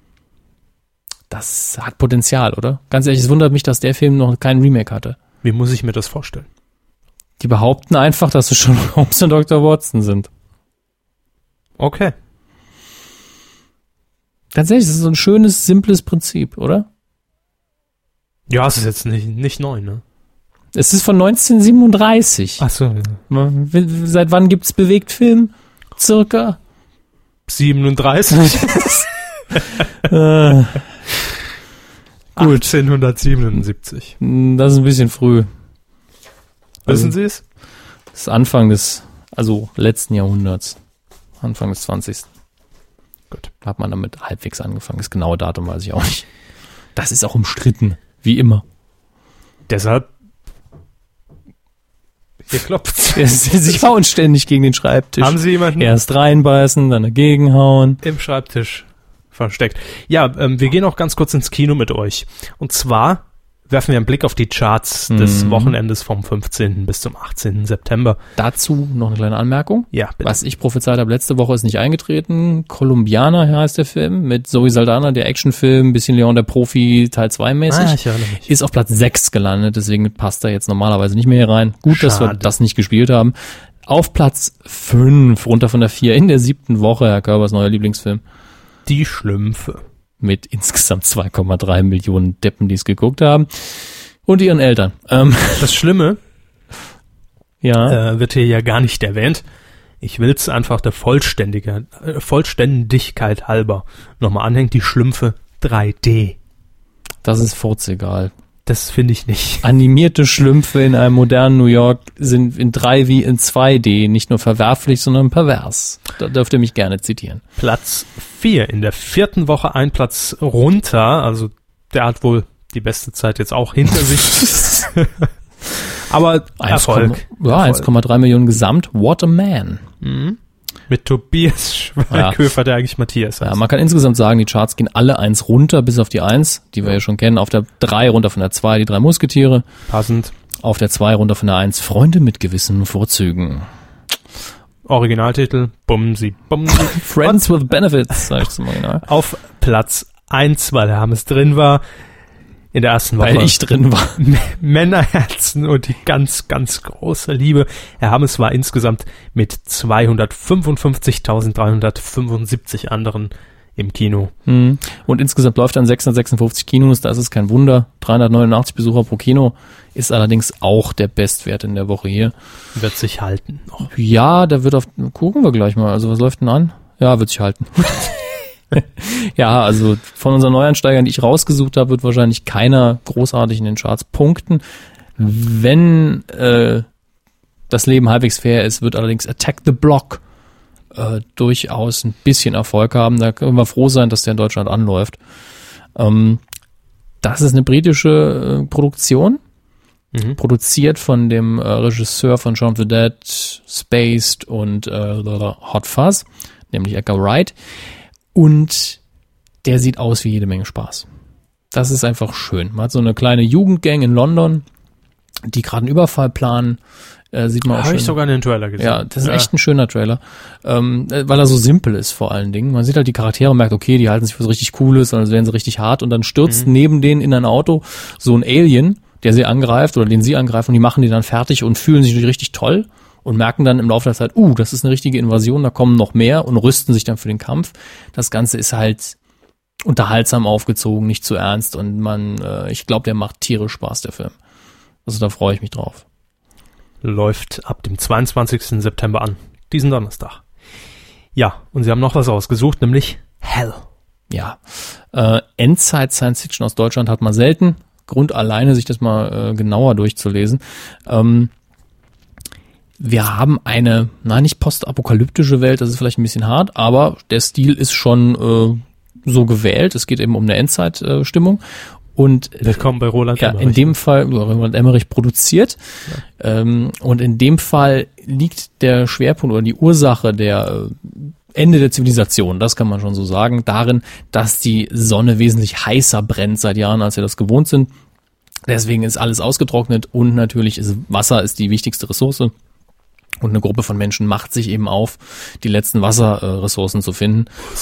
S2: Das hat Potenzial, oder? Ganz ehrlich, es wundert mich, dass der Film noch keinen Remake hatte.
S1: Wie muss ich mir das vorstellen?
S2: Die behaupten einfach, dass es schon Holmes und Doktor Watson sind.
S1: Okay.
S2: Tatsächlich, das ist so ein schönes, simples Prinzip, oder?
S1: Ja, es ist jetzt nicht, nicht neu, ne?
S2: Es ist von neunzehnhundertsiebenunddreißig.
S1: Ach so. Ja.
S2: Seit wann gibt's Bewegtfilm? Circa?
S1: siebenunddreißig.
S2: äh.
S1: Gut. achtzehnhundertsiebenundsiebzig.
S2: Das ist ein bisschen früh.
S1: Wissen Sie es?
S2: Das ist Anfang des, also letzten Jahrhunderts. Anfang des zwanzigsten. Gut. Da hat man damit halbwegs angefangen. Das genaue Datum weiß ich auch nicht. Das ist auch umstritten. Wie immer.
S1: Deshalb. Hier klopft's.
S2: Sie hauen ständig gegen den Schreibtisch.
S1: Haben Sie jemanden?
S2: Erst reinbeißen, dann dagegen hauen.
S1: Im Schreibtisch versteckt. Ja, ähm, wir gehen auch ganz kurz ins Kino mit euch. Und zwar werfen wir einen Blick auf die Charts mhm. des Wochenendes vom fünfzehnten bis zum achtzehnten September.
S2: Dazu noch eine kleine Anmerkung.
S1: Ja, bitte.
S2: Was ich prophezeit habe letzte Woche ist nicht eingetreten. Colombiana heißt der Film mit Zoe Saldana, der Actionfilm, bisschen Leon der Profi, Teil zwei mäßig.
S1: Ah, ich erinnere mich.
S2: Ist auf Platz sechs gelandet, deswegen passt er jetzt normalerweise nicht mehr hier rein. Gut,
S1: Schade.
S2: Dass wir das nicht gespielt haben. Auf Platz fünf, runter von der vier, in der siebten Woche, Herr Körbers neuer Lieblingsfilm.
S1: Die Schlümpfe.
S2: Mit insgesamt zwei Komma drei Millionen Deppen, die es geguckt haben. Und ihren Eltern. Ähm.
S1: Das Schlimme
S2: ja.
S1: äh, wird hier ja gar nicht erwähnt. Ich will es einfach der Vollständigkeit, äh, Vollständigkeit halber nochmal anhängen. Die Schlümpfe drei D.
S2: Das ist furzegal.
S1: Das finde ich nicht.
S2: Animierte Schlümpfe in einem modernen New York sind in drei wie in zwei D nicht nur verwerflich, sondern pervers. Da dürft ihr mich gerne zitieren.
S1: Platz vier. In der vierten Woche ein Platz runter. Also der hat wohl die beste Zeit jetzt auch hinter sich. Aber Erfolg.
S2: Ja, eins Komma drei Millionen gesamt. What a Man.
S1: Mhm. Mit Tobias Schweighöfer, ja. Der eigentlich Matthias heißt.
S2: Ja, man kann insgesamt sagen, die Charts gehen alle eins runter, bis auf die eins, die wir ja schon kennen. Auf der drei runter von der zwei, die drei Musketiere.
S1: Passend.
S2: Auf der zwei runter von der eins, Freunde mit gewissen Vorzügen.
S1: Originaltitel, Bumsi, Bumsi.
S2: Friends with Benefits, sag ich zum Original.
S1: Auf Platz eins, weil der Hermes drin war. In der ersten Woche.
S2: Weil ich drin war.
S1: Männerherzen und die ganz, ganz große Liebe. Herr Hammes war insgesamt mit zweihundertfünfundfünfzigtausenddreihundertfünfundsiebzig anderen im Kino.
S2: Mhm. Und insgesamt läuft er an sechshundertsechsundfünfzig Kinos, da ist es kein Wunder. dreihundertneunundachtzig Besucher pro Kino ist allerdings auch der Bestwert in der Woche hier.
S1: Wird sich halten. Oh.
S2: Ja, der wird auf, gucken wir gleich mal. Also was läuft denn an? Ja, wird sich halten. Ja, also von unseren Neueinsteigern, die ich rausgesucht habe, wird wahrscheinlich keiner großartig in den Charts punkten. Wenn äh, das Leben halbwegs fair ist, wird allerdings Attack the Block äh, durchaus ein bisschen Erfolg haben. Da können wir froh sein, dass der in Deutschland anläuft. Ähm, das ist eine britische äh, Produktion, mhm. produziert von dem äh, Regisseur von Shaun of the Dead, Spaced und äh, Hot Fuzz, nämlich Edgar Wright. Und der sieht aus wie jede Menge Spaß. Das ist einfach schön. Man hat so eine kleine Jugendgang in London, die gerade einen Überfall planen. Äh, sieht man auch schön.
S1: Habe ich sogar in den Trailer gesehen.
S2: Ja, das ist ja. echt ein schöner Trailer, ähm, weil er so simpel ist vor allen Dingen. Man sieht halt die Charaktere und merkt, okay, die halten sich für so richtig Cooles, sondern werden sie richtig hart und dann stürzt mhm. neben denen in ein Auto so ein Alien, der sie angreift oder den sie angreifen und die machen die dann fertig und fühlen sich natürlich richtig toll. Und merken dann im Laufe der Zeit, uh, das ist eine richtige Invasion, da kommen noch mehr und rüsten sich dann für den Kampf. Das Ganze ist halt unterhaltsam aufgezogen, nicht zu ernst und man, äh, ich glaube, der macht tierisch Spaß, der Film. Also da freue ich mich drauf.
S1: Läuft ab dem zweiundzwanzigsten September an, diesen Donnerstag. Ja, und sie haben noch was ausgesucht, nämlich Hell.
S2: Ja, äh, Endzeit-Science-Fiction aus Deutschland hat man selten. Grund alleine, sich das mal äh, genauer durchzulesen. Ähm, Wir haben eine, na nicht postapokalyptische Welt, das ist vielleicht ein bisschen hart, aber der Stil ist schon äh, so gewählt. Es geht eben um eine Endzeitstimmung. Äh, und
S1: das kommt bei Roland
S2: ja,
S1: Emmerich.
S2: In dem Fall, Roland Emmerich produziert. Ja. Ähm, und in dem Fall liegt der Schwerpunkt oder die Ursache der äh, Ende der Zivilisation, das kann man schon so sagen, darin, dass die Sonne wesentlich heißer brennt seit Jahren, als wir das gewohnt sind. Deswegen ist alles ausgetrocknet und natürlich ist Wasser ist die wichtigste Ressource. Und eine Gruppe von Menschen macht sich eben auf, die letzten Wasserressourcen zu finden.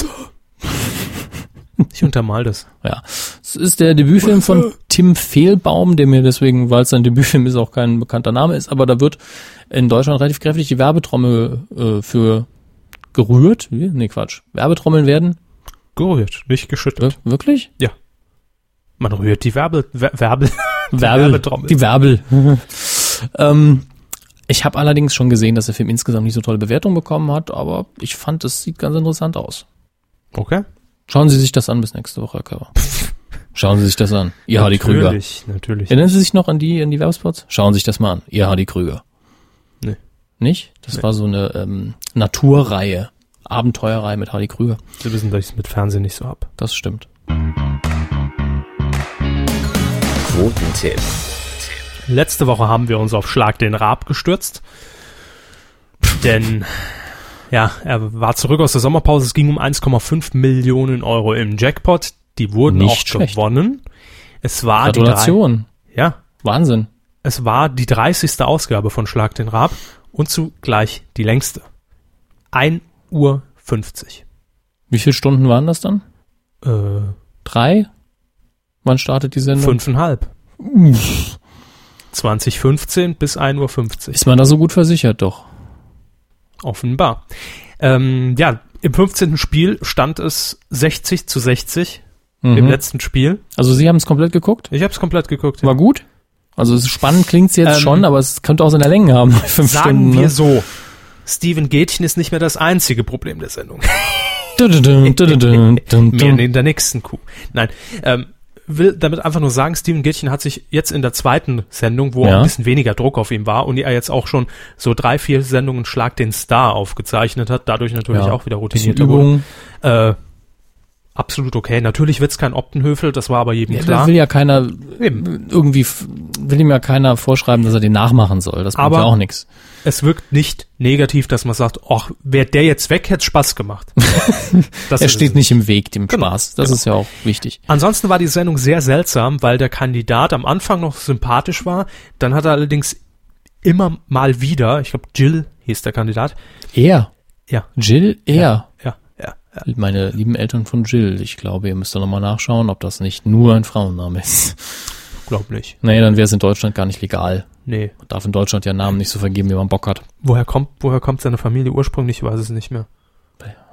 S1: Ich untermal das.
S2: Ja. Es ist der Debütfilm von Tim Fehlbaum, der mir deswegen, weil es sein Debütfilm ist, auch kein bekannter Name ist, aber da wird in Deutschland relativ kräftig die Werbetrommel äh, für gerührt. Nee, Quatsch. Werbetrommeln werden?
S1: Gerührt, nicht geschüttelt.
S2: Wir- wirklich?
S1: Ja. Man rührt die Werbe... Wer- Werbe... die
S2: Werbel,
S1: Werbetrommel.
S2: Die Werbel. ähm... Ich habe allerdings schon gesehen, dass der Film insgesamt nicht so tolle Bewertungen bekommen hat, aber ich fand, es sieht ganz interessant aus.
S1: Okay.
S2: Schauen Sie sich das an bis nächste Woche, Herr Körber. Schauen Sie sich das an. Ihr Hardy Krüger.
S1: Natürlich, natürlich.
S2: Erinnern Sie sich noch an die, an die Werbespots? Schauen Sie sich das mal an. Ihr Hardy Krüger.
S1: Nee.
S2: Nicht? Das
S1: Nee.
S2: war so eine ähm, Naturreihe, Abenteuerreihe mit Hardy Krüger.
S1: Sie wissen, dass ich es mit Fernsehen nicht so hab.
S2: Das stimmt.
S3: Quotentipp.
S1: Letzte Woche haben wir uns auf Schlag den Raab gestürzt, denn ja, er war zurück aus der Sommerpause. Es ging um eins Komma fünf Millionen Euro im Jackpot. Die wurden
S2: Nicht
S1: auch
S2: schlecht.
S1: gewonnen. Es war
S2: Gratulation.
S1: die drei, ja,
S2: Wahnsinn.
S1: es war die dreißigste Ausgabe von Schlag den Raab und zugleich die längste. ein Uhr fünfzig.
S2: Wie viele Stunden waren das dann?
S1: Äh,
S2: Drei? Wann startet die Sendung?
S1: fünfeinhalb. zwanzig fünfzehn bis ein Uhr fünfzig.
S2: Ist man da so gut versichert, doch?
S1: Offenbar. Ähm, ja, im fünfzehnten Spiel stand es sechzig zu sechzig
S2: Mhm.
S1: im letzten Spiel.
S2: Also Sie haben es komplett geguckt?
S1: Ich habe es komplett geguckt. Ja.
S2: War gut? Also es ist spannend klingt's jetzt
S1: Ähm,
S2: schon, aber es könnte auch seine Länge haben. Fünf
S1: Sagen
S2: Stunden,
S1: wir
S2: ne?
S1: so, Steven Gätchen ist nicht mehr das einzige Problem der Sendung.
S2: Dun, dun, dun, dun, dun, dun,
S1: Mehr
S2: dun.
S1: in der nächsten Kuh. Nein, ähm, will damit einfach nur sagen, Steven Gätchen hat sich jetzt in der zweiten Sendung, wo
S2: Ja.
S1: auch ein bisschen weniger Druck auf ihm war und er jetzt auch schon so drei, vier Sendungen Schlag den Star aufgezeichnet hat, dadurch natürlich
S2: Ja,
S1: auch wieder
S2: bisschen
S1: routinierter wurde.
S2: Übung.
S1: Äh, absolut okay. Natürlich wird's kein Optenhöfel, das war aber jedem
S2: Ja, da
S1: klar.
S2: will ja keiner
S1: Eben.
S2: irgendwie, f- will ihm ja keiner vorschreiben, dass er den nachmachen soll. Das bringt
S1: Aber-
S2: ja auch nichts.
S1: Es wirkt nicht negativ, dass man sagt, ach, wäre der jetzt weg, hätte Spaß gemacht. Das
S2: Er
S1: ist
S2: steht
S1: es
S2: nicht im Weg dem
S1: Genau,
S2: Spaß. Das
S1: genau.
S2: ist ja auch wichtig.
S1: Ansonsten war die Sendung sehr seltsam, weil der Kandidat am Anfang noch sympathisch war. Dann hat er allerdings immer mal wieder, ich glaube Jill hieß der Kandidat.
S2: Er.
S1: Ja.
S2: Jill, er.
S1: Ja, ja, ja.
S2: Meine lieben Eltern von Jill. Ich glaube, ihr müsst da nochmal nachschauen, ob das nicht nur ein Frauenname ist.
S1: Glaub nicht.
S2: Nee, dann wäre es in Deutschland gar nicht legal.
S1: Nee.
S2: Man darf in Deutschland ja Namen nicht so vergeben, wie man Bock hat.
S1: Woher kommt, woher kommt seine Familie ursprünglich? Ich weiß es nicht mehr.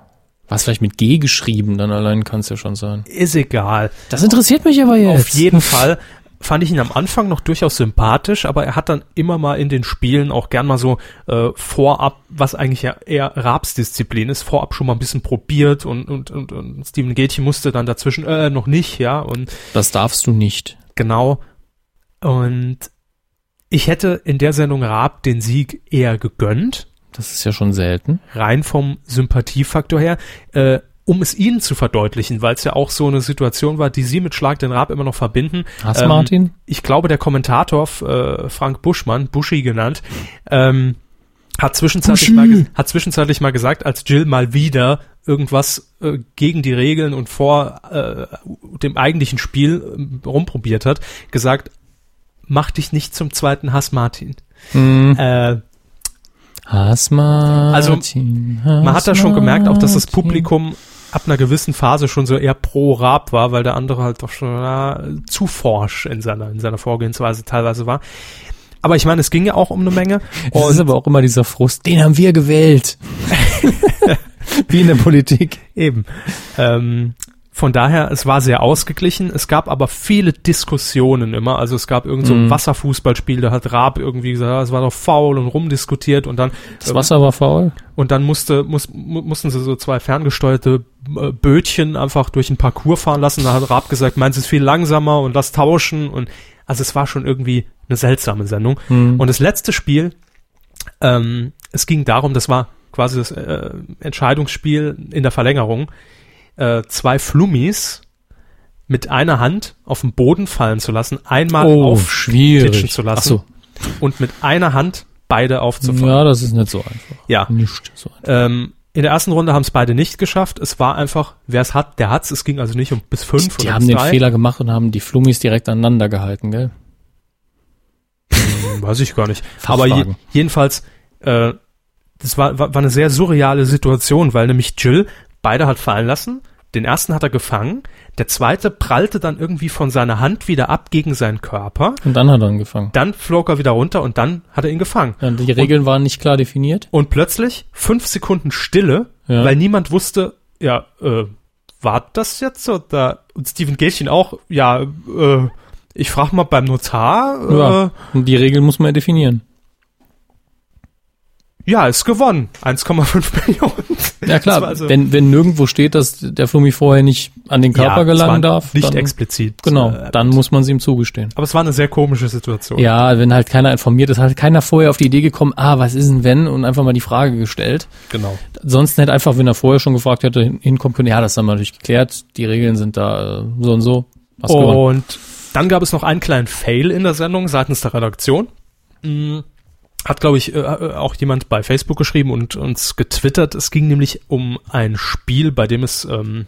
S2: Was vielleicht mit G geschrieben, dann allein kann es ja schon sein.
S1: Ist egal.
S2: Das interessiert mich aber jetzt.
S1: Auf jeden Fall fand ich ihn am Anfang noch durchaus sympathisch, aber er hat dann immer mal in den Spielen auch gern mal so äh, vorab, was eigentlich ja eher Raps-Disziplin ist, vorab schon mal ein bisschen probiert und und und, und Steven Gätchen musste dann dazwischen, äh, noch nicht, ja. Und
S2: das darfst du nicht.
S1: Genau. Und ich hätte in der Sendung Raab den Sieg eher gegönnt.
S2: Das ist ja schon selten.
S1: Rein vom Sympathiefaktor her. Äh, um es Ihnen zu verdeutlichen, weil es ja auch so eine Situation war, die Sie mit Schlag den Raab immer noch verbinden.
S2: Hass ähm, Martin?
S1: Ich glaube, der Kommentator, äh, Frank Buschmann, Buschi genannt, ähm, hat zwischenzeitlich, mal, hat zwischenzeitlich mal gesagt, als Jill mal wieder irgendwas äh, gegen die Regeln und vor äh, dem eigentlichen Spiel äh, rumprobiert hat, gesagt, mach dich nicht zum zweiten Hass Martin.
S2: Mhm.
S1: Äh,
S2: Hass Martin.
S1: Also
S2: Hass
S1: man hat da schon gemerkt, auch dass das Publikum ab einer gewissen Phase schon so eher pro Raab war, weil der andere halt doch schon na, zu forsch in seiner in seiner Vorgehensweise teilweise war. Aber ich meine, es ging ja auch um eine Menge.
S2: Es ist aber auch immer dieser Frust, den haben wir gewählt. Wie in der Politik.
S1: Eben. Ähm, von daher, es war sehr ausgeglichen. Es gab aber viele Diskussionen immer. Also es gab irgend so ein mm. Wasserfußballspiel, da hat Raab irgendwie gesagt, es war doch faul und rumdiskutiert und dann.
S2: Das Wasser war faul?
S1: Und dann musste, muss, mussten sie so zwei ferngesteuerte äh, Bötchen einfach durch den Parcours fahren lassen. Da hat Raab gesagt, meins ist viel langsamer und lass tauschen. Und also es war schon irgendwie eine seltsame Sendung. Mm. Und das letzte Spiel, ähm, es ging darum, das war quasi das äh, Entscheidungsspiel in der Verlängerung, äh, zwei Flummis mit einer Hand auf den Boden fallen zu lassen, einmal
S2: oh,
S1: auftitschen zu lassen
S2: Ach so.
S1: und mit einer Hand beide aufzufangen.
S2: Ja, das ist nicht so einfach.
S1: Ja.
S2: Nicht so einfach.
S1: Ähm, in der ersten Runde haben es beide nicht geschafft. Es war einfach, wer es hat, der hat's. Es ging also nicht um bis fünf
S2: die
S1: oder
S2: haben
S1: bis
S2: den
S1: drei.
S2: Fehler gemacht und haben die Flummis direkt aneinander gehalten, gell?
S1: Hm, weiß ich gar nicht. Aber je, jedenfalls, äh, das war, war, war eine sehr surreale Situation, weil nämlich Jill beide hat fallen lassen. Den ersten hat er gefangen. Der zweite prallte dann irgendwie von seiner Hand wieder ab gegen seinen Körper.
S2: Und dann hat er ihn gefangen.
S1: Dann flog er wieder runter und dann hat er ihn gefangen.
S2: Ja, die Regeln und, waren nicht klar definiert.
S1: Und plötzlich fünf Sekunden Stille,
S2: ja. weil
S1: niemand wusste, ja, äh, war das jetzt so? Da, und Steven Gätchen auch, ja, äh, ich frage mal beim Notar. Äh,
S2: ja, und die Regeln muss man ja definieren.
S1: Ja, ist gewonnen. eins Komma fünf Millionen.
S2: Ja klar, also, wenn wenn nirgendwo steht, dass der Flummi vorher nicht an den Körper ja, gelangen darf.
S1: Nicht
S2: dann,
S1: explizit.
S2: Genau, äh, dann muss man es ihm zugestehen.
S1: Aber es war eine sehr komische Situation.
S2: Ja, wenn halt keiner informiert ist, hat keiner vorher auf die Idee gekommen, ah, was ist denn wenn? Und einfach mal die Frage gestellt.
S1: Genau.
S2: Ansonsten hätte einfach, wenn er vorher schon gefragt hätte, hinkommen können, ja, das haben wir natürlich geklärt, die Regeln sind da äh, so und so.
S1: Hast und gewonnen. Dann gab es noch einen kleinen Fail in der Sendung seitens der Redaktion. Mhm. Hat, glaube ich, äh, auch jemand bei Facebook geschrieben und uns getwittert. Es ging nämlich um ein Spiel, bei dem es, ähm,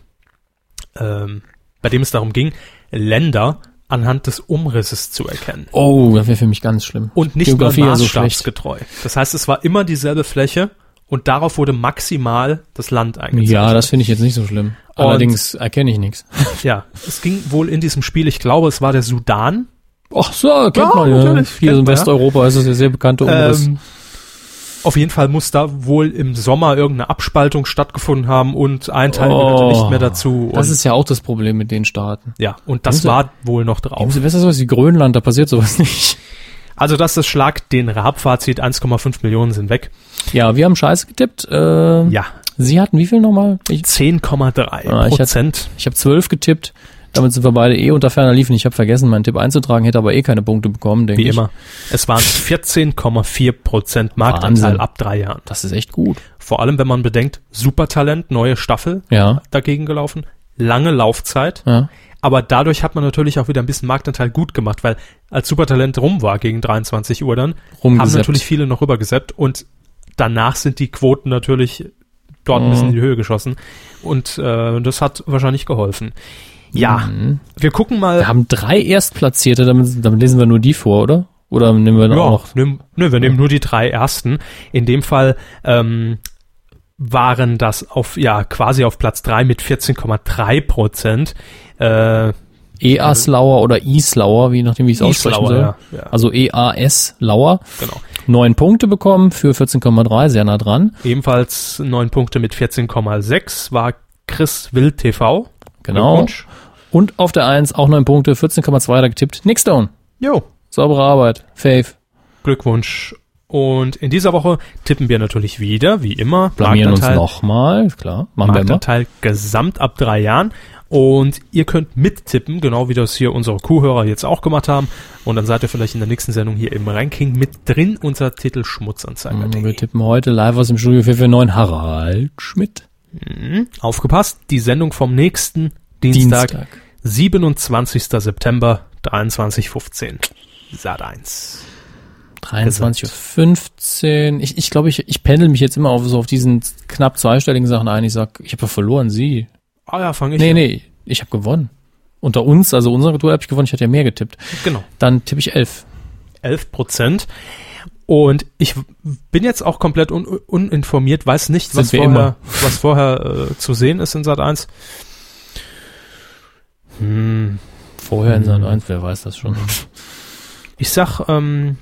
S1: ähm, bei dem es darum ging, Länder anhand des Umrisses zu erkennen.
S2: Oh, das wäre für mich ganz schlimm.
S1: Und nicht nur maßstabsgetreu. Das heißt, es war immer dieselbe Fläche und darauf wurde maximal das Land eingezeichnet.
S2: Ja, das finde ich jetzt nicht so schlimm. Und allerdings erkenne ich nichts.
S1: Ja, es ging wohl in diesem Spiel, ich glaube, es war der Sudan.
S2: Ach so, kennt ja, man ja. Hier in Westeuropa ist es ja sehr bekannte Umriss.
S1: Ähm, auf jeden Fall muss da wohl im Sommer irgendeine Abspaltung stattgefunden haben und ein Teil
S2: oh,
S1: gehörte nicht mehr dazu.
S2: Das ist ja auch das Problem mit den Staaten.
S1: Ja, und das war wohl noch drauf.
S2: Besser sowas wie Grönland, da passiert sowas nicht.
S1: Also das ist Schlag den Raab-Fazit, eins Komma fünf Millionen sind weg.
S2: Ja, wir haben Scheiße getippt. Äh,
S1: ja.
S2: Sie hatten wie viel nochmal?
S1: zehn Komma drei Prozent.
S2: Ich habe zwölf getippt. Damit sind wir beide eh unter ferner Liefen. Ich habe vergessen, meinen Tipp einzutragen, hätte aber eh keine Punkte bekommen, denke ich.
S1: Wie immer. Es waren vierzehn Komma vier Prozent Marktanteil ab drei Jahren.
S2: Das ist echt gut.
S1: Vor allem, wenn man bedenkt, Supertalent, neue Staffel
S2: ja.
S1: dagegen gelaufen, lange Laufzeit.
S2: Ja.
S1: Aber dadurch hat man natürlich auch wieder ein bisschen Marktanteil gut gemacht, weil als Supertalent rum war gegen dreiundzwanzig Uhr dann, haben natürlich viele noch rübergesappt und danach sind die Quoten natürlich dort ein bisschen in die Höhe geschossen und äh, das hat wahrscheinlich geholfen. Ja, mhm. wir gucken mal.
S2: Wir haben drei Erstplatzierte, damit, damit lesen wir nur die vor, oder? Oder nehmen wir dann
S1: ja,
S2: auch?
S1: Nehm, nö, wir nehmen nur die drei Ersten. In dem Fall ähm, waren das auf ja quasi auf Platz drei mit vierzehn Komma drei Prozent. Äh,
S2: E A S Lauer oder Islauer, wie nachdem wie ich es aussprechen soll. Ja, ja. Also E A S Lauer.
S1: Genau.
S2: Neun Punkte bekommen für vierzehn Komma drei, sehr nah dran.
S1: Ebenfalls neun Punkte mit vierzehn Komma sechs war Chris Wild T V.
S2: Genau. Und auf der eins auch neun Punkte, vierzehn Komma zwei da getippt. Nick Stone.
S1: Jo.
S2: Saubere Arbeit. Fave.
S1: Glückwunsch. Und in dieser Woche tippen wir natürlich wieder, wie immer.
S2: Blamieren uns nochmal, klar. Machen wir immer.
S1: Marktanteil gesamt ab drei Jahren. Und ihr könnt mittippen, genau wie das hier unsere Kuhhörer jetzt auch gemacht haben. Und dann seid ihr vielleicht in der nächsten Sendung hier im Ranking mit drin unter Titel Schmutzanzeiger.
S2: Mhm, wir tippen heute live aus dem Studio vier vier neun Harald Schmidt.
S1: Mhm. Aufgepasst, die Sendung vom nächsten Dienstag, Dienstag. siebenundzwanzigster September, dreiundzwanzig Uhr fünfzehn. Sat eins.
S2: dreiundzwanzig Uhr fünfzehn. Ich, ich glaube, ich, ich pendel mich jetzt immer auf so auf diesen knapp zweistelligen Sachen ein. Ich sag, ich habe ja verloren, Sie.
S1: Ah ja, fange ich
S2: Nee,
S1: an.
S2: nee, ich habe gewonnen. Unter uns, also unsere Tour habe ich gewonnen, ich hatte ja mehr getippt.
S1: Genau.
S2: Dann tippe ich elf.
S1: elf Prozent. Und ich bin jetzt auch komplett un- uninformiert, weiß nicht, was vorher, was vorher äh, zu sehen ist in Sat eins.
S2: Hm. Vorher in Sat eins, wer weiß das schon.
S1: Ich sag ähm,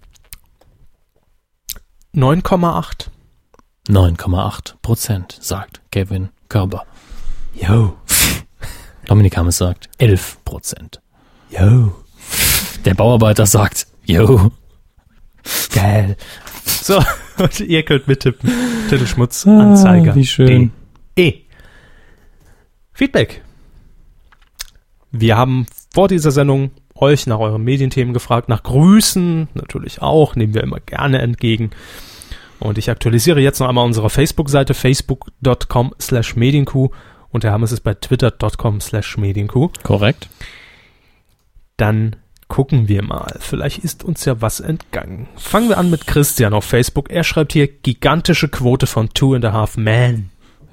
S1: neun Komma acht.
S2: neun Komma acht Prozent, sagt Kevin Körber.
S1: Yo.
S2: Dominik Hammes sagt elf Prozent.
S1: Yo.
S2: Der Bauarbeiter sagt yo.
S1: Geil. So, und ihr könnt mittippen. Titelschmutz, Anzeiger.
S2: Ah, wie schön.
S1: E. Feedback. Wir haben vor dieser Sendung euch nach euren Medienthemen gefragt, nach Grüßen natürlich auch, nehmen wir immer gerne entgegen. Und ich aktualisiere jetzt noch einmal unsere Facebook-Seite, facebook.com slash medienkuh und der Hammes ist bei twitter.com slash medienkuh.
S2: Korrekt.
S1: Dann gucken wir mal. Vielleicht ist uns ja was entgangen. Fangen wir an mit Christian auf Facebook. Er schreibt hier, gigantische Quote von Two and a Half Men.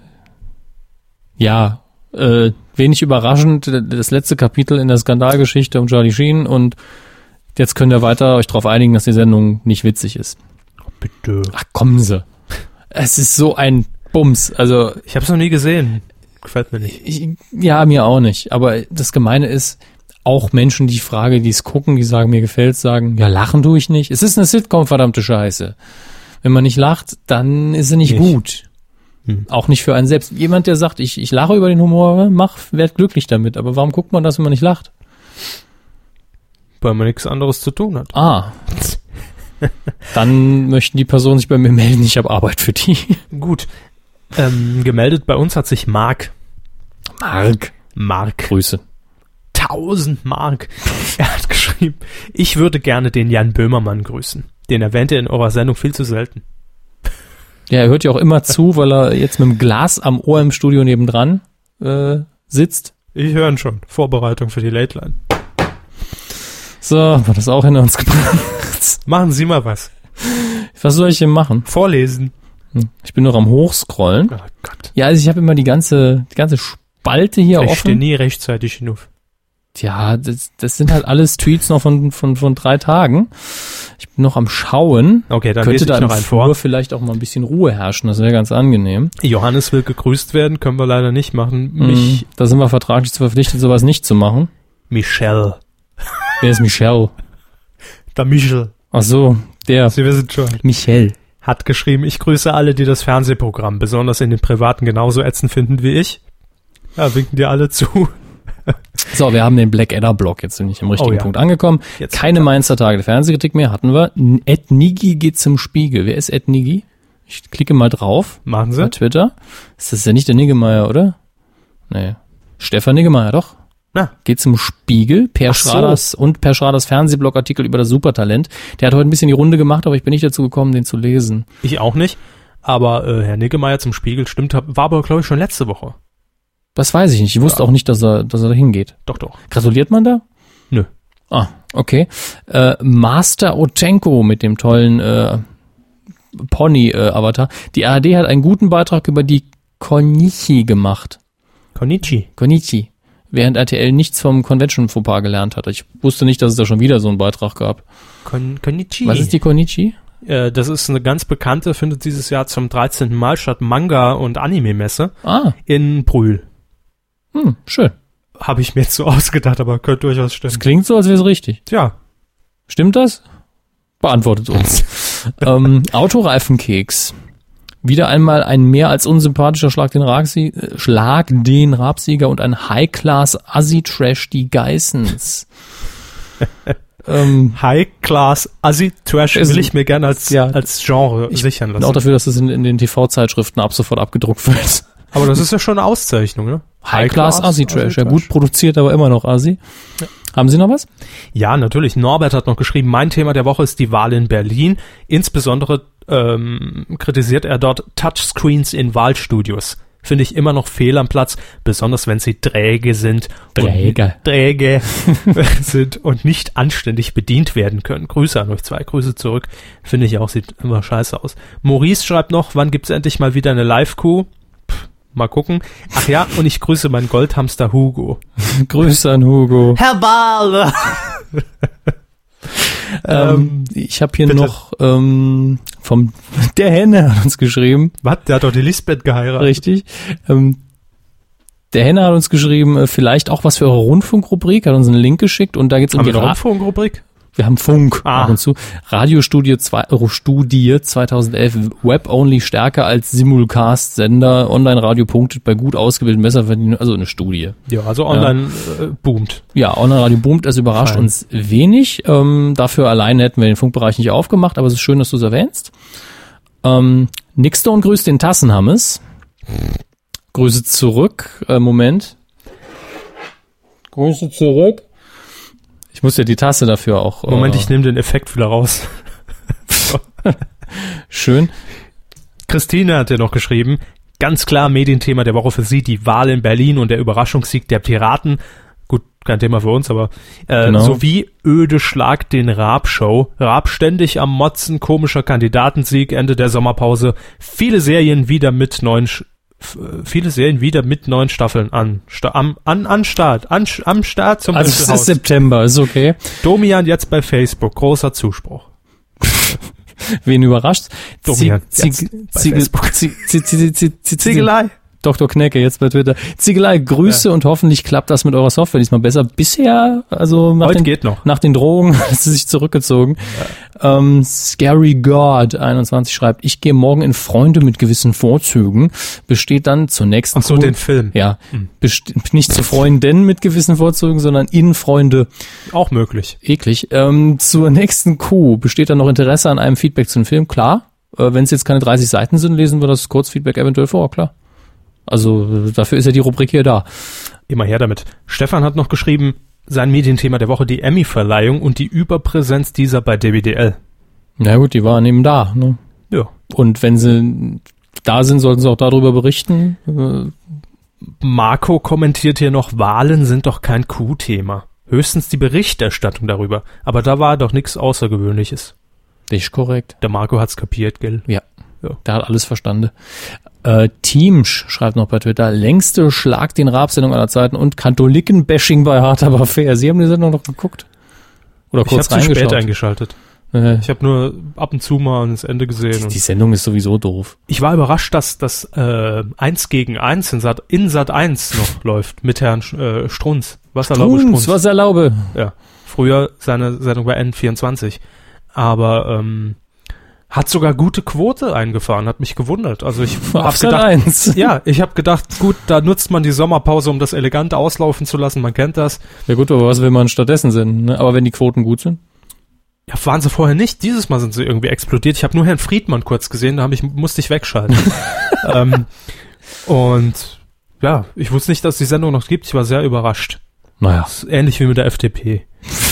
S2: Ja, äh, wenig überraschend, das letzte Kapitel in der Skandalgeschichte um Charlie Sheen und jetzt könnt ihr weiter euch darauf einigen, dass die Sendung nicht witzig ist.
S1: Bitte.
S2: Ach, kommen Sie. Es ist so ein Bums. Also
S1: ich habe es noch nie gesehen. Gefällt mir nicht.
S2: Ich, ja, mir auch nicht. Aber das Gemeine ist, auch Menschen, die ich frage, die es gucken, die sagen, mir gefällt's, sagen, ja, lachen tue ich nicht. Es ist eine Sitcom, verdammte Scheiße. Wenn man nicht lacht, dann ist sie nicht, nicht. gut. Hm. Auch nicht für einen selbst. Jemand, der sagt, ich, ich lache über den Humor, mach, werd glücklich damit. Aber warum guckt man das, wenn man nicht lacht?
S1: Weil man nichts anderes zu tun hat.
S2: Ah. Dann möchten die Personen sich bei mir melden, ich habe Arbeit für die.
S1: Gut. Ähm, gemeldet bei uns hat sich Marc.
S2: Marc.
S1: Marc.
S2: Grüße.
S1: tausend Mark. Er hat geschrieben, ich würde gerne den Jan Böhmermann grüßen. Den erwähnt er in eurer Sendung viel zu selten.
S2: Ja, er hört ja auch immer zu, weil er jetzt mit dem Glas am Ohr im Studio nebendran äh, sitzt.
S1: Ich höre ihn schon. Vorbereitung für die Late Line.
S2: So, war das auch hinter uns gebracht.
S1: Machen Sie mal was.
S2: Was soll ich denn machen?
S1: Vorlesen.
S2: Hm. Ich bin noch am Hochscrollen.
S1: Oh Gott.
S2: Ja, also ich habe immer die ganze, die ganze Spalte hier
S1: ich
S2: offen.
S1: Ich stehe nie rechtzeitig genug.
S2: Tja, das, das sind halt alles Tweets noch von, von, von drei Tagen. Ich bin noch am Schauen.
S1: Okay, dann
S2: könnte
S1: lese ich
S2: da
S1: noch einen vor.
S2: Vielleicht auch mal ein bisschen Ruhe herrschen, das wäre ganz angenehm.
S1: Johannes will gegrüßt werden, können wir leider nicht machen. Mich,
S2: mm, da sind wir vertraglich verpflichtet, sowas nicht zu machen.
S1: Michelle.
S2: Wer ist Michelle?
S1: Der Michel.
S2: Ach so, der.
S1: Sie wissen schon.
S2: Michel.
S1: Hat geschrieben, ich grüße alle, die das Fernsehprogramm besonders in den Privaten genauso ätzend finden wie ich. Ja, winken dir alle zu.
S2: So, wir haben den Blackadder-Block jetzt nicht im richtigen oh, ja. Punkt angekommen. Jetzt Keine Mainzer Tage der Fernsehkritik mehr, hatten wir. Ed Niggi geht zum Spiegel. Wer ist Ed Niggi? Ich klicke mal drauf.
S1: Machen Sie.
S2: Bei Twitter. Ist das ja nicht der Niggemeier, oder? Nee. Stefan Niggemeier, doch.
S1: Na.
S2: Geht zum Spiegel. Per Schraders so. Und Per Schraders Fernsehblogartikel über das Supertalent. Der hat heute ein bisschen die Runde gemacht, aber ich bin nicht dazu gekommen, den zu lesen.
S1: Ich auch nicht. Aber äh, Herr Niggemeier zum Spiegel stimmt, war aber, glaube ich, schon letzte Woche.
S2: Das weiß ich nicht. Ich wusste ja. auch nicht, dass er, dass er da hingeht.
S1: Doch, doch.
S2: Gratuliert man da?
S1: Nö.
S2: Ah, okay. Äh, Master Otenko mit dem tollen äh, Pony-Avatar. Äh, die A R D hat einen guten Beitrag über die Konichi gemacht.
S1: Konichi?
S2: Konichi. Während R T L nichts vom Convention-Fauxpas gelernt hat. Ich wusste nicht, dass es da schon wieder so einen Beitrag gab.
S1: Kon- Konichi?
S2: Was ist die Konichi?
S1: Äh, das ist eine ganz bekannte, findet dieses Jahr zum dreizehnten Mal statt, Manga- und Anime-Messe
S2: ah.
S1: in Brühl.
S2: Hm, schön.
S1: habe ich mir jetzt so ausgedacht, aber könnte durchaus stimmen.
S2: Das klingt so, als wäre es richtig.
S1: Tja.
S2: Stimmt das? Beantwortet uns. ähm, Autoreifenkeks. Wieder einmal ein mehr als unsympathischer Schlag den, Ragsie- äh, Schlag den Rabsieger und ein High-Class-Assi-Trash die Geissens.
S1: ähm, High-Class-Assi-Trash will ich mir gerne als, ja, als Genre sichern lassen.
S2: Ich bin auch dafür, dass das in, in den T V-Zeitschriften ab sofort abgedruckt wird.
S1: Aber das ist ja schon eine Auszeichnung, ne?
S2: High-Class-Assi-Trash. Ja, gut produziert, aber immer noch Assi. Ja. Haben Sie noch was?
S1: Ja, natürlich. Norbert hat noch geschrieben, mein Thema der Woche ist die Wahl in Berlin. Insbesondere ähm, kritisiert er dort Touchscreens in Wahlstudios. Finde ich immer noch fehl am Platz, besonders wenn sie träge sind.
S2: Träge.
S1: Und träge sind und nicht anständig bedient werden können. Grüße an euch zwei, Grüße zurück. Finde ich auch, sieht immer scheiße aus. Maurice schreibt noch, wann gibt's endlich mal wieder eine Live-Kuh? Mal gucken. Ach ja, und ich grüße meinen Goldhamster Hugo.
S2: Grüße an Hugo.
S1: Herr Bahle!
S2: ähm, ich habe hier bitte. noch ähm, vom der Henne hat uns geschrieben.
S1: Was? Der hat doch die Lisbeth geheiratet.
S2: Richtig. Ähm, der Henne hat uns geschrieben, äh, vielleicht auch was für eure Rundfunkrubrik, hat uns einen Link geschickt und da geht's um die
S1: Ra- Rundfunkrubrik.
S2: Wir haben Funk ah. ab und zu. Radiostudie zwei, Studie zweitausendelf, Web-only stärker als Simulcast-Sender. Online-Radio punktet bei gut ausgebildeten Messerverdienern, also eine Studie.
S1: Ja, also online ja. Äh, boomt.
S2: Ja, Online-Radio boomt, das überrascht Fein. uns wenig. Ähm, dafür alleine hätten wir den Funkbereich nicht aufgemacht, aber es ist schön, dass du es erwähnst. Ähm, Nickstone grüßt den Tassenhammes. Grüße zurück. Äh, Moment. Grüße zurück. Ich muss ja die Tasse dafür auch...
S1: Moment, äh, ich nehme den Effekt wieder raus.
S2: Schön.
S1: Christine hat ja noch geschrieben, ganz klar Medienthema der Woche für sie, die Wahl in Berlin und der Überraschungssieg der Piraten. Gut, kein Thema für uns, aber äh, genau. Sowie öde Schlag den Raab-Show. Raab ständig am Motzen, komischer Kandidatensieg, Ende der Sommerpause. Viele Serien wieder mit neuen... Sch- viele Serien wieder mit neuen Staffeln an. Sta- am, an, an Start. An, am Start zum
S2: Also es ist September, ist okay.
S1: Domian jetzt bei Facebook. Großer Zuspruch.
S2: Wen überrascht?
S1: Domian jetzt bei Facebook.
S2: Ziegelei. Doktor Knecke jetzt bei Twitter. Ziegelei, Grüße ja. und hoffentlich klappt das mit eurer Software diesmal besser. Bisher, also nach,
S1: Heute
S2: den,
S1: geht noch.
S2: nach den Drogen hat sie sich zurückgezogen. Ja. Ähm, Scary God einundzwanzig schreibt, ich gehe morgen in Freunde mit gewissen Vorzügen. Besteht dann zur nächsten
S1: Ach so,
S2: Kuh,
S1: den Film.
S2: Ja, hm. best- nicht zu Freunden mit gewissen Vorzügen, sondern in Freunde.
S1: Auch möglich.
S2: Eklig. Ähm, zur nächsten Kuh. Besteht dann noch Interesse an einem Feedback zu dem Film? Klar. Äh, wenn es jetzt keine dreißig Seiten sind, lesen wir das Kurzfeedback eventuell vor, klar. Also dafür ist ja die Rubrik hier da.
S1: Immer her damit. Stefan hat noch geschrieben, sein Medienthema der Woche, die Emmy-Verleihung und die Überpräsenz dieser bei D B D L.
S2: Na gut, die waren eben da. Ne?
S1: Ja.
S2: Und wenn sie da sind, sollten sie auch darüber berichten.
S1: Marco kommentiert hier noch, Wahlen sind doch kein Q-Thema. Höchstens die Berichterstattung darüber. Aber da war doch nichts Außergewöhnliches.
S2: Das ist korrekt.
S1: Der Marco hat's kapiert, gell?
S2: Ja. Ja. Der hat alles verstanden. Äh, Teamsch schreibt noch bei Twitter, längste Schlag den Raab-Sendung aller Zeiten und Katholiken-Bashing bei Hart aber fair. Sie haben die Sendung noch geguckt? Oder kurz
S1: ich habe zu spät eingeschaltet. Äh. Ich habe nur ab und zu mal das Ende gesehen.
S2: Die, die Sendung ist sowieso doof.
S1: Ich war überrascht, dass das äh, eins gegen eins in Sat, in Sat eins noch läuft mit Herrn äh, Strunz. Was erlaube
S2: Strunz? Was erlaube?
S1: Ja, früher seine Sendung bei N vierundzwanzig. Aber ähm, hat sogar gute Quote eingefahren, hat mich gewundert. Also ich habe gedacht,
S2: eins.
S1: ja, ich habe gedacht, gut, da nutzt man die Sommerpause, um das elegant auslaufen zu lassen. Man kennt das.
S2: Ja gut, aber was will man stattdessen senden? Ne? Aber wenn die Quoten gut sind?
S1: Ja, waren sie vorher nicht. Dieses Mal sind sie irgendwie explodiert. Ich habe nur Herrn Friedmann kurz gesehen, da hab ich, musste ich wegschalten. ähm, und ja, ich wusste nicht, dass es die Sendung noch gibt. Ich war sehr überrascht.
S2: Naja.
S1: Ähnlich wie mit der F D P.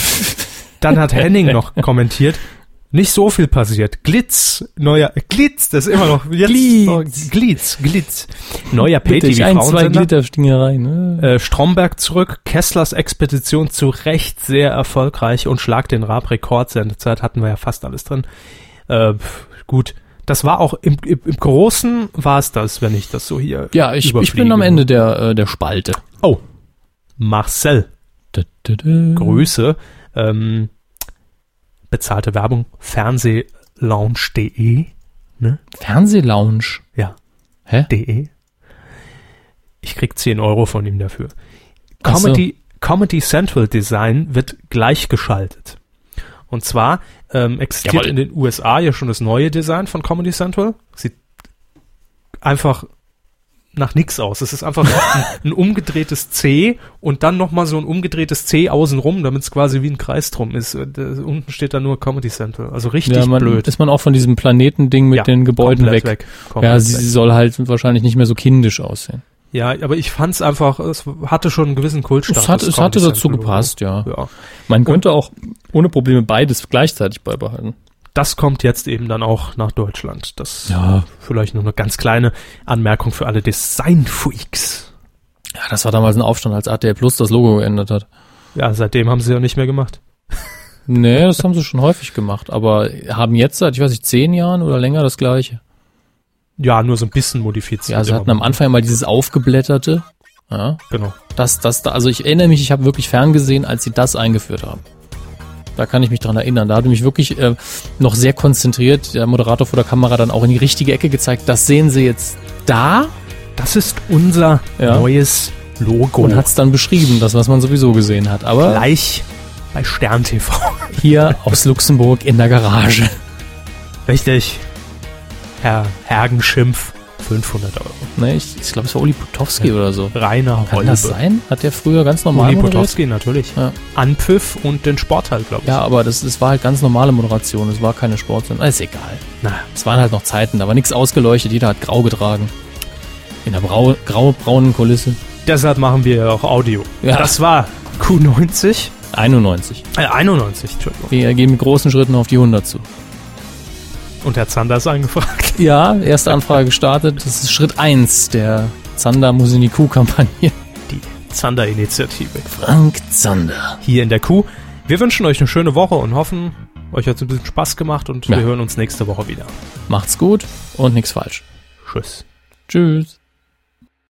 S1: Dann hat Henning noch kommentiert, nicht so viel passiert. Glitz, neuer, Glitz, das ist immer noch, jetzt,
S2: Glitz,
S1: oh, Glitz, Glitz. Neuer
S2: Pay-T V-Frauensender. Ne?
S1: Äh, Stromberg zurück, Kesslers Expedition zu Recht sehr erfolgreich und Schlag den Raab Rekordsendezeit hatten wir ja fast alles drin. Äh, gut. Das war auch, im, im, im Großen war es das, wenn ich das so hier
S2: Ja, ich, ich bin am Ende der, äh, der Spalte.
S1: Oh. Marcel.
S2: Da, da, da.
S1: Grüße. Ähm, bezahlte Werbung, fernsehlounge punkt de. Ne?
S2: Fernsehlounge?
S1: Ja.
S2: Hä?
S1: De. Ich krieg zehn Euro von ihm dafür. Comedy, so. Comedy Central Design wird gleichgeschaltet. Und zwar ähm, existiert Jawohl. in den U S A ja schon das neue Design von Comedy Central. Sieht einfach nach nix aus. Es ist einfach ein, ein umgedrehtes C und dann nochmal so ein umgedrehtes C außenrum, damit es quasi wie ein Kreis drum ist. Da, unten steht da nur Comedy Central. Also richtig ja,
S2: man,
S1: blöd.
S2: Ist man auch von diesem Planetending mit ja, den Gebäuden weg. weg. Ja, sie weg. soll halt wahrscheinlich nicht mehr so kindisch aussehen.
S1: Ja, aber ich fand's einfach, es hatte schon einen gewissen Kultstatus.
S2: Es, hat, es hatte dazu gepasst, ja. ja. Man könnte auch ohne Probleme beides gleichzeitig beibehalten.
S1: Das kommt jetzt eben dann auch nach Deutschland. Das
S2: ja.
S1: vielleicht nur eine ganz kleine Anmerkung für alle Design-Freaks.
S2: Ja, das war damals ein Aufstand, als R T L Plus das Logo geändert hat.
S1: Ja, seitdem haben sie ja nicht mehr gemacht.
S2: Nee, das haben sie schon häufig gemacht, aber haben jetzt seit, ich weiß nicht, zehn Jahren oder länger das Gleiche.
S1: Ja, nur so ein bisschen modifiziert.
S2: Ja, sie hatten am Anfang mal dieses Aufgeblätterte. Ja.
S1: Genau.
S2: Das, das, also ich erinnere mich, ich habe wirklich ferngesehen, als sie das eingeführt haben. Da kann ich mich dran erinnern. Da hatte mich wirklich äh, noch sehr konzentriert der Moderator vor der Kamera dann auch in die richtige Ecke gezeigt. Das sehen Sie jetzt da.
S1: Das ist unser ja. neues Logo.
S2: Und hat es dann beschrieben, das, was man sowieso gesehen hat. Aber
S1: gleich bei Stern T V.
S2: Hier aus Luxemburg in der Garage.
S1: Richtig. Herr Hergenschimpf. fünfhundert Euro.
S2: Nee, ich, ich glaube, es war Uli Potowski ja. oder so.
S1: Rainer Holbe.
S2: Kann das sein? Hat der früher ganz normal
S1: Uli
S2: moderiert?
S1: Potowski, natürlich.
S2: Ja.
S1: Anpfiff und den Sport halt, glaube ich.
S2: Ja, aber das, das war halt ganz normale Moderation. Es war keine Sportsendung. Ist egal.
S1: Na.
S2: Es waren halt noch Zeiten, da war nichts ausgeleuchtet. Jeder hat grau getragen. In der brau, grau-braunen Kulisse.
S1: Deshalb machen wir ja auch Audio.
S2: Ja.
S1: Das war Q neunzig.
S2: einundneunzig.
S1: Äh, einundneunzig, Entschuldigung.
S2: Wir gehen mit großen Schritten auf die hundert zu.
S1: Und Herr Zander ist angefragt.
S2: Ja, erste Anfrage gestartet. Das ist Schritt eins der Zander muss in die Kuh-Kampagne.
S1: Die Zander-Initiative.
S2: Frank Zander.
S1: Hier in der Kuh. Wir wünschen euch eine schöne Woche und hoffen, euch hat es ein bisschen Spaß gemacht und ja. wir hören uns nächste Woche wieder.
S2: Macht's gut und nichts falsch.
S1: Tschüss.
S2: Tschüss.